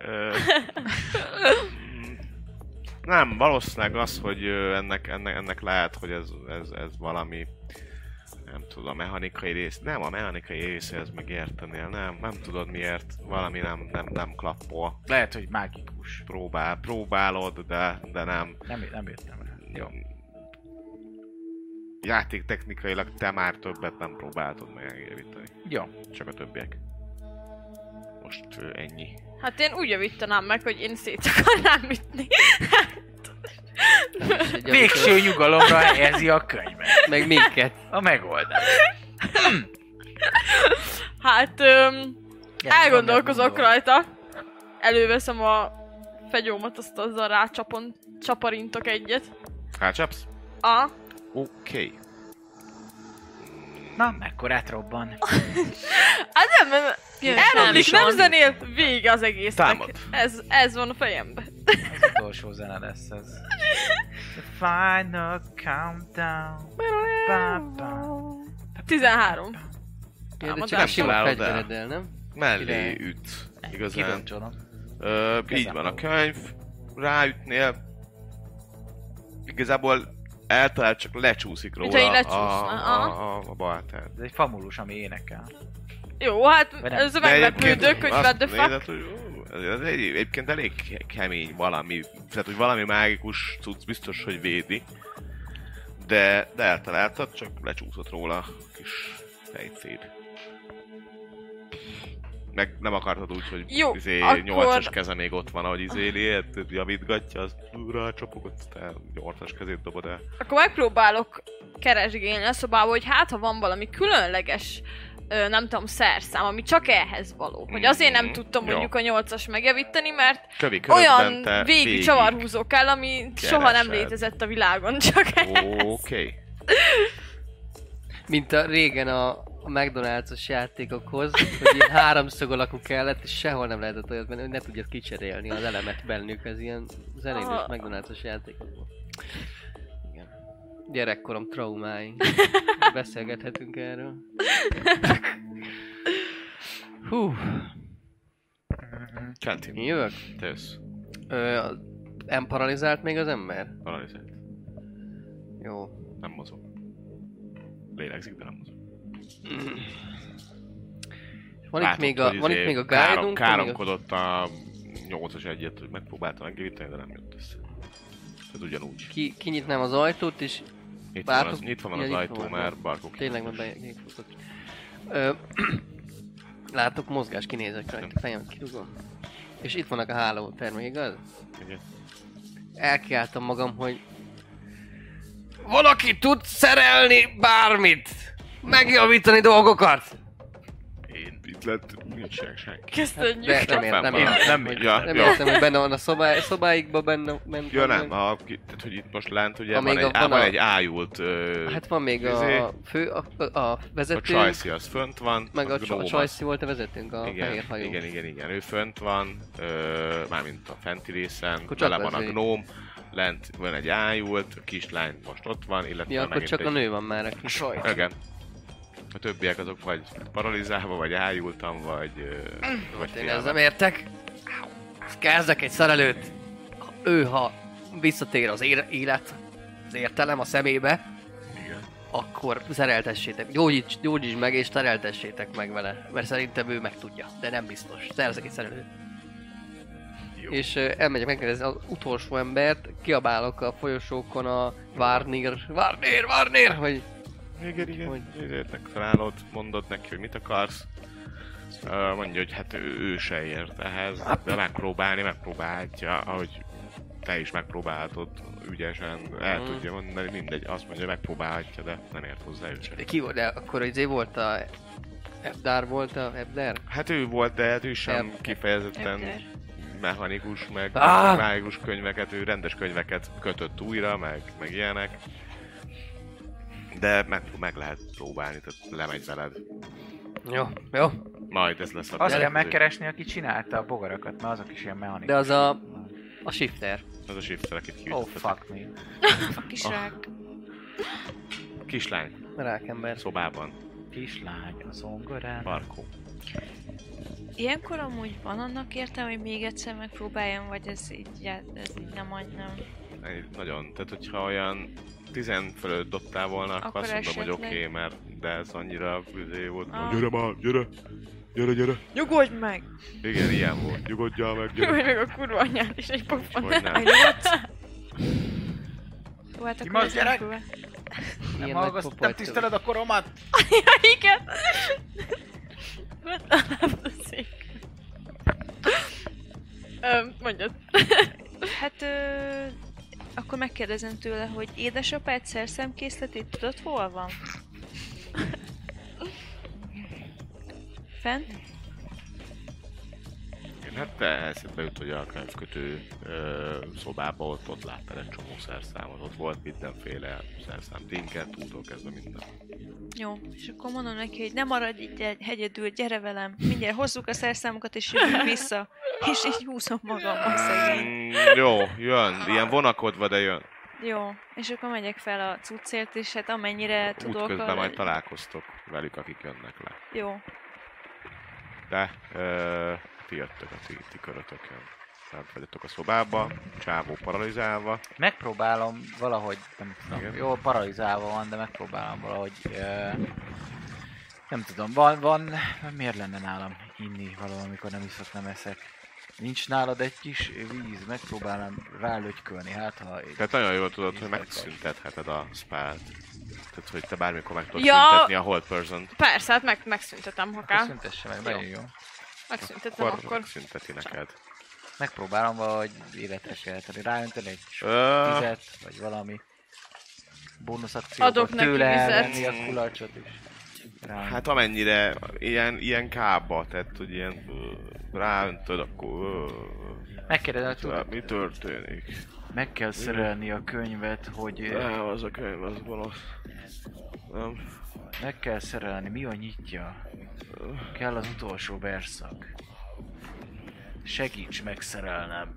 Nem, valószínűleg az, hogy ennek lehet, hogy ez valami, nem tudom, a mechanikai rész. Nem, a mechanikai részéhez meg értenél, nem tudod miért, valami nem klappol. Lehet, hogy mágikus. Próbálod, de nem. Nem értem el. Jó. Játéktechnikailag te már többet nem próbáltad megjavítani. Jó. Csak a többiek. Most ennyi. Hát én úgy javítanám meg, hogy én szét akarnám ütni. Végső nyugalomra helyezi a könyvet. Meg minket. A megoldás. Hát, elgondolkozok rajta. Előveszem a fegyómat, azt azzal csaparintok egyet. Rácsapsz? Oké. Na, mekkorát robban. Hát nem, elromlik, nem zenél, vége az egésznek. Támad. Ez van a fejembe. Az utolsó zene lesz ez. The final countdown. 13. Ja, de Támadás. csak a sima találod el. fegyvereddel, nem? Mellé ütsz. Igazán. Kiboncsolom. Így van a könyv. Ráütnél. Igazából eltalál, csak lecsúszik róla Mintha így lecsúszna, a baltán. Ez egy famulus, ami énekel. Jó, hát Vagy nem. ez De meglepődök, hogy azt what the nézed, fuck. hogy ez egyébként elég kemény valami. Tehát, hogy valami mágikus cucc biztos, hogy védi. De eltaláltad, csak lecsúszott róla a kis fejcéd. Meg nem akartad úgy, hogy Jó, akkor- 8-as keze még ott van, ahogy érted, javítgatja, azt rácsapogod, aztán 8-as kezét dobod el. Akkor megpróbálok keresgélni a szobába, hogy hát ha van valami különleges, nem tudom, szerszám, ami csak ehhez való. Hogy azért nem tudtam Jó. mondjuk a 8-as megjavítani, mert Kövi körökben olyan te végig csavarhúzó kell, ami soha nem keresed. létezett a világon, csak ehhez. Oké. Mint a régen a McDonald's-os játékokhoz, hogy ilyen háromszög alakú kellett, és sehol nem lehetett olyat menni, hogy ne tudjad kicserélni az elemet bennük, ez ilyen zenélős Aha. McDonald's-os játékokból. Igen. Gyerekkorom traumái. Beszélgethetünk erről. Hú, Csentin. én jövök? Te jössz. Paralizált még az ember? Paralizált. Jó. Nem mozog. Lélegzik, de nem mozog. Van Látod, itt még a, hogy van itt még a guide-unk? van még a- Káromkodott a 8-as egyet, hogy megpróbálta meggyógyítani, de nem jött össze. Ez ugyanúgy. Kinyitnám az ajtót, és Nyitva van Ja, az nyitva ajtó, van. mert Barkó tényleg már befutott. Látok mozgás, kinézek rajta, fejemet kirúgom. És itt vannak a hálótermek, igaz? Igen. Elkiáltam magam, hogy valaki tud szerelni bármit! Megjavítani dolgokat! Én itt lett, nincs senki. Köszönjük. De nem értem, fenn nem van. értem, Nem, hogy, ja, nem ja. értem, hogy benne van a szobáikban benne ment. Ja van nem, meg. tehát hogy itt most lent ugye Ha van még egy, van van a- egy ájult Hát van még izé, a fő, a a vezetőnk, Csajci az fönt van, meg a gnóm az- Csajci volt a vezetőnk, a fehér hajó. igen, ő fönt van, mármint a fenti részen, Akkor csak vele van a vezér. gnóm, lent van egy ájult, a kislány most ott van, illetve Ja, akkor megint csak egy... a nő van már, aki... Igen. A többiek azok vagy paralizálva, vagy ájultan, vagy Én félve. ezzel nem értek. Kezdek egy szerelőt. Ő, ha visszatér az élet, az értelem a szemébe, Igen. akkor szereltessétek. Gyógyíts meg és szereltessétek meg vele. Mert szerintem ő meg tudja, de nem biztos. Szerzek egy szerelőt. Jó. És elmegyek megkérdezni az utolsó embert, kiabálok a folyosókon a Varnir, hogy Igen, Hogy? nézzétek, találod, mondod neki, hogy mit akarsz. Mondja, hogy hát ő se ért ehhez, de megpróbálhatja, ahogy te is megpróbálhatod ügyesen, el tudja mondani, mindegy, azt mondja, hogy megpróbálhatja, de nem ért hozzá ő sem. ki volt, de akkor izé volt a... Ebdár? Hát ő volt, de hát ő sem Eb- kifejezetten Ebder. mechanikus, meg Ah! mágikus könyveket, ő rendes könyveket kötött újra, meg ilyenek. De meg lehet próbálni, tehát lemegy veled. Jó. Majd ez lesz a Azt kell következő. megkeresni, aki csinálta a bogarakat, mert azok is ilyen mechanikus. De az a shifter. Az a shifter, akit Oh, kiütöttetek. fuck me. A kis rák. Kislány, Rákember. szobában, Kislány, a zongorán. Barkó. Ilyenkor amúgy van annak értelme, hogy még egyszer megpróbáljam, vagy ez így nem. Nagyon, tehát hogyha olyan 10 fölött dobtál volna, akkor Akkor azt mondom, hogy esetleg- oké, mert de ez annyira üzé volt. Ah. Gyere már, gyere! Nyugodj meg! Igen, ilyen volt. Nyugodjál meg, Hogy gyere! meg a kurva anyát is egy pofon. Hogy nem. Jó, hát Ki akkor az ez gyerek? megpróbál. Nem Ilyen hallgatsz, nagy nem popajt- tiszteled a koromat? Igen. Vedd a lábdaszék. Mondjad. Hát akkor megkérdezem tőle, hogy édesapád szerszámkészletét tudod, hol van? Fent? Hát te eszedbe jut, hogy a könyvkötő szobába ott láttál egy csomó szerszámot, ott volt mindenféle szerszám, trinket, túltól kezdve minden. Jó, és akkor mondom neki, hogy ne maradj így hegyedül, gyere velem, mindjárt hozzuk a szerszámokat és jövünk vissza. És így húzom magammal szegény. Jó, jön, ilyen vonakodva, de jön. Jó, és akkor megyek fel a cuccért, és hát amennyire tudok... Útközben majd találkoztok velük, akik jönnek le. Jó. De ti jöttök, a ti körötökön. Fent vagytok a szobába, csávó paralizálva. Megpróbálom valahogy, nem tudom, Igen. jó, paralizálva van, de megpróbálom valahogy, nem tudom, van, miért lenne nálam inni valami, amikor nem iszok, nem eszek? Nincs nálad egy kis víz, megpróbálom rálögykölni, hát ha... Tehát nagyon jól tudod, hogy megszüntetheted a spellt. Tehát, hogy te bármikor meg tudod Ja. szüntetni a hold person-t. Persze, hát megszüntetem, ha kell. Szüntesse meg, nagyon jó. Megszüntetem akkor. Megszünteti neked. Megpróbálom valahogy életre kelteni, ráönteni egy vizet, vagy valami bónusz akcióba, Adok neki tőle vizet. elvenni a kulacsot is. Hát amennyire ilyen kába, tehát hogy ilyen ráöntöd, akkor Megkérdezem, hogy tudod, mi történik? meg kell szerelni a könyvet, hogy Nem, az a könyv, az gonosz. Nem. meg kell szerelni, mi a nyitja? Kell az utolsó verszak. Segíts megszerelnem.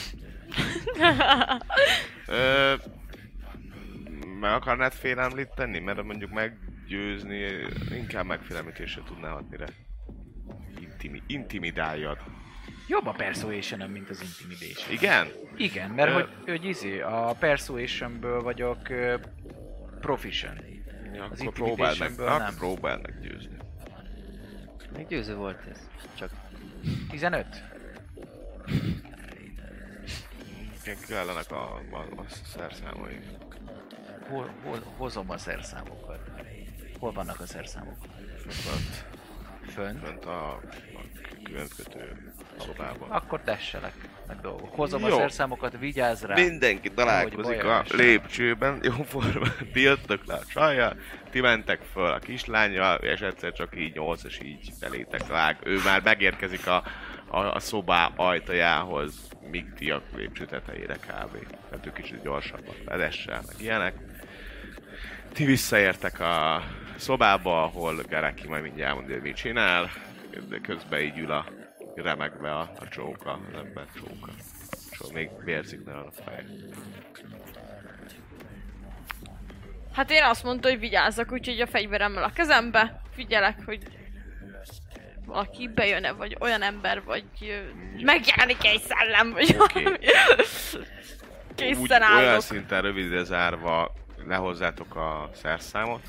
Meg akarnád félemlíteni? Mert mondjuk meggyőzni, inkább megfélemlítésre tudná hatni rá. Intimidáljad. Jobb a persuasion mint az intimidation. Igen? Igen, mert hogy a persuasionből vagyok proficient. Ja, Az akkor próbáld intimidationből nem. próbáld meggyőzni. Meggyőző volt ez. Csak 15? Kellenek a szerszámaim. Hol hozom a szerszámokat? Hol vannak a szerszámok? Fönt? Fönt a könyvkötő szobában. Akkor tesselek meg dolgok. Hozom a Jó. szerszámokat, vigyázz rá! Mindenki találkozik a lépcsőben, jó formán, ti jöttök le a csajjal, ti mentek föl a kislánnyal, és egyszer csak így 8 és így belétek vág. Ő már megérkezik a szobá ajtajához, míg ti a lépcső tetejére kb. Tehát ő kicsit gyorsabban ledessel, meg ilyenek. Ti visszaértek a szobába, ahol Gareki majd mindjárt mondja, hogy mit csinál, de közben így ül a remegve a csóka, az ember csóka. És még vérzik nagyon a fej. Hát én azt mondta, hogy vigyázzak, úgyhogy a fegyveremmel a kezembe figyelek, hogy valaki bejön-e, vagy olyan ember, vagy megjelenik egy szellem, vagy Oké. valami. Készen Úgy, olyan állok. szinten rövidre zárva lehozzátok a szerszámot.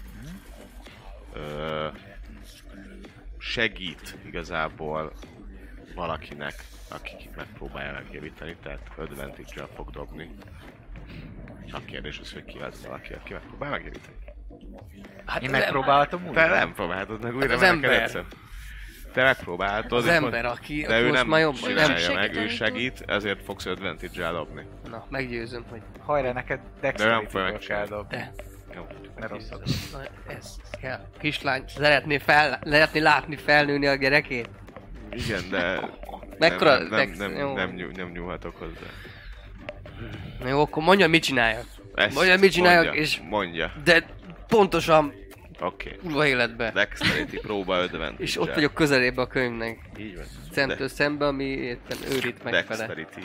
Segít igazából valakinek, akik megpróbálja megjavítani, tehát advantage-rel fog dobni. A kérdés az, hogy ki az valaki, aki megpróbál megjavítani. Hát én megpróbáltam újra. Te nem próbáltad meg újra, az mert ember. neked egyszer. Te megpróbáltad, az és ember, aki de ő most nem már jobban nem... csinálja meg, ő segíteni segít, ezért fogsz advantage-rel dobni. Na, meggyőzöm, hogy Hajrá, neked De nem fogja dexterity-ből kell megcsinálni. dobni. de... Jó. Ne rosszak. Na, ez kell. Kislány, szeretné látni felnőni a gyerekét? Igen, de Mekkora nem nyúlhatok hozzá. Na jó, akkor mondja, mit csináljak. Ezt Mondja, mit csináljak, mondja, és... Mondja. De pontosan Oké. kurva életbe. Dexterity próba advantage. És ott vagyok közelébe a könyvnek. Így van. Szemtől szembe, ami éppen őrít meg fele. Dexterity.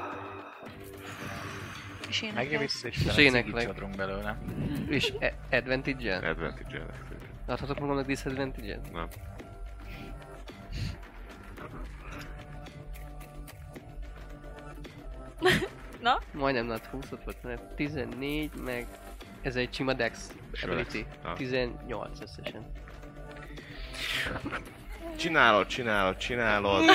És én Megjavítod és És utána éneklek. cigit csodrunk belőle. És advantage-el? Advantage-el. Adhatok magamnak disadvantage-el? Nem. Na? Majdnem nat 20-ot volt, mert 14 meg... Ez egy sima dex ability. Ah. 18 összesen. Csinálod.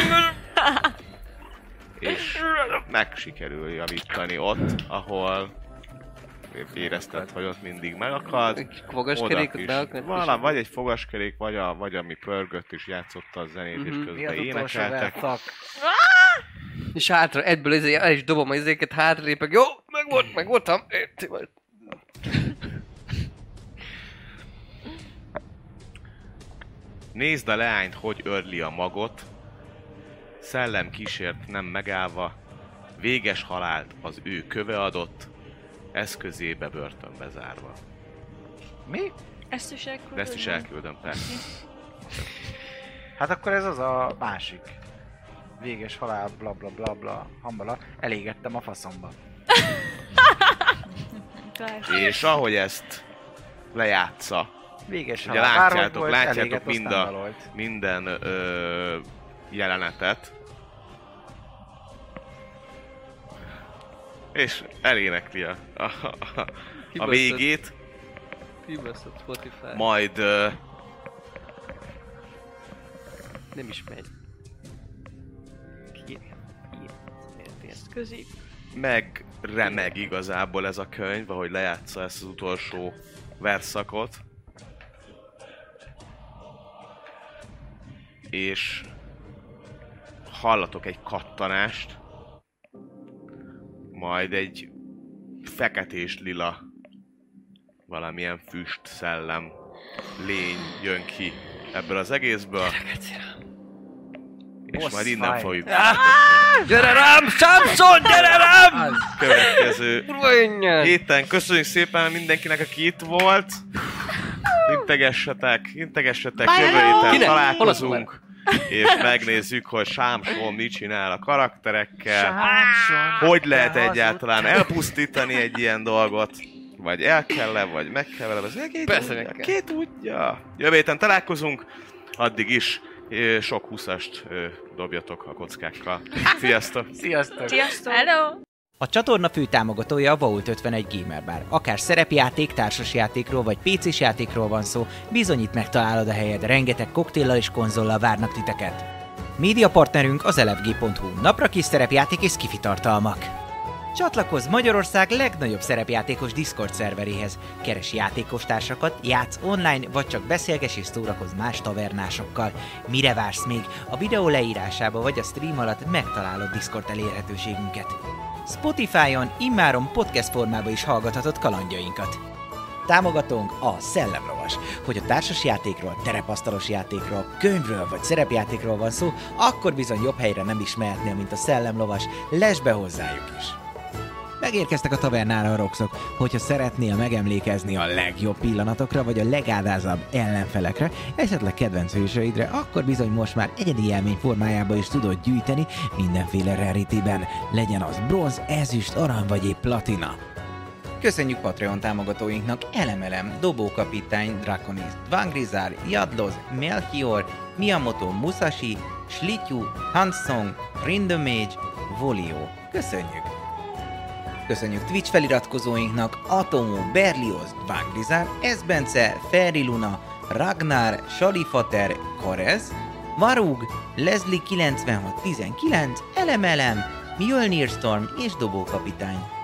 És meg sikerül javítani ott, ahol érezted, hogy ott mindig megakad. Egy fogaskerékot be akart. Vagy egy fogaskerék, vagy ami pörgött és játszotta a zenét, és Mi közben az utolsó énekeltek. verszak? És hátra, egyből el is dobom az izéket, hátralépek. Jó, Megvoltam. Nézd a leányt, hogy örli a magot, szellem kísért nem megállva, véges halált az ő köve adott, eszközébe börtönbe zárva. Mi? Ezt is elküldöm. De ezt is elküldöm, persze. Hát akkor ez az a másik. Véges halál, bla bla bla bla, hambala. Elégettem a faszomba. És ahogy ezt lejátsza, Véges ugye halál. Bárhogy látjátok volt, elégett, mind aztán a, dalolt. minden jelenetet, és elénekli a végét, Kibaszott Spotify. majd Nem is megy. Közé. megremeg igazából ez a könyv, ahogy lejátsza ezt az utolsó versszakot. És hallatok egy kattanást, majd egy feketés lila valamilyen füst, szellem, lény jön ki ebből az egészből. És Boss majd innen fight. fogjuk Gyere rám, Samson, gyere rám! következő Kurva önnyel! héten. Köszönjük szépen mindenkinek, aki itt volt. Integessetek, jövő héten Kinek? találkozunk. És megnézzük, hogy Sámson mit csinál a karakterekkel. Sámson, Hogy lehet te egyáltalán elpusztítani egy ilyen dolgot? Vagy el kell-e, vagy meg kell-e, Persze meg kell. ki tudja. Jövő héten találkozunk, addig is sok 20-ast dobjatok a kockákkal. Sziasztok! Sziasztok! Sziasztok! Hello! A csatorna fő támogatója a Vault 51 Gamer Bar. Akár szerepjáték, társasjátékról vagy PC-s játékról van szó, bizonyít megtalálod a helyed, rengeteg koktéllal és konzollal várnak titeket. Média partnerünk az LFG.hu, napra kis szerepjáték és skifi tartalmak. Csatlakozz Magyarország legnagyobb szerepjátékos Discord szerveréhez. Keres játékostársakat, játsz online, vagy csak beszélges és szórakozz más tavernásokkal. Mire vársz még? A videó leírásába vagy a stream alatt megtalálod Discord elérhetőségünket. Spotify-on immáron podcast formában is hallgathatod kalandjainkat. Támogatónk a Szellemlovas. Hogy a társasjátékról, terepasztalos játékról, könyvről vagy szerepjátékról van szó, akkor bizony jobb helyre nem is mehetnél, mint a Szellemlovas. Lesz be hozzájuk is! Megérkeztek a tavernára a roxok, hogyha szeretnél megemlékezni a legjobb pillanatokra, vagy a legádázabb ellenfelekre, esetleg kedvenc hősöidre, akkor bizony most már egyedi élmény formájában is tudod gyűjteni mindenféle rarityben, legyen az bronz, ezüst, arany vagy épp platina. Köszönjük Patreon támogatóinknak Elemelem, Dobókapitány, Draconis, Dvangrizár, Jadloz, Melchior, Miyamoto Musashi, Slityu, Hansong, Rindemage, Volio. Köszönjük! Köszönjük Twitch feliratkozóinknak Atomo, Berlioz, Dvangrizár, Esbence, Ferri Luna, Ragnar, Salifater, Karez, Varug, Leslie 9619, Elemelem, Mjölnir Storm és Dobókapitány.